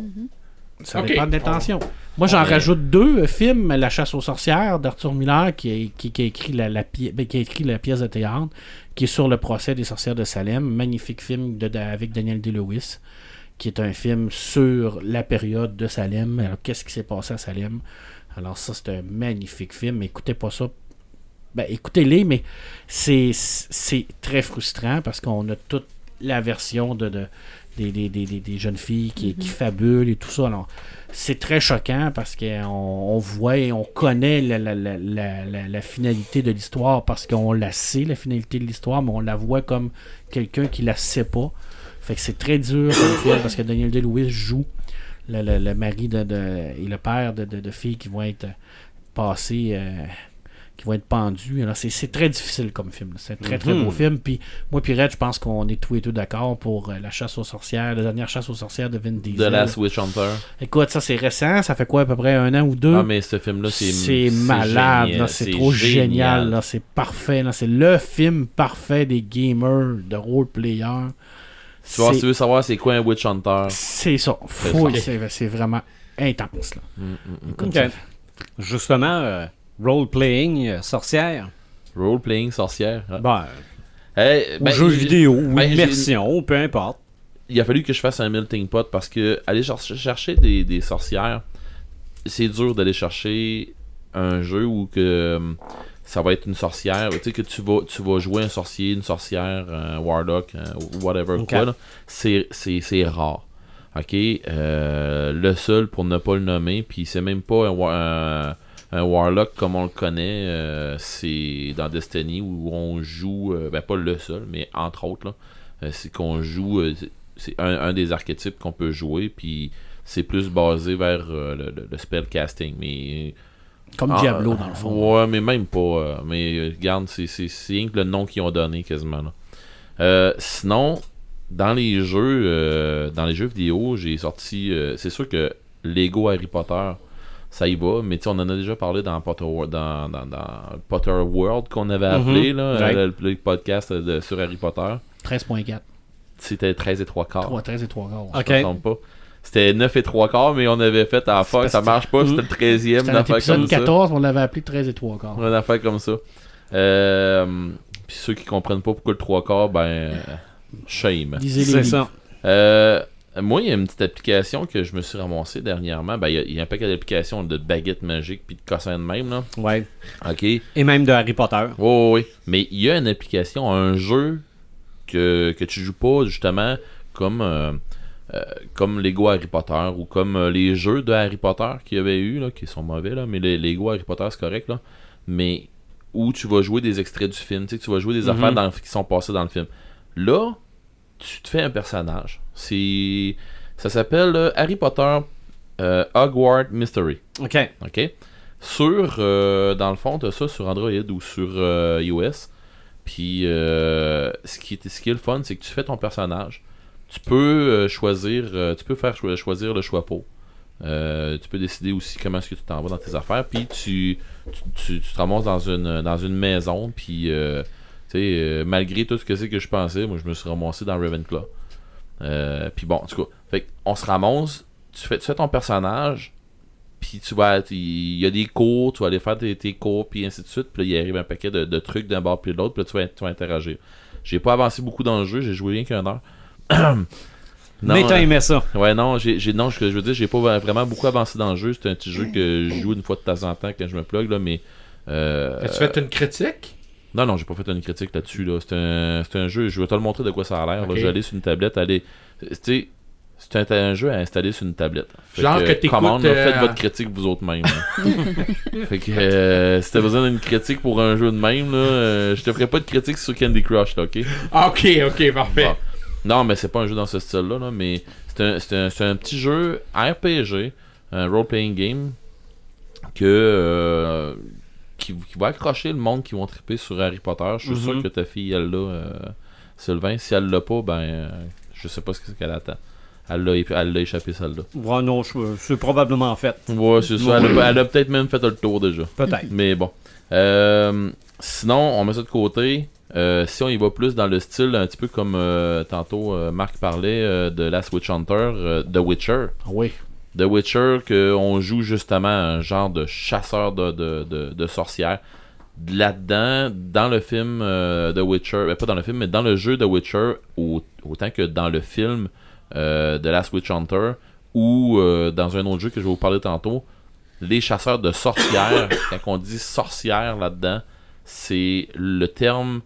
Ça Ok. dépend de l'intention. Moi, j'en mais- rajoute deux euh, films. La chasse aux sorcières d'Arthur Miller, qui, est- qui, qui a écrit la, la pi- ben, qui a écrit la pièce de théâtre, qui est sur le procès des sorcières de Salem. Magnifique film de, de- avec Daniel Day-Lewis, qui est un film sur la période de Salem. Alors, qu'est-ce qui s'est passé à Salem? Alors, ça, c'est un magnifique film. Écoutez pas ça. Ben, écoutez-les, mais c'est, c'est très frustrant parce qu'on a toute la version de, de des, des, des, des, des jeunes filles qui, qui fabulent et tout ça. Alors, c'est très choquant parce qu'on on voit et on connaît la, la, la, la, la, la finalité de l'histoire parce qu'on la sait, la finalité de l'histoire, mais on la voit comme quelqu'un qui la sait pas. Fait que c'est très dur comme film parce que Daniel Day-Lewis joue le, le, le mari de, de, et le père de, de, de filles qui vont être passées... euh, qui vont être pendus. Alors, c'est, c'est très difficile comme film. C'est un très, très Mhm. beau film. Puis moi, puis Red, je pense qu'on est tous et tous d'accord pour euh, La chasse aux sorcières, la dernière chasse aux sorcières de Vin Diesel. The Last Witch Hunter. Écoute, ça, c'est récent. Ça fait quoi, à peu près un an ou deux? Ah, mais ce film-là, c'est c'est malade. génial. là, c'est, trop génial. génial. là, c'est parfait. Là, c'est le film parfait des gamers, de role-players. Tu vois, C'est- si tu veux savoir c'est quoi un Witch Hunter. C'est ça. C'est Faut- ça. c'est, c'est vraiment intense. Là. Mm, mm, mm. Écoute, Ok. ça- Justement, euh, role-playing, euh, sorcière. Role-playing sorcière. Ah. Ben, Hey, ou ben, jeu j'ai- vidéo, ou ben, j'ai- immersion, peu importe. Il a fallu que je fasse un melting pot parce que aller cher- chercher des, des sorcières, c'est dur d'aller chercher un jeu où que euh, ça va être une sorcière, tu sais que tu vas tu vas jouer un sorcier, une sorcière, un warlock, un whatever Ok. quoi là. C'est c'est c'est rare. OK, euh, le seul pour ne pas le nommer, puis c'est même pas un, wa- un, un warlock comme on le connaît, euh, c'est dans Destiny où on joue euh, ben pas le seul, mais entre autres là, euh, c'est qu'on joue euh, c'est un, un des archétypes qu'on peut jouer, puis c'est plus basé vers euh, le, le, le spellcasting, mais Comme ah, Diablo, euh, dans le fond. ouais, mais même pas, euh, mais euh, regarde, c'est c'est c'est rien que le nom qu'ils ont donné quasiment là. Euh, sinon, dans les jeux euh, dans les jeux vidéo, j'ai sorti euh, c'est sûr que Lego Harry Potter, ça y va, mais tu sais, on en a déjà parlé dans Potter World, dans, dans, dans Potter World qu'on avait appelé Mhm. là, Ouais. le, le podcast de, sur Harry Potter. treize virgule quatre. C'était treize et trois quarts. trois, treize et trois quarts. Ok. Je me trompe pas. C'était neuf et trois quarts, mais on avait fait à la fin, C'est ça parce marche pas, c'était le treizième, C'était une notre affaire épisode comme ça. quatorze, on l'avait appelé treize et trois quarts. Une affaire comme ça. Euh, Puis ceux qui comprennent pas pourquoi le trois quarts, ben, euh, shame. Lisez les C'est livres. ça. Euh, moi, il y a une petite application que je me suis ramassé dernièrement. Ben, il y a- il y, a un paquet d'applications de baguettes magiques puis de cossins de même, là. Ouais. OK. Et même de Harry Potter. Oui, oui, oui. Mais il y a une application, un jeu que, que tu joues pas justement comme euh, euh, comme Lego Harry Potter ou comme euh, les jeux de Harry Potter qu'il y avait eu là, qui sont mauvais là, mais les Lego Harry Potter c'est correct là, mais où tu vas jouer des extraits du film, tu sais, tu vas jouer des Mm-hmm. affaires dans, qui sont passées dans le film. Là, tu te fais un personnage. C'est ça s'appelle euh, Harry Potter euh, Hogwarts Mystery. OK. OK? Sur, euh, dans le fond, tu as ça sur Android ou sur euh, iOS. Puis, euh, ce, qui est, ce qui est le fun, c'est que tu fais ton personnage. Tu peux euh, choisir, euh, tu peux faire cho- choisir le choix pot. Euh, tu peux décider aussi comment est-ce que tu t'en vas dans tes affaires. Puis, tu, tu, tu, tu te ramasses dans une, dans une maison. Puis, euh, tu sais, euh, malgré tout ce que c'est que je pensais, moi, je me suis ramassé dans Ravenclaw. Euh, puis bon, en tout cas, fait on se ramasse, tu fais, tu fais ton personnage. Puis tu vas, il y a des cours, tu vas aller faire tes, tes cours, puis ainsi de suite. Puis là, il arrive un paquet de, de trucs d'un bord puis de l'autre, puis là, tu vas, tu vas interagir. J'ai pas avancé beaucoup dans le jeu, j'ai joué rien qu'une heure. non, Mais t'as euh, aimé ça. Ouais, non, j'ai, j'ai, non, je, je veux dire, j'ai pas vraiment beaucoup avancé dans le jeu. C'est un petit jeu que je joue une fois de temps en temps quand je me plug, là, mais. Euh, As-tu fait une critique? Non, non, j'ai pas fait une critique là-dessus. Là. C'est, un, c'est un jeu, je vais te le montrer de quoi ça a l'air. Ok. Là. Je vais aller sur une tablette, aller. Tu sais. C'est un, un jeu à installer sur une tablette. Fait Genre que t'écoutes, commande, là, faites euh, votre critique vous autres mêmes. fait que euh, si t'as besoin d'une critique pour un jeu de même, là, euh, je te ferai pas de critique sur Candy Crush, là, ok? Ah, ok, ok, parfait. Bon. Non, mais c'est pas un jeu dans ce style-là, là, mais c'est un, c'est, un, c'est un petit jeu R P G, un role-playing game, que euh, qui, qui va accrocher le monde qui vont triper sur Harry Potter. Je suis Mhm. sûr que ta fille, elle l'a, euh, Sylvain. Si elle l'a pas, ben, euh, je sais pas ce que c'est qu'elle attend. Elle l'a, elle l'a échappé celle-là. Ouais, non, je- c'est probablement fait. Ouais, c'est ça. Elle a, elle a peut-être même fait le tour déjà. Peut-être. Mais bon. Euh, sinon, on met ça de côté. Euh, si on y va plus dans le style, un petit peu comme euh, tantôt euh, Marc parlait euh, de Last Witch Hunter, euh, The Witcher. Oui. The Witcher, qu'on joue justement un genre de chasseur de, de, de, de sorcières. Là-dedans, dans le film euh, The Witcher, ben pas dans le film, mais dans le jeu The Witcher, au, autant que dans le film euh, de Last Witch Hunter, ou euh, dans un autre jeu que je vais vous parler tantôt, les chasseurs de sorcières, quand on dit sorcière là-dedans, c'est le terme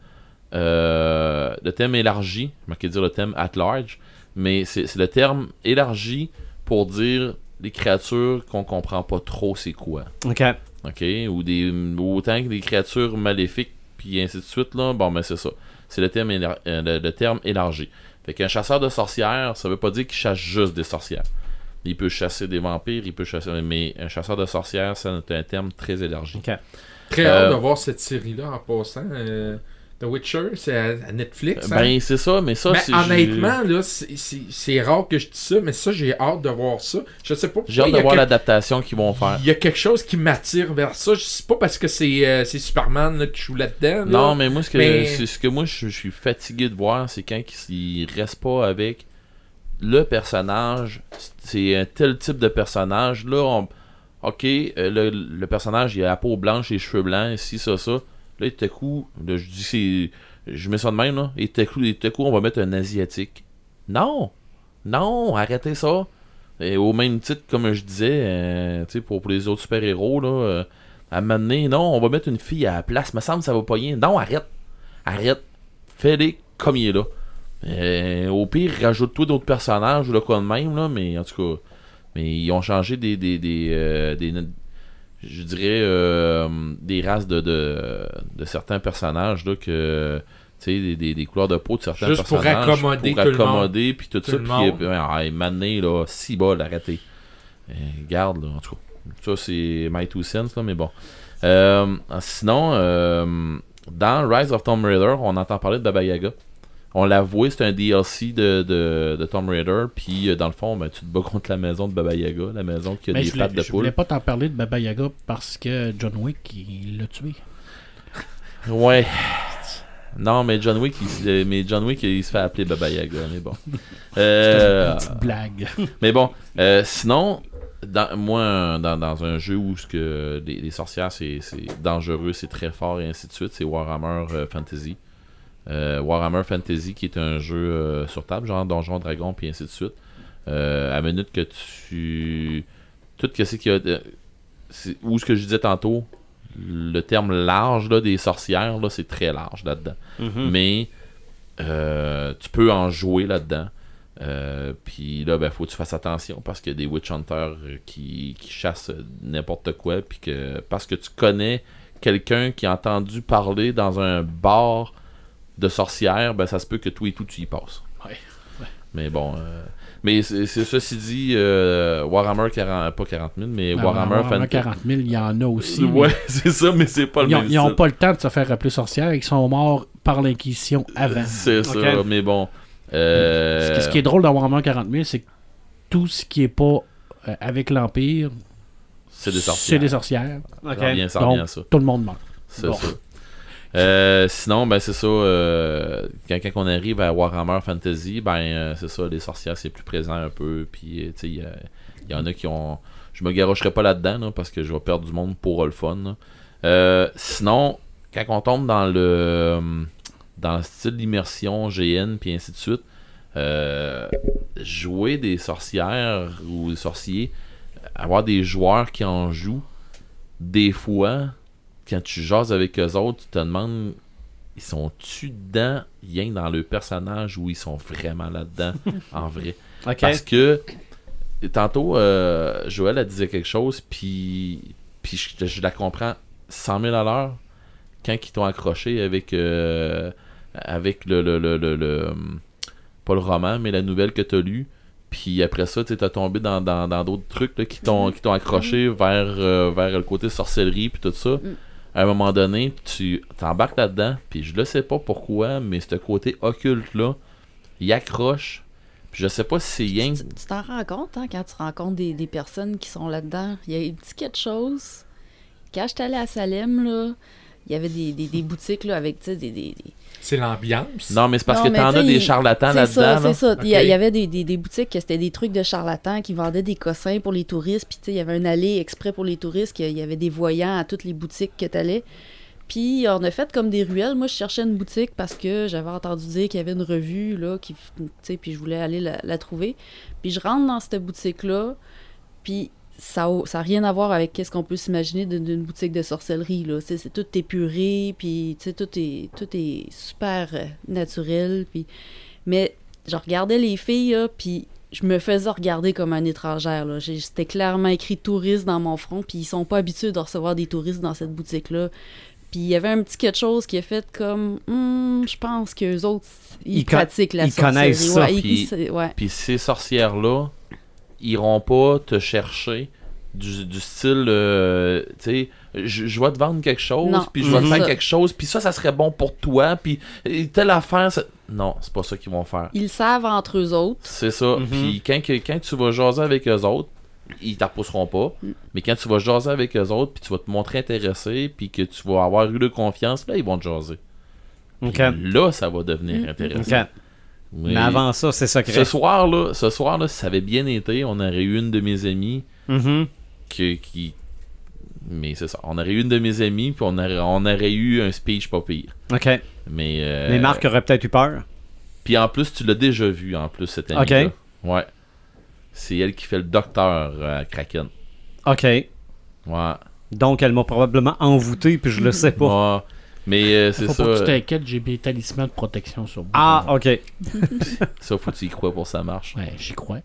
euh, le terme élargi, je vais dire le terme at large, mais c'est, c'est le terme élargi pour dire des créatures qu'on comprend pas trop c'est quoi. OK. OK? Ou des ou autant que des créatures maléfiques, puis ainsi de suite, là, bon, ben c'est ça. C'est le terme, élar- euh, le, le terme élargi. Fait qu'un chasseur de sorcières, ça veut pas dire qu'il chasse juste des sorcières. Il peut chasser des vampires, il peut chasser... Mais un chasseur de sorcières, c'est un, un terme très élargi. OK. Très Euh, hâte de voir cette série-là en passant. Euh, The Witcher, c'est à, à Netflix. hein? Ben, c'est ça, mais ça, Mais c'est... honnêtement, là, c'est, c'est, c'est rare que je dise ça, mais ça, j'ai hâte de voir ça. Je sais pas pourquoi. J'ai hâte il y de a voir quel- l'adaptation qu'ils vont faire. Il y a quelque chose qui m'attire vers ça. Je sais pas parce que c'est, euh, c'est Superman là, qui joue là-dedans. là. Non, mais moi, ce que, Mais- c'est ce que moi, je, je suis fatigué de voir, c'est quand ils il restent pas avec le personnage. C'est un tel type de personnage. Là, on- ok, euh, le, le personnage, il a la peau blanche, les cheveux blancs, ici, ça, ça. Là, tout à coup, là, je dis c'est... Je mets ça de même, là. Et tout à coup, et tout à coup, on va mettre un asiatique. Non! Non! Arrêtez ça! Et au même titre, comme je disais, euh, tu sais, pour, pour les autres super-héros, là, euh, à un moment donné, non, on va mettre une fille à la place. Me semble que ça va pas rien. Non, arrête! Arrête! Fais-les comme il est là. Euh, au pire, rajoute-toi d'autres personnages ou là, quoi de même, là, mais en tout cas, mais ils ont changé des, des, des, euh, des je dirais, euh, des races de, de, de certains personnages, là, que, tu sais, des, des, des couleurs de peau de certains Juste pour personnages. accommoder pour tout le monde. accommoder, puis tout, Tout ça, le puis, monde. euh, ah, mané, là, si bol, arrêtez. Euh, garde, là, en tout cas. Ça, c'est my two cents, là, mais bon. Euh, sinon, euh, dans Rise of Tomb Raider, on entend parler de Baba Yaga. On l'a avoué, c'est un D L C de, de, de Tomb Raider. Puis, euh, dans le fond, ben, tu te bats contre la maison de Baba Yaga, la maison qui a Mais des je voulais, pattes de je voulais poule. pas t'en parler de Baba Yaga parce que John Wick, il l'a tué. Ouais. Non, mais John Wick, il, euh, mais John Wick, il se fait appeler Baba Yaga, mais bon. Euh, Une petite blague. mais bon, euh, sinon, dans, moi, dans, dans un jeu où ce que les, les sorcières, c'est, c'est dangereux, c'est très fort et ainsi de suite, c'est Warhammer euh, Fantasy. Euh, Warhammer Fantasy, qui est un jeu euh, sur table, genre Donjon Dragon, puis ainsi de suite. Euh, à minute que tu... Tout ce qu'il y a... de- c'est- Ou ce que je disais tantôt, le terme large là, des sorcières, là, c'est très large là-dedans. Mhm. Mais euh, tu peux en jouer là-dedans. Euh, puis là, ben, faut que tu fasses attention parce qu'il y a des witch hunters qui, qui chassent n'importe quoi. Puis que parce que tu connais quelqu'un qui a entendu parler dans un bar de sorcières, ben ça se peut que tout et tout tu y passes. Ouais. ouais. Mais bon. Euh, mais c'est, c'est ceci dit, euh, Warhammer quarante, pas quarante mille, mais Ben, Warhammer, Warhammer Fantasy. quarante mille, il y en a aussi. Ouais, mais c'est ça, mais c'est pas le Ils ont, même ils ont style. pas le temps de se faire appeler sorcière, ils sont morts par l'Inquisition avant. C'est ça, Ok. mais bon. Euh... Ce, qui, ce qui est drôle dans Warhammer quarante mille, c'est que tout ce qui est pas euh, avec l'Empire, c'est des sorcières. c'est des sorcières. Ok. Ça revient, ça Donc, revient à ça. tout le monde meurt. C'est Bon. ça. Euh, sinon, ben c'est ça. Euh, quand, quand on arrive à Warhammer Fantasy, ben euh, c'est ça, les sorcières c'est plus présent un peu. Puis, tu sais, il y, y en a qui ont. Je me garocherai pas là-dedans là, parce que je vais perdre du monde pour le fun. là. Euh, sinon, quand on tombe dans le dans le style d'immersion G N puis ainsi de suite, euh, jouer des sorcières ou des sorciers, avoir des joueurs qui en jouent, des fois. Quand tu jases avec eux autres, tu te demandes, ils sont-tu dedans, rien dans le personnage ou ils sont vraiment là-dedans, en vrai. Ok. Parce que, tantôt, euh, Joël, elle disait quelque chose, puis, puis je, je la comprends cent mille à l'heure quand ils t'ont accroché avec, euh, avec le, le, le, le, le- pas le roman, mais la nouvelle que tu as lue. Puis après ça, tu as tombé dans, dans, dans d'autres trucs là, qui t'ont qui t'ont accroché vers, euh, vers le côté sorcellerie puis tout ça. Mm. À un moment donné, tu t'embarques là-dedans, puis je le sais pas pourquoi, mais ce côté occulte-là, il accroche. Puis je sais pas si c'est rien. Tu tu t'en rends compte, hein, quand tu rencontres des, des personnes qui sont là-dedans. Il y a un petit quelque chose. Quand j'étais allée à Salem, là, il y avait des, des, des boutiques là, avec, tu sais, des, des, des- C'est l'ambiance. Non, mais c'est parce Non, que mais t'en tu as sais, des il- charlatans C'est là-dedans. ça, là. c'est ça. Il y a- Ok. il y avait des, des, des boutiques que c'était des trucs de charlatans qui vendaient des cossins pour les touristes. Puis, tu sais, il y avait une allée exprès pour les touristes. qu'il y avait des voyants à toutes les boutiques que tu allais. Puis, on a fait comme des ruelles. Moi, je cherchais une boutique parce que j'avais entendu dire qu'il y avait une revue, là, qui, tu sais, puis je voulais aller la, la trouver. Puis, je rentre dans cette boutique-là. Puis, ça n'a ça a rien à voir avec ce qu'on peut s'imaginer d'une, d'une boutique de sorcellerie, là. C'est, c'est tout épuré, puis, tu sais, tout est, tout est super euh, naturel. Puis... Mais je regardais les filles, là, puis je me faisais regarder comme une étrangère, là. J'ai- C'était clairement écrit touriste dans mon front, puis ils sont pas habitués de recevoir des touristes dans cette boutique-là. Puis il y avait un petit quelque chose qui a fait comme, Hmm, je pense qu'eux autres, ils, Ils con- pratiquent la ils sorcellerie. connaissent ça, Ouais, ils- puis- c'est- ouais. Puis ces sorcières-là iront pas te chercher du, du style, euh, tu sais, je, je vais te vendre quelque chose, Non, puis je vais te c'est faire ça. quelque chose, puis ça, ça serait bon pour toi, puis et telle affaire, ça... non, c'est pas ça qu'ils vont faire. Ils le savent entre eux autres. C'est ça. Mhm. Puis quand, que- quand tu vas jaser avec eux autres, ils t'appousseront pas. Mm. Mais quand tu vas jaser avec eux autres, puis tu vas te montrer intéressé, puis que tu vas avoir eu de confiance, là, ils vont te jaser. Ok. Puis là, ça va devenir Mm. intéressant. Ok. Mais Mais avant ça, c'est secret. ce soir-là, ce soir-là, si ça avait bien été, on aurait eu une de mes amies Mhm. qui... qui... Mais c'est ça. On aurait eu une de mes amies, puis on aurait, on aurait eu un speech pas pire. Ok. Mais... euh, Mais Marc aurait peut-être eu peur. Puis en plus, tu l'as déjà vu, en plus, cette amie. Ok. Ouais. C'est elle qui fait le docteur euh, à Kraken. Ok. Ouais. Donc, elle m'a probablement envoûté, puis je le sais pas. Ouais. Mais euh, c'est Faut ça. pas que tu t'inquiètes, j'ai des talismans de protection sur moi. Ah, ok. Ça, faut que tu y crois pour que ça marche. Ouais, j'y crois.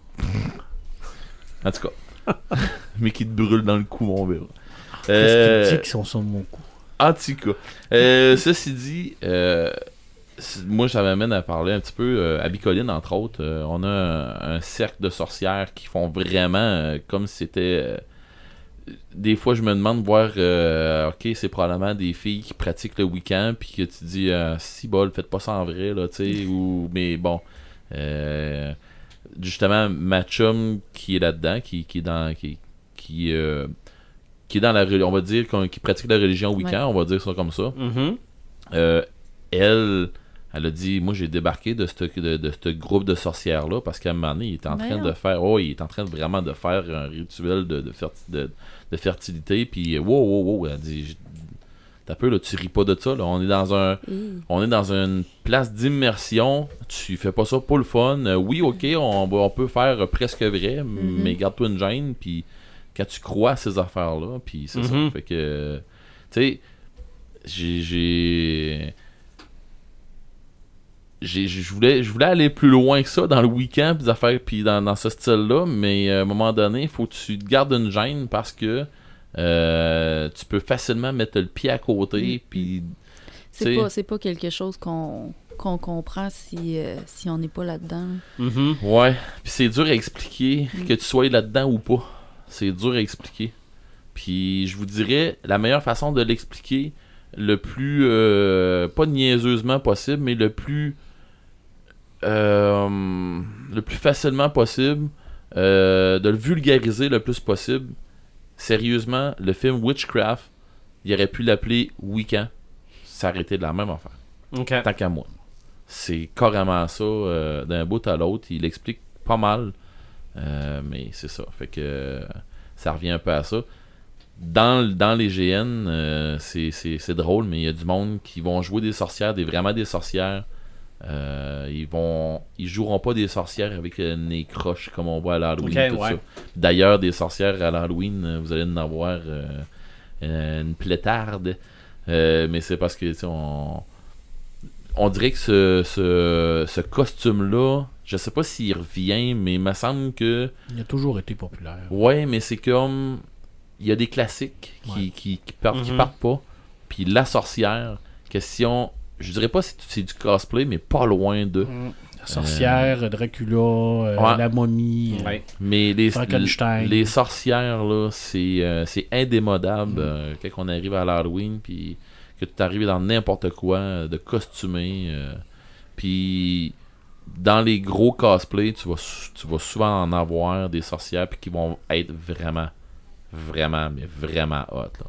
En tout cas. Mais qui te brûle dans le cou, mon verre. Qu'est-ce Euh, qu'ils disent qu'ils sont sur mon cou? En tout cas. Euh, ceci dit, euh, c- moi, ça m'amène à parler un petit peu. Euh, à Bicoline, entre autres, euh, on a un, un cercle de sorcières qui font vraiment euh, comme si c'était. euh, des fois, je me demande voir, euh, ok, c'est probablement des filles qui pratiquent le week-end, puis que tu dis, euh, si bol, faites pas ça en vrai, là, tu sais, ou, mais bon, euh, justement, ma chum qui est là-dedans, qui, qui est dans, qui, qui, euh, qui est dans la, reli- on va dire, qu'on- qui pratique la religion au week-end, on va dire ça comme ça, Mhm. euh, elle, elle a dit, moi j'ai débarqué de ce de, de ce groupe de sorcières là parce qu'à un moment donné, il est en train Merde. de faire, oh, il est en train de, vraiment de faire un rituel de, de, ferti- de, de fertilité, puis wow, wow, wow, elle dit, j- t'as peu là, tu ris pas de ça, là, on est dans un, Hi. on est dans une place d'immersion, tu fais pas ça pour le fun, Euh, oui, ok, on, va- on peut faire euh, presque vrai, m- Mhm. mais garde-toi une gêne, puis quand tu crois à ces affaires là, puis c'est Mhm. ça, fait que, tu sais, j'ai j'ai j'ai, je voulais, je voulais aller plus loin que ça dans le week-end, puis, affaires, puis dans, dans ce style-là, mais à un moment donné, il faut que tu te gardes une gêne parce que euh, tu peux facilement mettre le pied à côté, puis... C'est pas, c'est pas quelque chose qu'on, qu'on comprend si, euh, si on n'est pas là-dedans. Mhm. Ouais, puis c'est dur à expliquer, Mm. que tu sois là-dedans ou pas. C'est dur à expliquer. Puis je vous dirais, la meilleure façon de l'expliquer, le plus, euh, pas niaiseusement possible, mais le plus, euh, le plus facilement possible, euh, de le vulgariser le plus possible. Sérieusement, le film Witchcraft, il aurait pu l'appeler Wiccan. Ça aurait été de la même affaire. OK. Tant qu'à moi. C'est carrément ça, euh, d'un bout à l'autre. Il explique pas mal. Euh, mais c'est ça. Fait que euh, ça revient un peu à ça. Dans, dans les G N, euh, c'est, c'est, c'est drôle, mais il y a du monde qui vont jouer des sorcières, des, vraiment des sorcières. Euh, ils vont ils joueront pas des sorcières avec le nez croche comme on voit à l'Halloween. Ok, tout ouais. ça. D'ailleurs, des sorcières à l'Halloween, vous allez en avoir euh, euh, une plétarde. Euh, mais c'est parce que tu sais, on on dirait que ce, ce, ce costume-là, je sais pas s'il revient, mais il me semble que Il a toujours été populaire. ouais, mais c'est comme il y a des classiques qui, Ouais. qui, qui, partent, qui Mhm. partent pas. Puis la sorcière, question, je dirais pas si c'est du cosplay, mais pas loin de. Mm. La sorcière, Dracula, euh, Ouais. la momie. euh, Ouais. Mais les, Frankenstein. les sorcières, là, c'est, euh, c'est indémodable euh, quand on arrive à l'Halloween, puis que tu arrives dans n'importe quoi, euh, de costumé. euh, puis dans les gros cosplays, tu vas, sou- tu vas souvent en avoir des sorcières puis qui vont être vraiment, vraiment, mais vraiment hot. Là.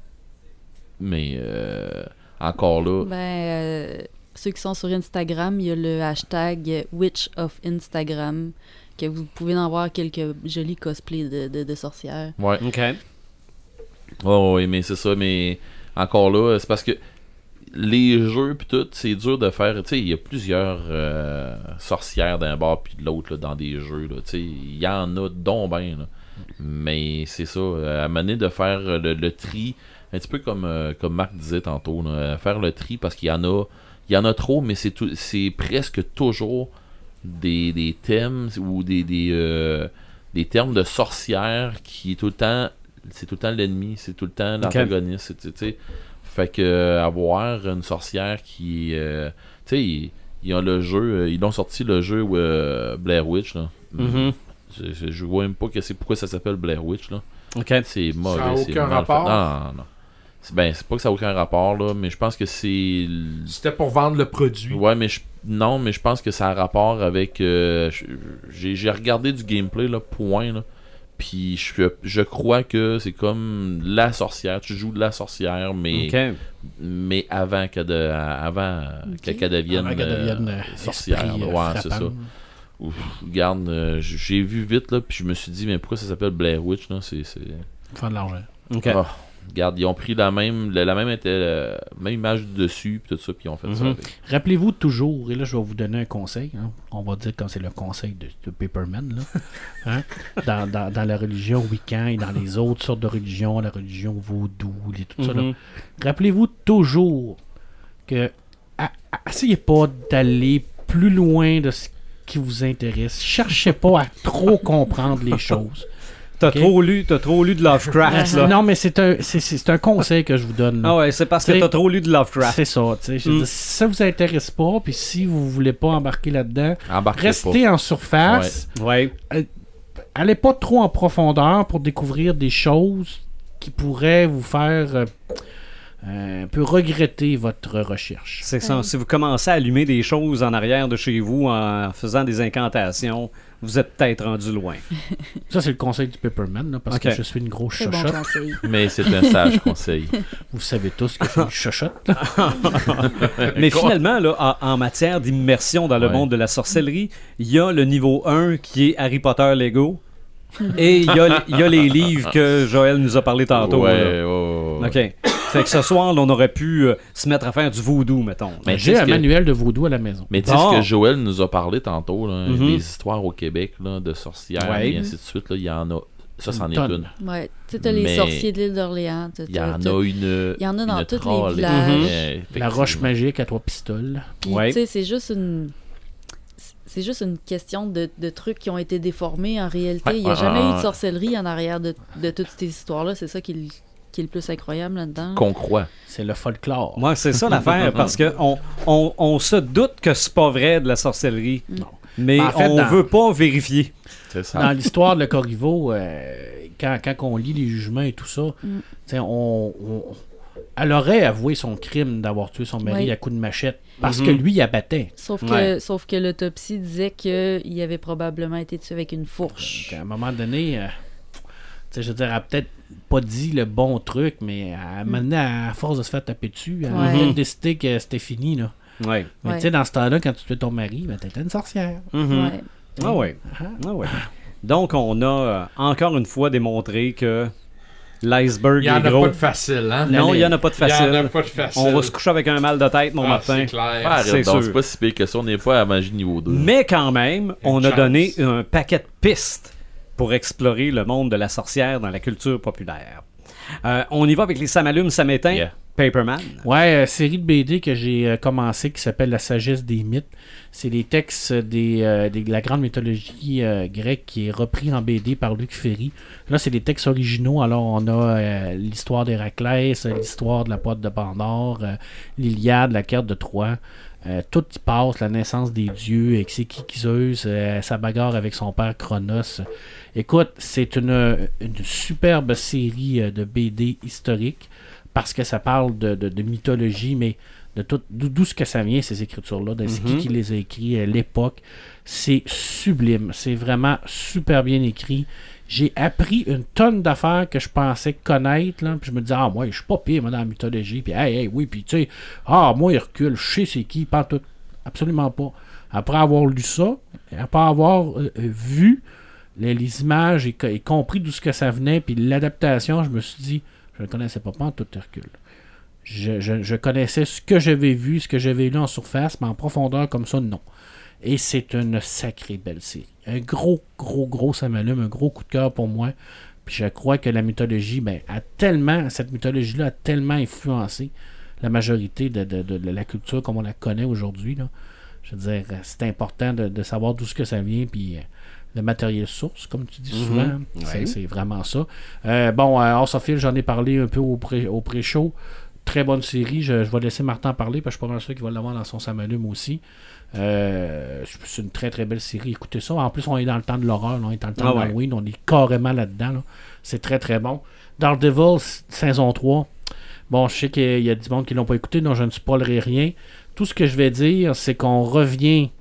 Mais euh, encore là, Ben, euh, ceux qui sont sur Instagram, il y a le hashtag Witch of Instagram, que vous pouvez en voir quelques jolis cosplays de, de, de sorcières. ouais. OK. Oh, oui, mais c'est ça, mais encore là, c'est parce que les jeux pis tout, c'est dur de faire. Tu sais, il y a plusieurs euh, sorcières d'un bord puis de l'autre là, dans des jeux. Tu sais, il y en a donc ben là. Mais c'est ça, euh, à mener de faire le, le tri, un petit peu comme, euh, comme Marc disait tantôt, là, faire le tri parce qu'il y en a, il y en a trop, mais c'est tout, c'est presque toujours des, des thèmes ou des des, euh, des termes de sorcières qui est tout le temps, c'est tout le temps l'ennemi, c'est tout le temps l'antagoniste, c'est- tu sais. Fait que euh, avoir une sorcière qui, euh, tu sais, ils, ils ont le jeu, euh, ils ont sorti le jeu euh, Blair Witch là. Mhm. Je, je, je vois même pas que c'est pourquoi ça s'appelle Blair Witch là. OK. C'est mauvais. Ça a c'est aucun mal rapport? fait. Non, non, non. C'est, ben, c'est pas que ça a aucun rapport là, mais je pense que c'est. l- C'était pour vendre le produit. Ouais, mais je, non, mais je pense que ça a rapport avec. euh, je- j'ai, j'ai regardé du gameplay là, point là. Puis je, je crois que c'est comme la sorcière. Tu joues de la sorcière, mais OK. mais avant que de, avant Ok. qu'elle devienne, Avant qu'elle euh, devienne, euh, sorcière. esprit, là. euh, Ouais, c'est ça. frappant. Ouf, regarde, euh, j'ai vu vite là, puis je me suis dit mais pourquoi ça s'appelle Blair Witch là, c'est, c'est... Faire de l'argent. OK. Ah, regarde, ils ont pris la même la, la même, était, euh, même image du dessus puis tout ça, puis ils ont fait ça Mhm. avec. Rappelez-vous toujours, et là je vais vous donner un conseil, hein. On va dire quand c'est le conseil de, de Paperman, là. Hein? Dans, dans, dans la religion Wiccan et dans les autres sortes de religions, la religion vaudou, et tout ça, là. Mhm. Rappelez-vous toujours que à- à- essayez pas d'aller plus loin de ce qui vous intéresse. Cherchez pas à trop comprendre les choses. T'as Ok. trop lu, t'as trop lu de Lovecraft, là. Non, mais c'est un, c'est, c'est- c'est un conseil que je vous donne. là. Ah ouais, c'est parce que C'est- t'as trop lu de Lovecraft. C'est ça, tu sais. Je veux Mm. dire, si ça vous intéresse pas, puis si vous voulez pas embarquer là-dedans, Embarquez restez en surface. Ouais. Allez pas trop en profondeur pour découvrir des choses qui pourraient vous faire euh, un peu regretter votre recherche. C'est ça. Ouais. Si vous commencez à allumer des choses en arrière de chez vous en faisant des incantations, vous êtes peut-être rendu loin. Ça, c'est le conseil du Paperman, là, parce Ok. que je suis une grosse C'est bon chochotte. conseil. pas. Mais c'est un sage conseil. Vous savez tous que je suis une chochotte. là. Mais finalement, là, en, en matière d'immersion dans le Ouais. monde de la sorcellerie, il y a le niveau un qui est Harry Potter Lego. Et il y, a- il y a les livres que Joël nous a parlé tantôt. Ouais, là. ouais, ouais, ouais. OK. Fait que ce soir, là, on aurait pu euh, se mettre à faire du voodoo, mettons. Mais J'ai tu sais un ce que- manuel de vaudou à la maison. Mais tu sais Bon. ce que Joël nous a parlé tantôt, là, Mhm. des histoires au Québec là, de sorcières Ouais. et ainsi de suite, là, il y en a Ça, c'en Une est tonne. une. Ouais. Tu sais, t'as les Mais sorciers de l'île d'Orléans. t'as- Il y en t'as- a une. Il y en a dans une tous les troll, villages. Mhm. euh, La roche effectivement. magique à trois pistoles. Puis, Ouais. tu sais, c'est juste une. C'est juste une question de, de trucs qui ont été déformés en réalité. Ouais, Il n'y a ouais, jamais ouais, eu ouais. de sorcellerie en arrière de, de toutes ces histoires-là. C'est ça qui est, le, qui est le plus incroyable là-dedans. Qu'on croit. C'est le folklore. Moi, c'est ça l'affaire, parce que on, on, on se doute que c'est pas vrai de la sorcellerie, Non. mais En fait, on dans- veut pas vérifier. C'est ça. Dans l'histoire de Le Corriveau, euh, quand, quand on lit les jugements et tout ça, Mm. tu sais, on, on- elle aurait avoué son crime d'avoir tué son mari Oui. à coups de machette parce Mhm. que lui, il abattait. Sauf Ouais. que, sauf que l'autopsie disait qu'il avait probablement été tué avec une fourche. Donc, à un moment donné, euh, tu sais, je veux dire, elle a peut-être pas dit le bon truc, mais à, Mm. à force de se faire taper dessus, elle a Ouais. peut-être décidé que c'était fini. Là. Ouais. Mais Ouais. tu sais, dans ce temps-là, quand tu tuais ton mari, ben, t'étais une sorcière. Mhm. Ouais. Ah ouais. Ah ouais. Donc, on a euh, encore une fois démontré que l'iceberg Il y en est a gros. pas de facile, hein? Non, il n'y en a pas de Il y en a facile. pas de facile. On va se coucher avec un mal de tête, mon Ah, Martin. c'est clair. Ah, arrête c'est donc, sûr. c'est pas si pire que ça. On n'est pas à magie niveau deux. Mais quand même, on a chance. donné un paquet de pistes pour explorer le monde de la sorcière dans la culture populaire. Euh, on y va avec les Samalumes Samétain, Yeah. Paperman. Ouais, euh, série de B D que j'ai euh, commencé qui s'appelle La sagesse des mythes. C'est des textes des, euh, des- de la grande mythologie euh, grecque qui est repris en B D par Luc Ferry. Là, c'est des textes originaux. Alors, on a euh, l'histoire d'Héraclès, euh, l'histoire de la pote de Pandore, euh, l'Iliade, la carte de Troie. Euh, tout y passe, la naissance des dieux, avec c'est qui Zeus, euh, sa bagarre avec son père Cronos. Écoute, c'est une, une superbe série euh, de B D historique parce que ça parle de, de- de mythologie, mais de tout, d'où, d'où ce que ça vient, ces écritures-là, de c'est qui Mhm. qui les a écrits, euh, l'époque. C'est sublime, c'est vraiment super bien écrit. J'ai appris une tonne d'affaires que je pensais connaître, là, puis je me disais, ah, moi, je suis pas pire, moi, dans la mythologie, puis hey, hey, oui, puis tu sais, ah, moi, Hercule, je sais c'est qui, pas tout, absolument pas. Après avoir lu ça, après avoir euh, euh, vu les, les images et, co- et compris d'où ce que ça venait, puis l'adaptation, je me suis dit, je ne connaissais pas, pas en tout Hercule. Je, je- je connaissais ce que j'avais vu, ce que j'avais lu en surface, mais en profondeur comme ça, non. Et c'est une sacrée belle série. Un gros, gros, gros Samalume, un gros coup de cœur pour moi. Puis je crois que la mythologie, ben, a tellement, cette mythologie-là a tellement influencé la majorité de, de- de- de la culture comme on la connaît aujourd'hui, là. Je veux dire, c'est important de, de savoir d'où ce que ça vient, puis euh, le matériel source, comme tu dis souvent, Mhm. c'est, Ouais. c'est vraiment ça. Euh, bon, euh, House of Hill, j'en ai parlé un peu au, pré, au pré-show. Très bonne série. Je, je vais laisser Martin parler, parce que je suis pas mal sûr qu'il va l'avoir dans son Samalume aussi. Euh, c'est une très très belle série. Écoutez ça. En plus, on est dans le temps de l'horreur, là. On est dans le temps Ah de ouais. Halloween. On est carrément là-dedans, là. C'est très très bon. Daredevil, saison trois. Bon, je sais qu'il y a du monde qui l'ont pas écouté, donc je ne spoilerai rien. Tout ce que je vais dire, c'est qu'on revient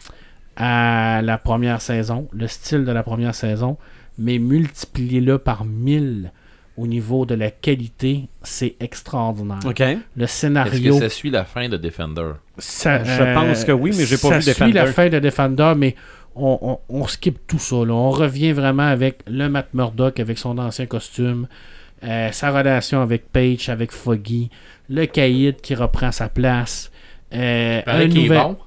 à la première saison, le style de la première saison, mais multiplié-le par mille au niveau de la qualité, c'est extraordinaire. OK. Le Est-ce scénario, que ça suit la fin de Defender? ça, Je euh, pense que oui, mais j'ai pas ça vu suit Defender. la fin de Defender, mais on, on, on skip tout ça. Là. On revient vraiment avec le Matt Murdock, avec son ancien costume, euh, sa relation avec Paige, avec Foggy, le caïd qui reprend sa place. Euh, Paraît un, qu'il est nouvel, bon.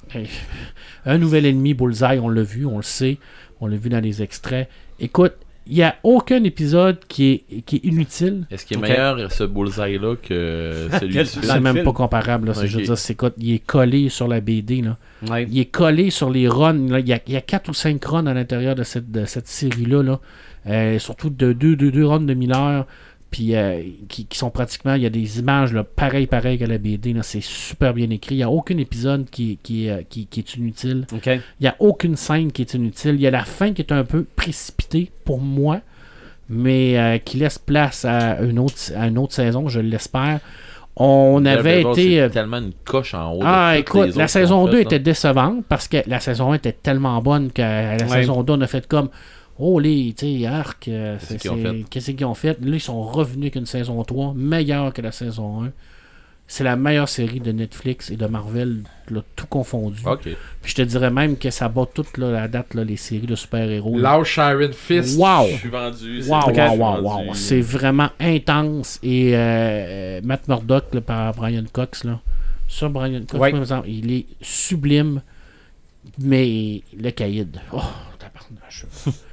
un nouvel ennemi, Bullseye, on l'a vu, on le sait, on l'a vu dans les extraits. Écoute, il n'y a aucun épisode qui est, qui est inutile. Est-ce qu'il est Ok. meilleur ce bullseye-là que celui Quel- du Dans C'est le même film. pas comparable. Là, c'est Ok. juste dire, c'est quoi, il est collé sur la B D. Là. Ouais. Il est collé sur les runs. Là. Il, y a, il y a quatre ou cinq runs à l'intérieur de cette, de cette série-là. Là. Euh, surtout de deux, deux, deux runs de mille heures. Puis euh, qui, qui sont pratiquement. Il y a des images là, pareilles, pareilles qu'à la B D. Là. C'est super bien écrit. Il n'y a aucun épisode qui, qui, euh, qui, qui est inutile. OK. Il n'y a aucune scène qui est inutile. Il y a la fin qui est un peu précipitée pour moi, mais euh, qui laisse place à une autre, à une autre saison, je l'espère. On avait Daredevil, été. c'est euh, tellement une coche en haut. de Ah, toutes les écoute, autres la qu'on saison fait, deux là. était décevante parce que la saison un était tellement bonne qu'à la Ouais. saison deux, on a fait comme oh, les, tu sais, arc, euh, Qu'est-ce c'est- qu'ils ont c'est- fait? qu'est-ce qu'ils ont fait? Là, ils sont revenus avec une saison trois, meilleure que la saison un. C'est la meilleure série de Netflix et de Marvel, là, tout confondu. Ok. Puis je te dirais même que ça bat toute là, la date, là, les séries de super-héros. là. Lâche Iron Fist. Wow! Je suis vendu. c'est Wow, bon, wow, je suis wow, vendu. wow. C'est vraiment intense. Et euh, Matt Murdock là, par Brian Cox, là. Ça, Brian Cox, Ouais. par exemple, il est sublime, mais le caïd. Oh, tabarnache.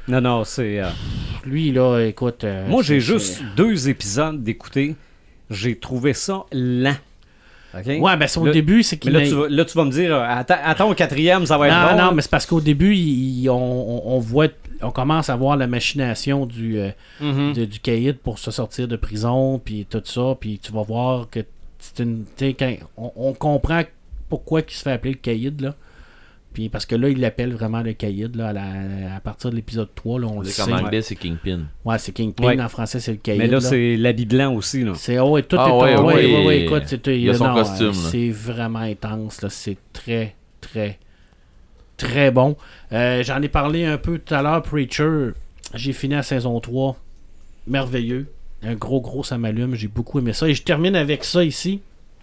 Non, non, c'est... euh, Lui, là, écoute... euh, Moi, j'ai c'est- juste deux épisodes d'écouter. J'ai trouvé ça lent. OK? c'est- Ouais, ben, son Là- début, c'est Mais qu'il... là a- tu, vas, là, tu vas me dire, euh, attends, attends au quatrième, ça va être Non, bon. non, hein. mais c'est parce qu'au début, il- il- on, on- on voit... On commence à voir la machination du, euh, Mhm. de- du caïd pour se sortir de prison, puis tout ça, puis tu vas voir que c'est une... tu sais, quand on, on comprend pourquoi il se fait appeler le caïd, là. Puis parce que là, il l'appelle vraiment le caïd, là, à, la- à partir de l'épisode trois, là, on le C'est sait. comme en anglais, c'est Kingpin. Ouais, c'est Kingpin, Ouais. en français, c'est le caïd. Mais là, c'est l'habit blanc aussi. Là. C'est oh, et tout Ah est ouais, ouais, ouais, ouais, ouais, et- écoute, c'est il y a son non, costume, euh, là. c'est vraiment intense, là, c'est très très très bon. Euh, j'en ai parlé un peu tout à l'heure, Preacher. J'ai fini la saison trois. Merveilleux. Un gros gros ça m'allume, j'ai beaucoup aimé ça et je termine avec ça ici.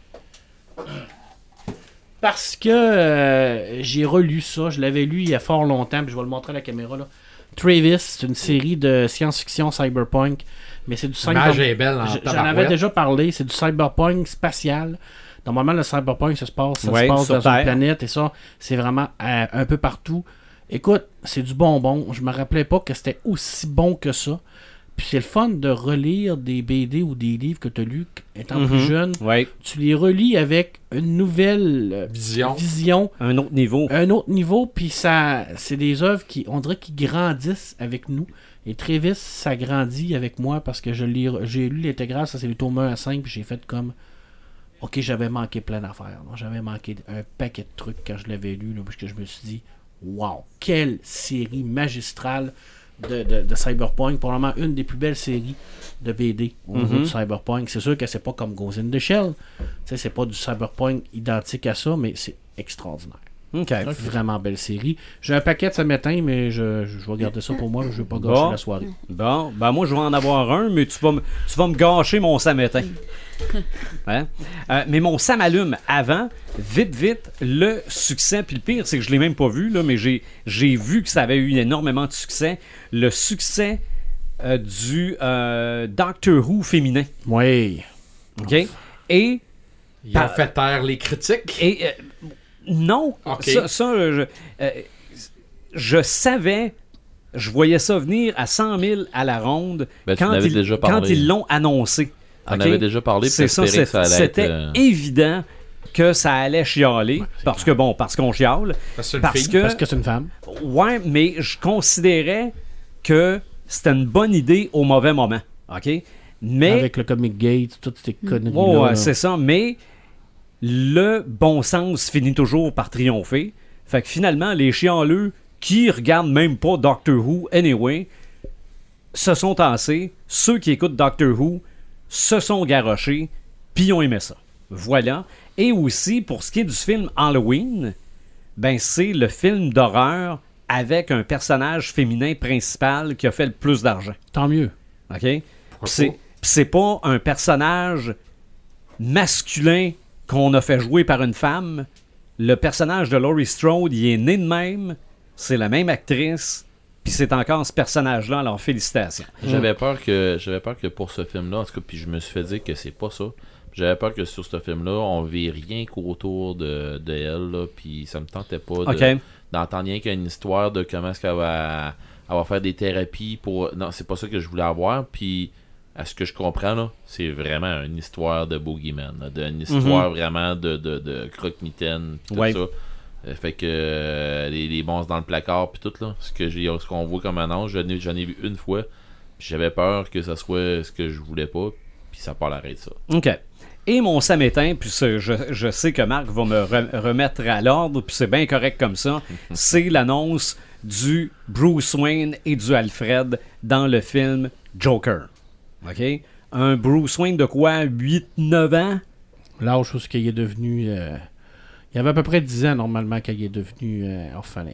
Parce que euh, j'ai relu ça, je l'avais lu il y a fort longtemps, puis je vais le montrer à la caméra là. Travis, c'est une série de science-fiction cyberpunk, mais c'est du L'image cyber- est belle en J- J'en tabarouette. avais déjà parlé, c'est du cyberpunk spatial. Normalement, le cyberpunk, ça se passe, ça Ouais, se passe sur dans Terre. une planète et ça, c'est vraiment euh, un peu partout. Écoute, c'est du bonbon. Je me rappelais pas que c'était aussi bon que ça. Puis c'est le fun de relire des B D ou des livres que tu as lus étant Mhm. plus jeune. Ouais, Tu les relis avec une nouvelle euh, Vision. vision, un autre niveau. un autre niveau, puis ça, c'est des œuvres qui, on dirait qu'ils grandissent avec nous. Et Travis, ça grandit avec moi parce que je l'ai, j'ai lu l'intégrale, ça c'est le tome un à cinq, puis j'ai fait comme, ok, j'avais manqué plein d'affaires. là. J'avais manqué un paquet de trucs quand je l'avais lu, là, parce que je me suis dit, wow, quelle série magistrale de, de, de Cyberpunk, probablement une des plus belles séries de B D au niveau Mhm. du Cyberpunk. C'est sûr que c'est pas comme Ghost in the Shell, tu sais, c'est pas du Cyberpunk identique à ça, mais c'est extraordinaire. OK. Vraiment belle série. J'ai un paquet de samétain, mais je, je, je vais garder ça pour moi. Je veux pas gâcher Bon. la soirée. Bon, ben moi, je vais en avoir un, mais tu vas me, tu vas me gâcher mon samétain. Hein? Euh, mais mon ça m'allume avant, vite, vite, le succès. Puis le pire, c'est que je l'ai même pas vu, là, mais j'ai, j'ai vu que ça avait eu énormément de succès. Le succès euh, du euh, Doctor Who féminin. Oui. OK? Et Ils ont fait taire les critiques. Et euh, non, Ok. ça, ça, euh, je, euh, je savais, je voyais ça venir à cent mille à la ronde Ben, tu quand, n'avais ils, déjà quand parlé. ils l'ont annoncé. On Ok? avait déjà parlé, puis C'est ça, t'espérais c'est- que ça allait c'était être... euh, évident que ça allait chialer. parce que bon, parce qu'on chiale. Parce que c'est une Parce fille. que, Parce que c'est une femme. ouais, mais je considérais que c'était une bonne idée au mauvais moment. OK? Mais. Avec le Comic Gate, toutes ces conneries. Ouais, ouais, c'est ça, mais le bon sens finit toujours par triompher. Fait que finalement, les chialeux qui regardent même pas Doctor Who anyway se sont tassés. Ceux qui écoutent Doctor Who se sont garochés, puis ont aimé ça. Voilà. Et aussi, pour ce qui est du film Halloween, ben c'est le film d'horreur avec un personnage féminin principal qui a fait le plus d'argent. Tant mieux. OK? Puis c'est, puis c'est pas un personnage masculin qu'on a fait jouer par une femme. Le personnage de Laurie Strode, il est né de même. C'est la même actrice. Puis c'est encore ce personnage-là. Alors, félicitations. J'avais peur que j'avais peur que pour ce film-là, en tout cas, puis je me suis fait dire que c'est pas ça. J'avais peur que sur ce film-là, on vit rien qu'autour de, de elle, là, puis ça me tentait pas de, OK. d'entendre rien qu'une histoire de comment est-ce qu'elle va, elle va faire des thérapies pour... Non, c'est pas ça que je voulais avoir, puis à ce que je comprends, là, c'est vraiment une histoire de boogeyman, là, de- une histoire vraiment de, de, de croque-mitaine, pis tout Ouais. ça. Euh, Fait que euh, les, les monstres dans le placard puis tout là, ce que j'ai, ce qu'on voit comme annonce, j'en ai, j'en ai vu une fois. Puis j'avais peur que ça soit ce que je voulais pas, puis ça part l'arrêt de ça. OK. Et mon samétain, puis ce- je, je sais que Marc va me re- remettre à l'ordre, puis c'est bien correct comme ça, c'est l'annonce du Bruce Wayne et du Alfred dans le film Joker. OK? Un Bruce Wayne de quoi? huit neuf ans? L'âge où ce qu'il est devenu... euh, Il y avait à peu près dix ans, normalement, quand il est devenu euh, orphelin.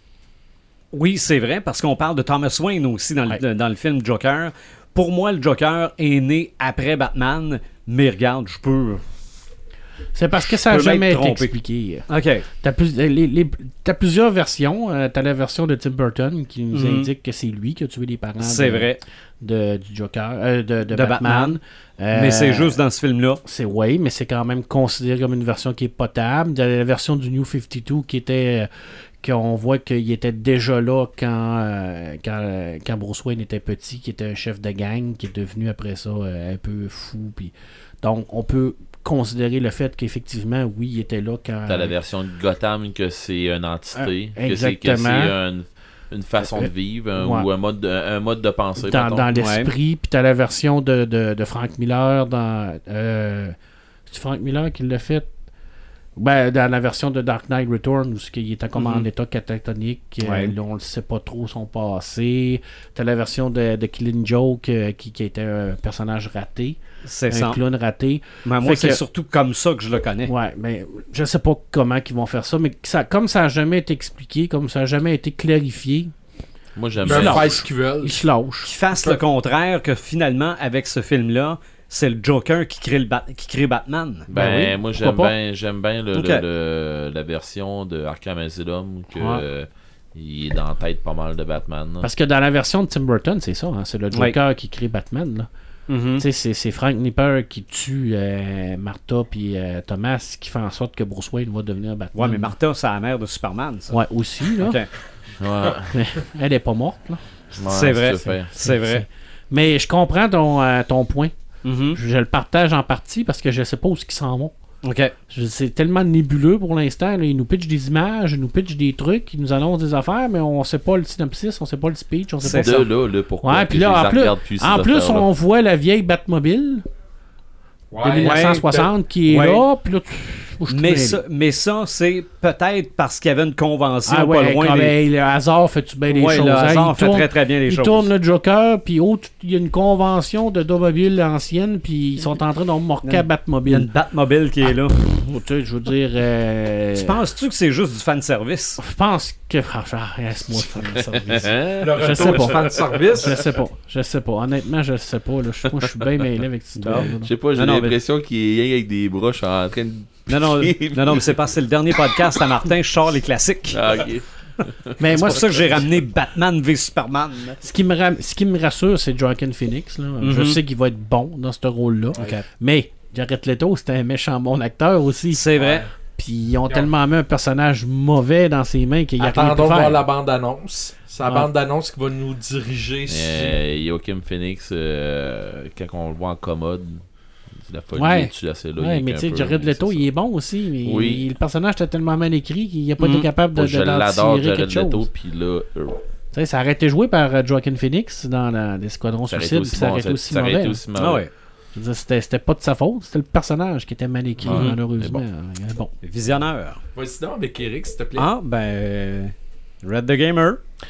Oui, c'est vrai, parce qu'on parle de Thomas Wayne aussi dans, Ouais. le, dans le film Joker. Pour moi, le Joker est né après Batman, mais regarde, je peux... C'est parce que ça n'a peux jamais m'être été trompé. expliqué. OK. T'as, plus, les, les, t'as plusieurs versions. Euh, t'as la version de Tim Burton qui nous Mhm. indique que c'est lui qui a tué les parents C'est de, vrai. de- du Joker, euh, de, de, De Batman. Batman. Euh, Mais c'est juste dans ce film-là. C'est oui, mais c'est quand même considéré comme une version qui est potable. Il y a la version du New cinquante-deux qui était... euh, qu'on voit qu'il était déjà là quand, euh, quand, euh, quand Bruce Wayne était petit, qui était un chef de gang, qui est devenu après ça euh, un peu fou. Puis... Donc, on peut considérer le fait qu'effectivement, oui, il était là quand... T'as la version de Gotham que c'est une entité, Euh, que c'est, que exactement. c'est une, une façon de vivre un- Ouais. ou un mode de, un mode de pensée. dans, mettons. dans l'esprit. Puis t'as la version de, de, de Frank Miller dans... Euh, c'est Frank Miller qui l'a fait? Ben, dans la version de Dark Knight Returns, où il était comme en Mhm. état catatonique, euh, Ouais. là, on ne sait pas trop son passé. T'as la version de, de Killing Joke, euh, qui, qui était un personnage raté, C'est un ça. clown raté. Mais moi, Fait c'est que- surtout comme ça que je le connais. Ouais, mais je sais pas comment ils vont faire ça, mais ça, comme ça n'a jamais été expliqué, comme ça n'a jamais été clarifié, Moi, j'aime Ils peuvent bien. faire ce qu'ils veulent. ils se lâchent. Qu'ils fassent le contraire, que finalement, avec ce film-là, c'est le Joker qui crée, le Bat- qui crée Batman. Ben, Ben oui, moi, pourquoi j'aime pas. bien, j'aime bien le, Ok. le- le- la version de Arkham Asylum que Ouais. euh, il est dans la tête pas mal de Batman. là. Parce que dans la version de Tim Burton, c'est ça, hein, c'est le Joker qui crée Batman. Là. Mhm. Tu sais, c'est, c'est Frank Nipper qui tue euh, Martha puis euh, Thomas qui fait en sorte que Bruce Wayne va devenir Batman. Ouais, mais Martha, c'est la mère de Superman, ça. Ouais, aussi, là. Ok. Ouais, Elle est pas morte, là. ouais, C'est vrai. tout à fait. C'est vrai. Mais je comprends ton, euh, ton point. Mhm. Je, je le partage en partie parce que je sais pas où ils s'en vont. OK. Je- c'est tellement nébuleux pour l'instant. Là. Ils nous pitchent des images, ils nous pitchent des trucs, ils nous annoncent des affaires, mais on sait pas le synopsis, on sait pas le speech, on sait C'est pas De là, là, pourquoi Ouais, que puis je là, les en plus, regarde plus, ces en plus affaires-là. on voit la vieille Batmobile de Ouais, dix-neuf cent soixante qui est Ouais. là, puis là, tu- moi, je Mais trouvais- ça, mais ça, c'est peut-être parce qu'il y avait une convention ah ouais, pas loin comme, des... hey, le hasard fait-tu bien les Ouais, choses? le hein? hasard il fait tourne, très très bien les il choses. tourne le Joker, puis autre, il y a une convention de d'automobile ancienne, puis ils sont en train de remorquer à Il y a une Batmobile. Batmobile qui est là. Oh, tu sais, je veux dire... euh, Tu penses-tu que c'est juste du fan service? Je pense que... Franchement, laisse-moi faire le service. Hein? Le Je sais retour pas. du fan service. Je sais pas. Je sais pas. Honnêtement, je sais pas. Là. Je- Moi, je suis bien mêlé avec cette histoire. Je sais pas, j'ai Non, non, mais- l'impression qu'il est avec des broches en train de. Non, non, non, non, mais c'est parce que c'est le dernier podcast à Martin, je sors les classiques. Ah, ok. Mais C'est moi, pour ça que j'ai ramené Batman v Superman. ce qui me, ram- ce qui me rassure, c'est Joaquin Phoenix. Là. Je Mhm. sais qu'il va être bon dans ce rôle-là. Ok. Mais Jared Leto, c'était un méchant bon acteur aussi. C'est vrai. Puis ils ont tellement mis un personnage mauvais dans ses mains qu'il y a rien Attendons pu voir faire. la bande-annonce. C'est la Ouais. bande-annonce qui va nous diriger sur... Euh, Joachim Phoenix, euh, quand on le voit en commode, c'est la folie. Ouais. Tu là, c'est là, Ouais, il est mais un tu sais, peu- Jared Leto, c'est il ça. est bon aussi. Mais Oui. il- le personnage était tellement mal écrit qu'il n'a pas Mhm. été capable de, Moi, de, je d'en l'adore, tirer Jared quelque Leto, chose. puis là, euh, Tu sais, ça aurait été joué par euh, Joaquin Phoenix dans la, les Squadrons ça aurait été Suicides, aussi puis ça bon, aurait été ça- aussi ça aurait mauvais. été là. aussi Ah mauvais. ouais. Je veux dire, C'était, c'était pas de sa faute, c'était le personnage qui était mal écrit, Mhm. malheureusement. Mais Euh, Bon. Visionneur. Vas-y donc avec Eric, s'il te plaît. Ah, ben... Red the Gamer.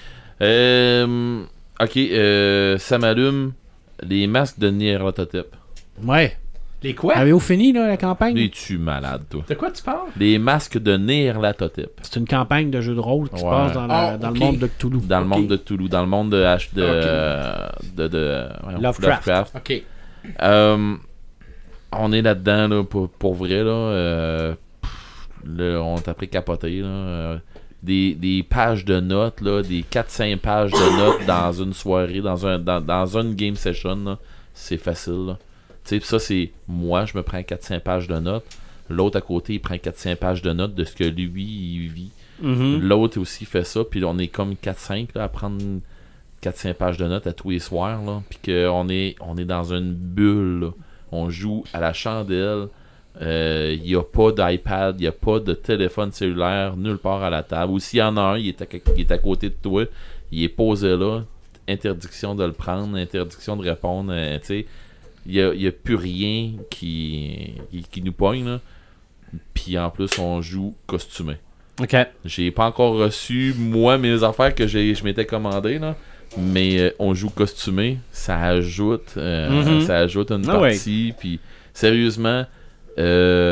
Euh, ok, euh, ça m'allume les masques de Nyarlathotep. Ouais. Les quoi? Avez-vous fini, là, la campagne? Es-tu malade, toi? De quoi tu parles? Les masques de Nyarlathotep. C'est une campagne de jeu de rôle qui se Ouais. passe dans, la- Ah, dans ok. le monde de Cthulhu. Dans le Ok. monde de Toulouse, dans le monde de H de, Ok. euh, de, de voyons, Lovecraft. Ok. Euh, on est là-dedans là, pour, pour vrai là. Euh, pff, là, on t'a pris capoter là. Euh, des, des pages de notes là, des quatre cinq pages de notes dans une soirée, dans un dans, dans une game session là, c'est facile. Là. Tu sais, pis ça c'est moi, je me prends quatre cinq pages de notes. L'autre à côté, il prend quatre cinq pages de notes de ce que lui il vit. Mhm. L'autre aussi fait ça, puis on est comme quatre cinq là, à prendre quatre cinq pages de notes à tous les soirs, là, puis qu'on est, on est dans une bulle, là. On joue à la chandelle, il n'y a pas d'iPad, il n'y a pas de téléphone cellulaire nulle part à la table, ou s'il y en a un, il est à, il est à côté de toi, il est posé là, interdiction de le prendre, interdiction de répondre, euh, tu sais, il n'y a, il y a plus rien qui, qui, qui nous pogne, là. Puis en plus, on joue costumé. OK. J'ai pas encore reçu, moi, mes affaires que j'ai, je m'étais commandé, là. Mais euh, on joue costumé, ça ajoute, euh, Mhm. ça ajoute une Ah ouais. partie. Puis sérieusement, euh,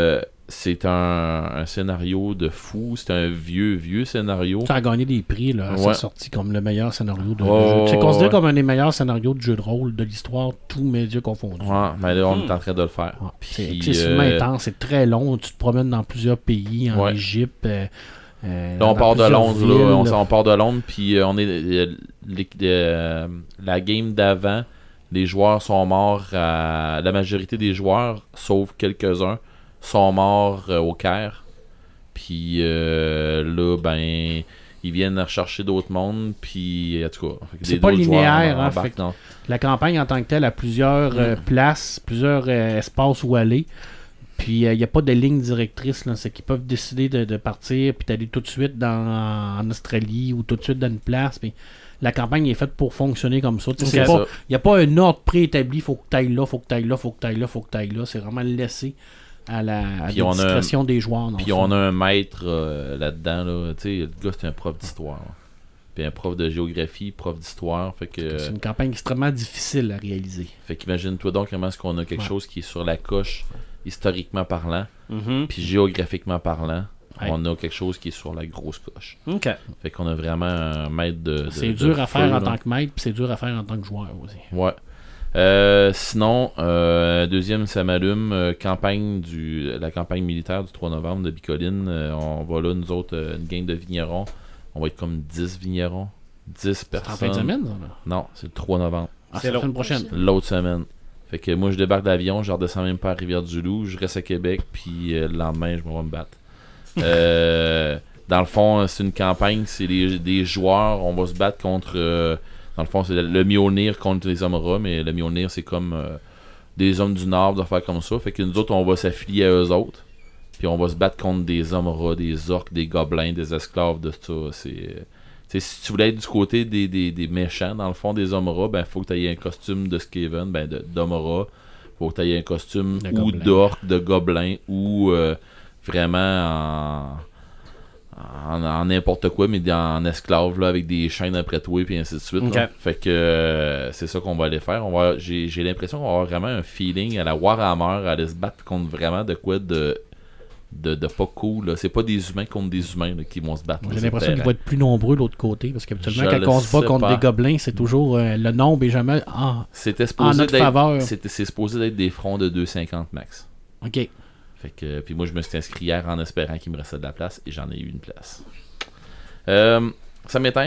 c'est un, un scénario de fou. C'est un vieux, vieux scénario. Ça a gagné des prix là, à Ouais. sa sortie comme le meilleur scénario de, de Oh, jeu. C'est considéré ouais. comme un des meilleurs scénarios de jeu de rôle de l'histoire, tous médias confondus. Ouais, mais là, on Hmm. est en train de le faire. Ouais. C'est Puis, excessivement euh, intense, c'est très long. Tu te promènes dans plusieurs pays, en Ouais. Égypte. euh, euh, Là, on dans part de plusieurs Londres, villes, là, on, là. on part de Londres, puis euh, on est euh, les- euh, la game d'avant, les joueurs sont morts. à- la majorité des joueurs, sauf quelques-uns, sont morts euh, au Caire. Puis euh, là, ben, ils viennent rechercher d'autres mondes, puis en tout cas, fait que C'est des- pas d'autres joueurs linéaire, en- hein, embarquent fait que- dans- La campagne en tant que telle a plusieurs euh, places, plusieurs euh, espaces où aller. Puis il n'y a pas de ligne directrice. Là. C'est qu'ils peuvent décider de, de partir puis d'aller tout de suite dans, en Australie ou tout de suite dans une place. Puis la campagne est faite pour fonctionner comme ça. Il C'est n'y a, ça. pas- y a pas un ordre préétabli. Faut que tu ailles là, faut que tu ailles là, faut que tu ailles là, faut que tu ailles là. C'est vraiment laissé à la, à Puis la on a- discrétion des joueurs. dans Puis le fond. on a un maître euh, là-dedans. Là. Tu sais, le gars, c'est un prof d'histoire. là. Puis un prof de géographie, prof d'histoire. Fait que. C'est une campagne extrêmement difficile à réaliser. Fait qu'imagine-toi donc comment est-ce qu'on a quelque Ouais. chose qui est sur la coche, historiquement parlant, Mhm. puis géographiquement parlant, Ouais. on a quelque chose qui est sur la grosse coche. OK. Fait qu'on a vraiment un maître de. de- C'est de dur à feu, faire en là. tant que maître, puis c'est dur à faire en tant que joueur aussi. Ouais. Euh, sinon, euh, deuxième, ça m'allume. euh, campagne du, la campagne militaire du trois novembre de Bicoline. euh, on va là, nous autres, euh, une gang de vignerons. On va être comme dix vignerons. dix C'est en personnes. fin de semaine, ça, là? Non, c'est le trois novembre. Ah, C'est c'est la long. semaine prochaine. L'autre semaine. Fait que moi, je débarque d'avion, je redescends même pas à Rivière-du-Loup, je reste à Québec, puis euh, le lendemain, je m'en vais me battre. Euh, dans le fond, c'est une campagne, c'est des, des joueurs, on va se battre contre. euh, dans le fond, c'est le, le Mjolnir contre les hommes rats, mais le Mjolnir, c'est comme euh, des hommes du Nord, des affaires comme ça. Fait que nous autres, on va s'affilier à eux autres, puis on va se battre contre des hommes rats, des orques, des gobelins, des esclaves, de ça. C'est. T'sais, si tu voulais être du côté des, des, des méchants, dans le fond des hommes rats, ben faut que tu aies un costume de Skaven, ben de- d'homme rat. Faut que tu aies un costume De ou gobelin. d'orque, de gobelin, ou euh, vraiment en, en, en n'importe quoi, mais en esclave, là, avec des chaînes après toi, et ainsi de suite. là. Ok. Fait que euh, c'est ça qu'on va aller faire. On va, j'ai, j'ai l'impression qu'on va avoir vraiment un feeling à la Warhammer, à aller se battre contre vraiment de quoi de, de, de pas cool. Là. C'est pas des humains contre des humains là, qui vont se battre. là. J'ai C'est l'impression qu'ils terrain. vont être plus nombreux de l'autre côté, parce qu'habituellement, Je quand le on se bat sais contre pas. des gobelins, c'est toujours euh, le nombre est jamais. Ah, C'était En supposé notre d'être, faveur. c'était, c'est supposé d'être des fronts de deux cent cinquante max. ok. Fait que, puis moi, je me suis inscrit hier en espérant qu'il me restait de la place et j'en ai eu une place. Euh, ça m'éteint.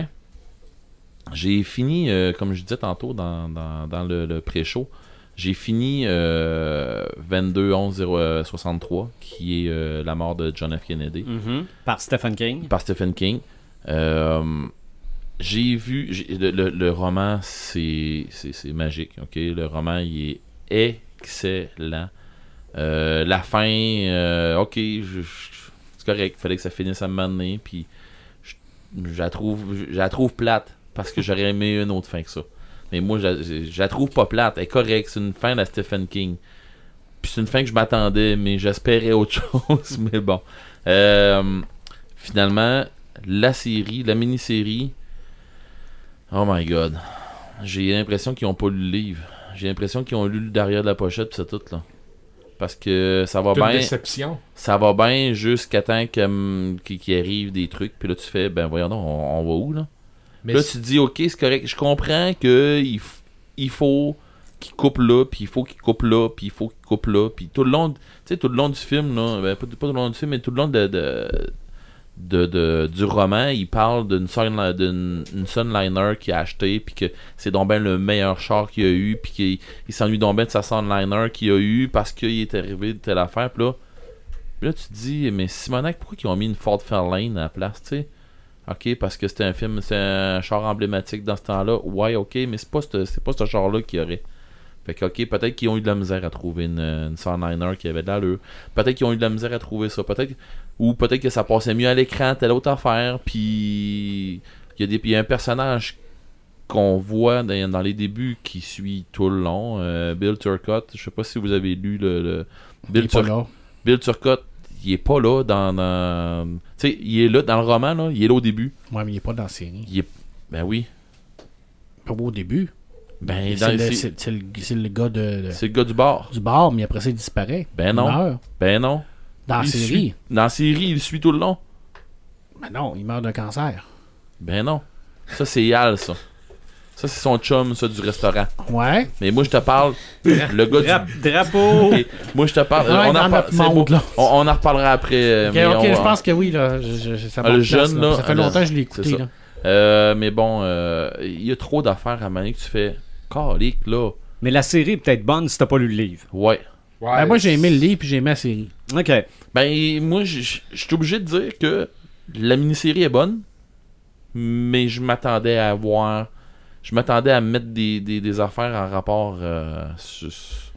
J'ai fini, euh, comme je disais tantôt dans, dans, dans le, le pré-show, j'ai fini euh, vingt-deux onze zéro soixante-trois, qui est euh, la mort de John F. Kennedy, Mhm. Par Stephen King. par Stephen King. Euh, j'ai vu, j'ai- le, le- le roman, c'est, c'est, c'est magique. Ok, le roman, il est excellent. Euh, la fin, euh, ok, je, je- c'est correct. Il fallait que ça finisse à un moment donné. Puis je, je la trouve, je la trouve plate parce que j'aurais aimé une autre fin que ça. Mais moi, je, je- je la trouve pas plate. Elle est correcte. C'est une fin de Stephen King. Puis c'est une fin que je m'attendais, mais j'espérais autre chose. Mais bon. Euh, finalement, la série, la mini-série. Oh my god. J'ai l'impression qu'ils ont pas lu le livre. J'ai l'impression qu'ils ont lu le derrière de la pochette, pis c'est tout, là. Parce que ça va C'est une bien. déception. Ça va bien jusqu'à temps que, hum, qu'il qu'il arrive des trucs. Puis là, tu fais, ben voyons donc, on, on va où, là? Mais Là, c'est- tu te dis, ok, c'est correct. Je comprends que il, f- il faut qu'il coupe là, puis il faut qu'il coupe là, puis il faut qu'il coupe là. Puis tout le long, tu sais, tout le long du film, là, ben, pas, pas tout le long du film, mais tout le long de, de, de, de- du roman, il parle d'une Sunliner, d'une une Sunliner qu'il a acheté, puis que c'est donc ben le meilleur char qu'il a eu, puis qu'il il s'ennuie donc ben de sa Sunliner qu'il a eu parce qu'il est arrivé de telle affaire. Puis là, puis là, tu te dis, mais Simonac, pourquoi ils ont mis une Ford Fairlane à la place, tu sais? Ok, parce que c'était un film, c'est un char emblématique dans ce temps-là. Ouais, ok, mais c'est pas ce, c'est pas ce char-là qu'il y aurait. Fait que, ok, peut-être qu'ils ont eu de la misère à trouver une, une Sunliner qui avait de l'allure. Peut-être qu'ils ont eu de la misère à trouver ça. Peut-être, ou peut-être que ça passait mieux à l'écran, telle autre affaire. Puis, il y a des, il y a un personnage qu'on voit dans, dans les débuts qui suit tout le long. euh, Bill Turcotte. Je sais pas si vous avez lu le. le Il Bill, est pas Tur- là. Bill Turcotte, il est pas là dans. dans tu sais, il est là dans le roman, là. Il est là au début. Ouais, mais il est pas dans la série. Il est. Ben oui. Pas au début. Ben, dans C'est les- le, c'est c'est- c'est le, c'est le gars de, de- c'est le gars du bar. du bar, mais après ça, il disparaît. Ben Il non. meurt. Ben non. Dans la Il série. suit- Dans la série, il le suit tout le long. Ben non, il meurt d'un cancer. Ben non. Ça, c'est Yal, ça. Ça, c'est son chum, ça, du restaurant. Ouais. Mais moi, je te parle. Le gars Dra- du. drapeau! Ok, moi, je te parle. Ouais, on, en dans reparle- notre c'est monde, beau. là. On, on en reparlera après. euh, Ok, mais ok, on va- je pense que oui, là. Je, je, ça Ah, le manque de place, jeune, là. là, Ça fait ah, longtemps le- que je l'ai écouté, c'est ça. là. Euh, mais bon, euh, il y a trop d'affaires à manier que tu fais. Calique, là. Mais la série est peut-être bonne si t'as pas lu le livre. Ouais. Ouais, Ben, moi, j'ai aimé le livre puis j'ai aimé la série. OK. Ben, moi, je je- je suis obligé de dire que la mini-série est bonne, mais je m'attendais à voir. Je m'attendais à mettre des, des, des affaires en rapport. euh, sur-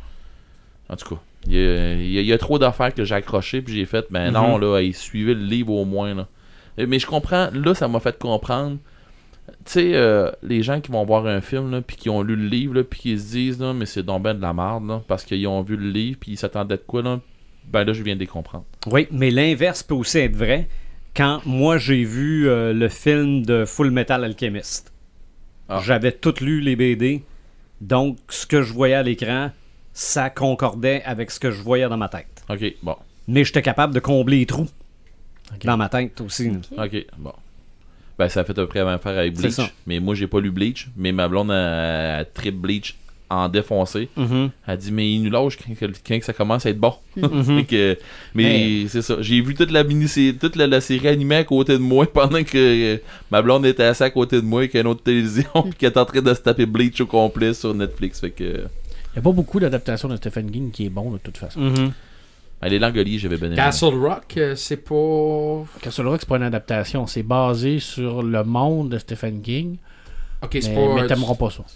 En tout cas, il y a, il y a- il y a trop d'affaires que j'ai accrochées, puis j'ai fait, ben non, Mhm. là, il suivait le livre au moins, là. Euh, Mais je comprends, là, ça m'a fait comprendre. Tu sais, euh, les gens qui vont voir un film, là, puis qui ont lu le livre, là, puis qui se disent, là, mais c'est donc ben de la merde, là, parce qu'ils ont vu le livre, puis ils s'attendaient de quoi, là. Ben là, je viens de les comprendre. Oui, mais l'inverse peut aussi être vrai. Quand moi, j'ai vu euh, le film de Full Metal Alchemist, Ah. j'avais tout lu les B D, donc ce que je voyais à l'écran, ça concordait avec ce que je voyais dans ma tête. Ok, bon. Mais j'étais capable de combler les trous Ok. dans ma tête aussi. là. Ok. Ok, bon. Ben, ça a fait à peu près la même affaire avec C'est Bleach. ça. Mais moi, j'ai pas lu Bleach. Mais ma blonde a, a trip Bleach en défoncé. Mhm. Elle dit, mais il nous lâche quand, que- quand que ça commence à être bon. Mhm. Fait que- mais c'est ça. J'ai vu toute la mini toute la, la série animée à côté de moi pendant que euh, ma blonde était assise à côté de moi avec une autre télévision. Puis qu'elle est en train de se taper Bleach au complet sur Netflix. Fait que. Il n'y a pas beaucoup d'adaptations de Stephen King qui est bon, de toute façon. Mhm. Ben, les Langoliers, j'avais bien aimé. Castle Rock, euh, c'est pas. Castle Rock, c'est pas une adaptation. C'est basé sur le monde de Stephen King. Ok, Mais, c'est pas. mais t'aimeras pas ça.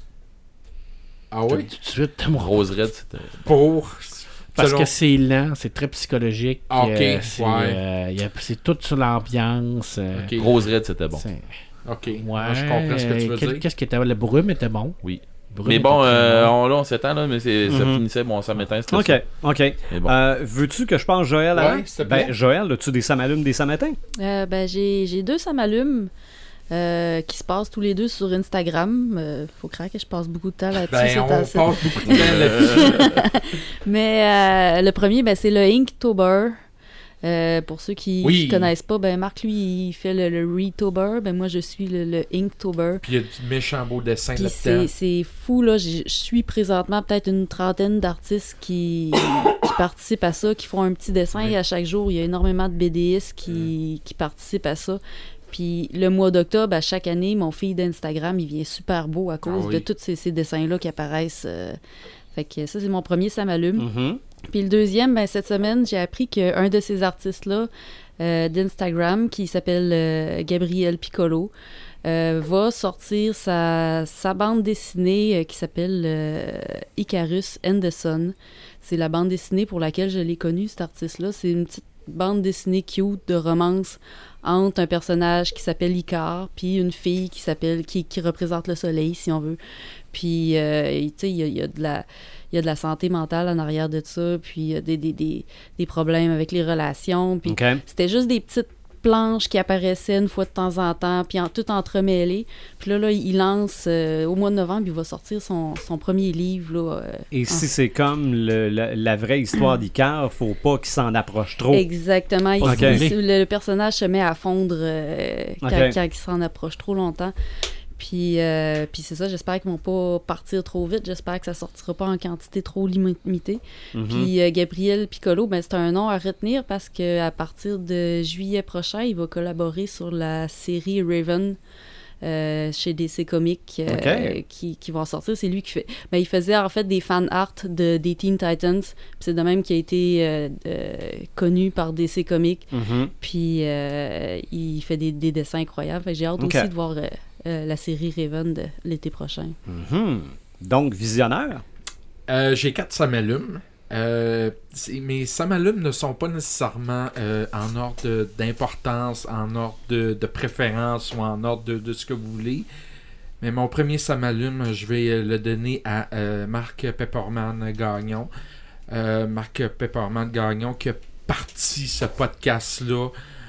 Ah oui? Tout de suite, t'aimeras Rose Red, c'était. Pour. Parce selon- que c'est lent, c'est très psychologique. Ah, ok, euh, c'est, ouais. euh, y a- c'est tout sur l'ambiance. euh, Ok. Rose Red, c'était bon. c'est- Ok. Ouais, Moi, je comprends ce que tu veux quel- dire. Qu'est-ce qui était. Le brume était bon. Oui. Brume Mais était bon, très euh, bon. on, là, on s'étend, là, mais c'est, ça Mhm. finissait, bon, ça m'éteint, c'était OK, ça. OK. Mais bon. Euh, veux-tu que je pense Joël Ouais, avant? s'il te plaît. Ben, Joël, as-tu des samalumes, des samatins? Euh, ben, j'ai j'ai deux samalumes euh, qui se passent tous les deux sur Instagram. Euh, faut croire que je passe beaucoup de temps là-dessus. Ben, c'est on assez- passe beaucoup de temps là-dessus. Mais euh, le premier, ben, c'est le Inktober. Euh, pour ceux qui Oui. ne connaissent pas, ben Marc, lui, il fait le, le Retober. Ben, moi, je suis le, le Inktober. Puis il y a du méchant beau dessin Puis là-dedans. c'est c'est fou, là. Je je suis présentement peut-être une trentaine d'artistes qui, qui participent à ça, qui font un petit dessin Oui. à chaque jour. Il y a énormément de B D istes qui, qui participent à ça. Puis le mois d'octobre, à chaque année, mon feed d'Instagram, il vient super beau à cause Ah oui. de tous ces, ces dessins-là qui apparaissent. euh. Fait que ça, c'est mon premier, ça m'allume. Mhm. Puis le deuxième, ben, cette semaine, j'ai appris qu'un de ces artistes-là euh, d'Instagram, qui s'appelle euh, Gabriel Piccolo, euh, va sortir sa, sa bande dessinée euh, qui s'appelle euh, Icarus and the Sun. C'est la bande dessinée pour laquelle je l'ai connu, cet artiste-là. C'est une petite bande dessinée cute de romance entre un personnage qui s'appelle Icar puis une fille qui s'appelle qui, qui représente le soleil, si on veut. Puis, euh, tu sais, il y a, il y a de la... Il y a de la santé mentale en arrière de ça, puis il y a des, des, des, des problèmes avec les relations. Puis OK. c'était juste des petites planches qui apparaissaient une fois de temps en temps, puis en, tout entremêlées. Puis là, là, il lance, euh, au mois de novembre, il va sortir son, son premier livre. Là, euh, Et si c'est comme le- la, la vraie histoire d'Icar, faut pas qu'il s'en approche trop. Exactement. Il- Ok. il- le, le personnage se met à fondre euh, quand, Ok. quand il s'en approche trop longtemps. Puis, euh, puis c'est ça, j'espère qu'ils vont pas partir trop vite. J'espère que ça sortira pas en quantité trop limi- limitée. Mhm. Puis euh, Gabriel Piccolo, ben, c'est un nom à retenir parce qu'à partir de juillet prochain, il va collaborer sur la série Raven euh, chez D C Comics euh, Ok. qui, qui vont sortir. C'est lui qui fait... Ben, il faisait en fait des fan art de, des Teen Titans. Puis c'est de même qui a été euh, euh, connu par D C Comics. Mhm. Puis euh, il fait des, des dessins incroyables. Fait que j'ai hâte Ok. aussi de voir euh, euh, la série Raven de l'été prochain. Mhm. Donc, visionnaire. Euh, j'ai quatre samalumes. Euh, c'est- mes samalumes ne sont pas nécessairement euh, en ordre de- d'importance, en ordre de, de préférence ou en ordre de, de ce que vous voulez. Mais mon premier samalume, je vais euh, le donner à euh, Marc Pepperman Gagnon. Euh, Marc Pepperman Gagnon qui a parti ce podcast-là.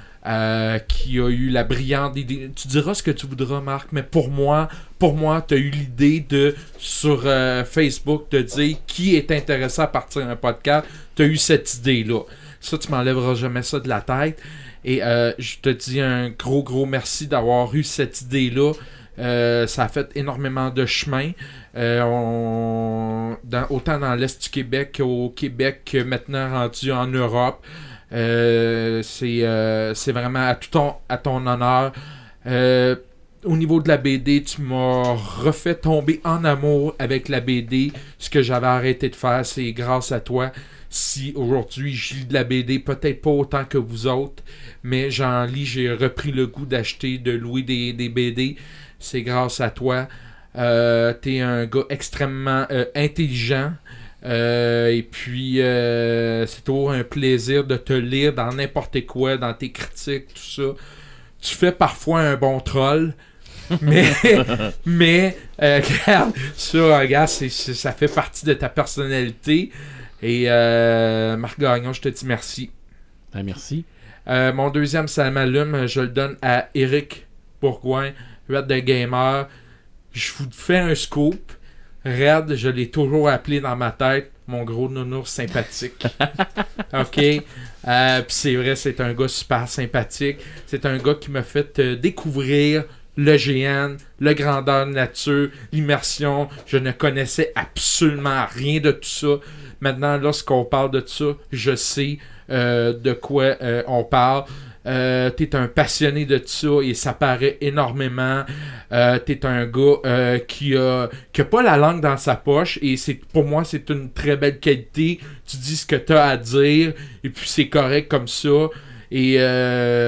Euh, qui a eu la brillante idée. Tu diras ce que tu voudras, Marc, mais pour moi, pour moi, tu as eu l'idée de, sur euh, Facebook, de dire qui est intéressé à partir d'un podcast. Tu as eu cette idée-là. Ça, tu m'enlèveras jamais ça de la tête. Et euh, je te dis un gros, gros merci d'avoir eu cette idée-là. Euh, ça a fait énormément de chemin. Euh, on... dans, autant dans l'Est du Québec qu'au Québec, que maintenant rendu en Europe. Euh, c'est, euh, c'est vraiment à, tout ton, à ton honneur. Euh, au niveau de la B D, tu m'as refait tomber en amour avec la B D. Ce que j'avais arrêté de faire, c'est grâce à toi. Si aujourd'hui je lis de la B D, peut-être pas autant que vous autres, mais j'en lis, j'ai repris le goût d'acheter, de louer des, des B D. C'est grâce à toi. Euh, t'es un gars extrêmement euh, intelligent. Euh, et puis, euh, c'est toujours un plaisir de te lire dans n'importe quoi, dans tes critiques, tout ça. Tu fais parfois un bon troll, mais, mais euh, regarde, ça, regarde, c'est, c'est, ça fait partie de ta personnalité. Et euh, Marc Gagnon, je te dis merci. Ben, merci. Euh, mon deuxième, ça m'allume, je le donne à Éric Bourgoin, Red the Gamer. Je vous fais un scoop. Red, je l'ai toujours appelé dans ma tête mon gros nounours sympathique. OK? Euh, Puis c'est vrai, c'est un gars super sympathique. C'est un gars qui m'a fait euh, découvrir le G N, le grandeur nature, l'immersion. Je ne connaissais absolument rien de tout ça. Maintenant, lorsqu'on parle de ça, je sais euh, de quoi euh, on parle. Euh, t'es un passionné de ça et ça paraît énormément. Euh, t'es un gars euh, qui a qui a pas la langue dans sa poche et c'est pour moi c'est une très belle qualité. Tu dis ce que t'as à dire et puis c'est correct comme ça. Et euh,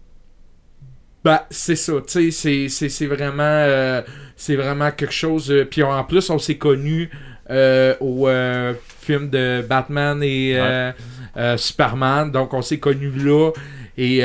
bah c'est ça, tu sais, c'est, c'est, c'est vraiment euh, c'est vraiment quelque chose. Euh, puis en plus on s'est connus euh, au euh, film de Batman et euh, ouais. euh, Superman, donc on s'est connus là. Et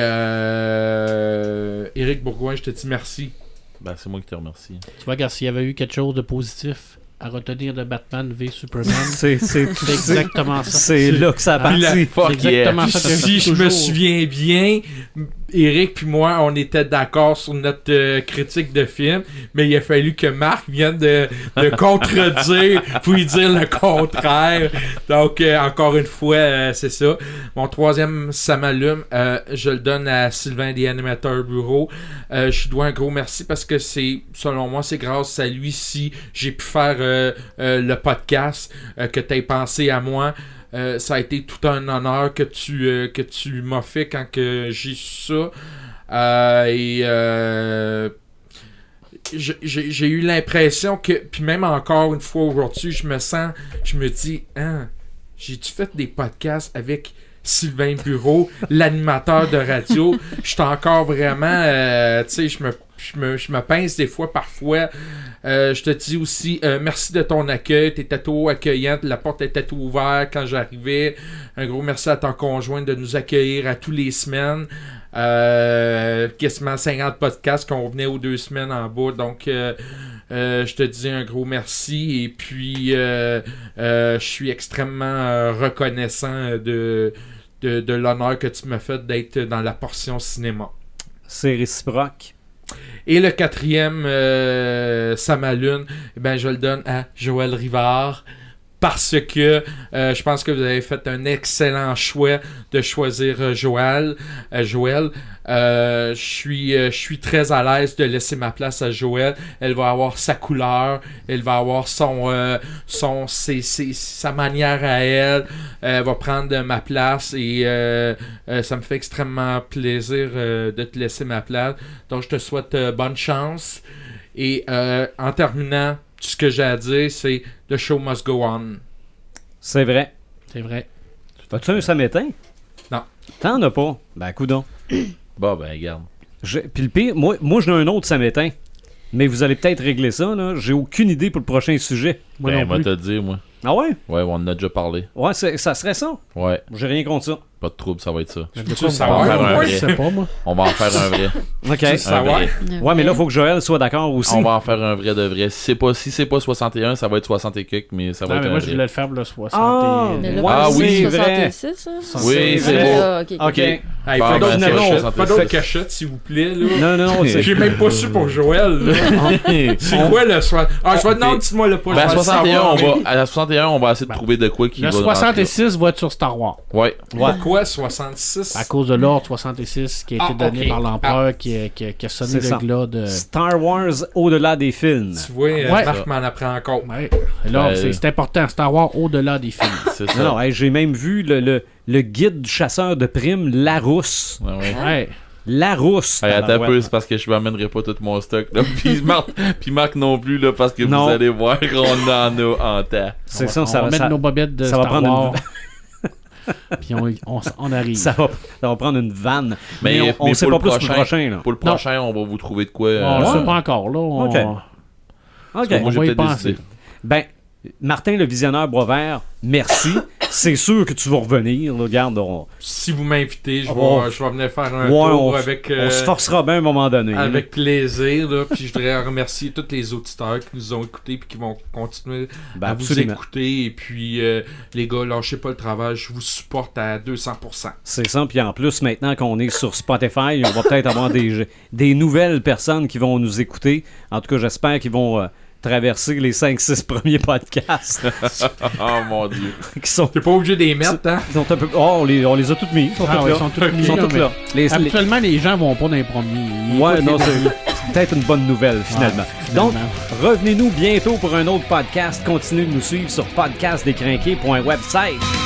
euh, Éric Bourgoin, je te dis merci. Ben, c'est moi qui te remercie. Tu vois, car s'il y avait eu quelque chose de positif à retenir de Batman v Superman, c'est, c'est, c'est exactement ça. C'est là que ça a parti. La... C'est exactement yeah. ça que si je toujours. me souviens bien, Éric puis moi, on était d'accord sur notre euh, critique de film, mais il a fallu que Marc vienne de, de contredire puis dire le contraire. Donc, euh, encore une fois, euh, c'est ça. Mon troisième, ça m'allume. Euh, je le donne à Sylvain des Animateurs Bureau. Euh, je dois un gros merci parce que c'est, selon moi, c'est grâce à lui si j'ai pu faire euh, euh, le podcast, euh, que tu aies pensé à moi. Euh, ça a été tout un honneur que tu, euh, que tu m'as fait quand que j'ai su ça. Euh, et euh, j'ai, j'ai eu l'impression que, puis même encore une fois aujourd'hui, je me sens, je me dis, hein, j'ai-tu fait des podcasts avec Sylvain Bureau, l'animateur de radio? Je suis encore vraiment, euh, tu sais, je me Je me, je me pince des fois, parfois. Euh, je te dis aussi, euh, merci de ton accueil. T'étais trop accueillante. La porte était tout ouverte quand j'arrivais. Un gros merci à ton conjoint de nous accueillir à tous les semaines. Euh, quasiment cinquante podcasts qu'on venait aux deux semaines en bas. Donc, euh, euh, je te dis un gros merci. Et puis, euh, euh, je suis extrêmement euh, reconnaissant de, de, de l'honneur que tu m'as fait d'être dans la portion cinéma. C'est réciproque. Et le quatrième, euh, ça m'allume, eh ben, je le donne à Joël Rivard. Parce que euh, je pense que vous avez fait un excellent choix de choisir euh, Joël. Euh, Joël, euh, je suis, euh, je suis très à l'aise de laisser ma place à Joël. Elle va avoir sa couleur, elle va avoir son, euh, son, ses, ses, sa manière à elle. Elle va prendre ma place et euh, euh, ça me fait extrêmement plaisir euh, de te laisser ma place. Donc je te souhaite euh, bonne chance. Et euh, en terminant, tout ce que j'ai à dire, c'est The show must go on. C'est vrai. C'est vrai. As-tu un samétain? Non. T'en as pas? Ben, coudonc. Bon, ben, regarde. Je... Puis le pire, moi, moi j'en ai un autre samétain. Mais vous allez peut-être régler ça, là. J'ai aucune idée pour le prochain sujet. Moi ben, non on va plus. te le dire, moi. Ah ouais? Ouais, on en a déjà parlé. Ouais, c'est... ça serait ça. Ouais, J'ai rien contre ça. pas de trouble, ça va être ça. Mais Tu de quoi veux on savoir, parle? on va en faire un Je vrai. sais pas, moi. On va en faire un vrai. OK. Tu veux savoir? vrai. Ouais, mais là, il faut que Joël soit d'accord aussi. On va en faire un vrai de vrai. Si c'est pas, si c'est pas soixante et un, ça va être soixante et quelques, mais ça va Ah, être mais un moi, vrai. je voulais le faire pour le soixante. Ah, et... Mais là, Ah c'est oui, c'est vrai. soixante-six, hein? Oui, c'est vrai. beau. Ah, ok, ok. OK. Hey, Bon, pas ben, d'autres c'est cachettes, soixante et pas d'autres six. cachettes, s'il vous plaît. Là. Non, non, non. c'est... J'ai même pas su pour Joël. Là. C'est quoi le soir? Ah, je vais te demander, dis-moi le pas. Ben, à je vais le soixante et un, savoir, on mais- va, à soixante et un, on va essayer de trouver de quoi qui Le va soixante-six va être sur Star Wars. rentrer. Ouais. Ouais. Pourquoi? Pourquoi soixante-six? À cause de l'ordre soixante-six qui a été Ah, donné ok. par l'empereur qui, a- qui, a- qui a sonné C'est le ça. glas de... Star Wars au-delà des films. Tu vois, euh, Ouais. Marc m'en apprend encore. Ouais. Là, Ben, c'est, c'est important. Star Wars au-delà des films. C'est Non, ça. non, hey, j'ai même vu le, le, le guide du chasseur de primes, Larousse. Ouais, ouais. Ouais. Larousse. Hey, attends un tabarouette. peu, c'est parce que je m'amènerai pas tout mon stock. Là. Puis, Marc, puis Marc non plus, là, parce que Non. vous allez voir qu'on en a en temps. C'est on ça, va, ça on va, va mettre ça, nos bobettes de ça va Star prendre Wars. Puis on, on, on arrive. ça, va, ça va prendre une vanne. Mais, Mais- on, on mais sait pour pas le plus pour le prochain- prochain. Là. Pour le prochain, on va vous trouver de quoi. on euh, ne ouais. sait pas encore. Là, on, Ok. OK. Moi, j'ai va y peut-être des penser. idées. Ben, Martin le visionneur Boisvert, merci. C'est sûr que tu vas revenir. Là. Regarde, on, Si vous m'invitez, je vais, Oh. je vais venir faire un ouais, tour on, avec, on euh, se forcera bien à un moment donné. avec plaisir. Là, puis je voudrais remercier tous les auditeurs qui nous ont écoutés et qui vont continuer Ben, à absolument. vous écouter. Et puis, euh, les gars, lâchez pas le travail. Je vous supporte à deux cents pour cent. C'est ça. Puis en plus, maintenant qu'on est sur Spotify, on va peut-être avoir des, des nouvelles personnes qui vont nous écouter. En tout cas, j'espère qu'ils vont euh, traverser les cinq six premiers podcasts Oh mon dieu. qui sont, T'es pas obligé de les mettre, hein? qui sont un peu. Oh, on les, on les a toutes mis. Ils sont Ah toutes ouais, là. ils sont tous mis, Ils sont là, toutes mais là. Les- les- Habituellement, les gens vont pas dans les premiers. Ils Ouais, écoutent non, les c'est derniers. c'est peut-être une bonne nouvelle finalement. Ouais, Donc, finalement. revenez-nous bientôt pour un autre podcast. Continuez de nous suivre sur podcast décrinqué point website.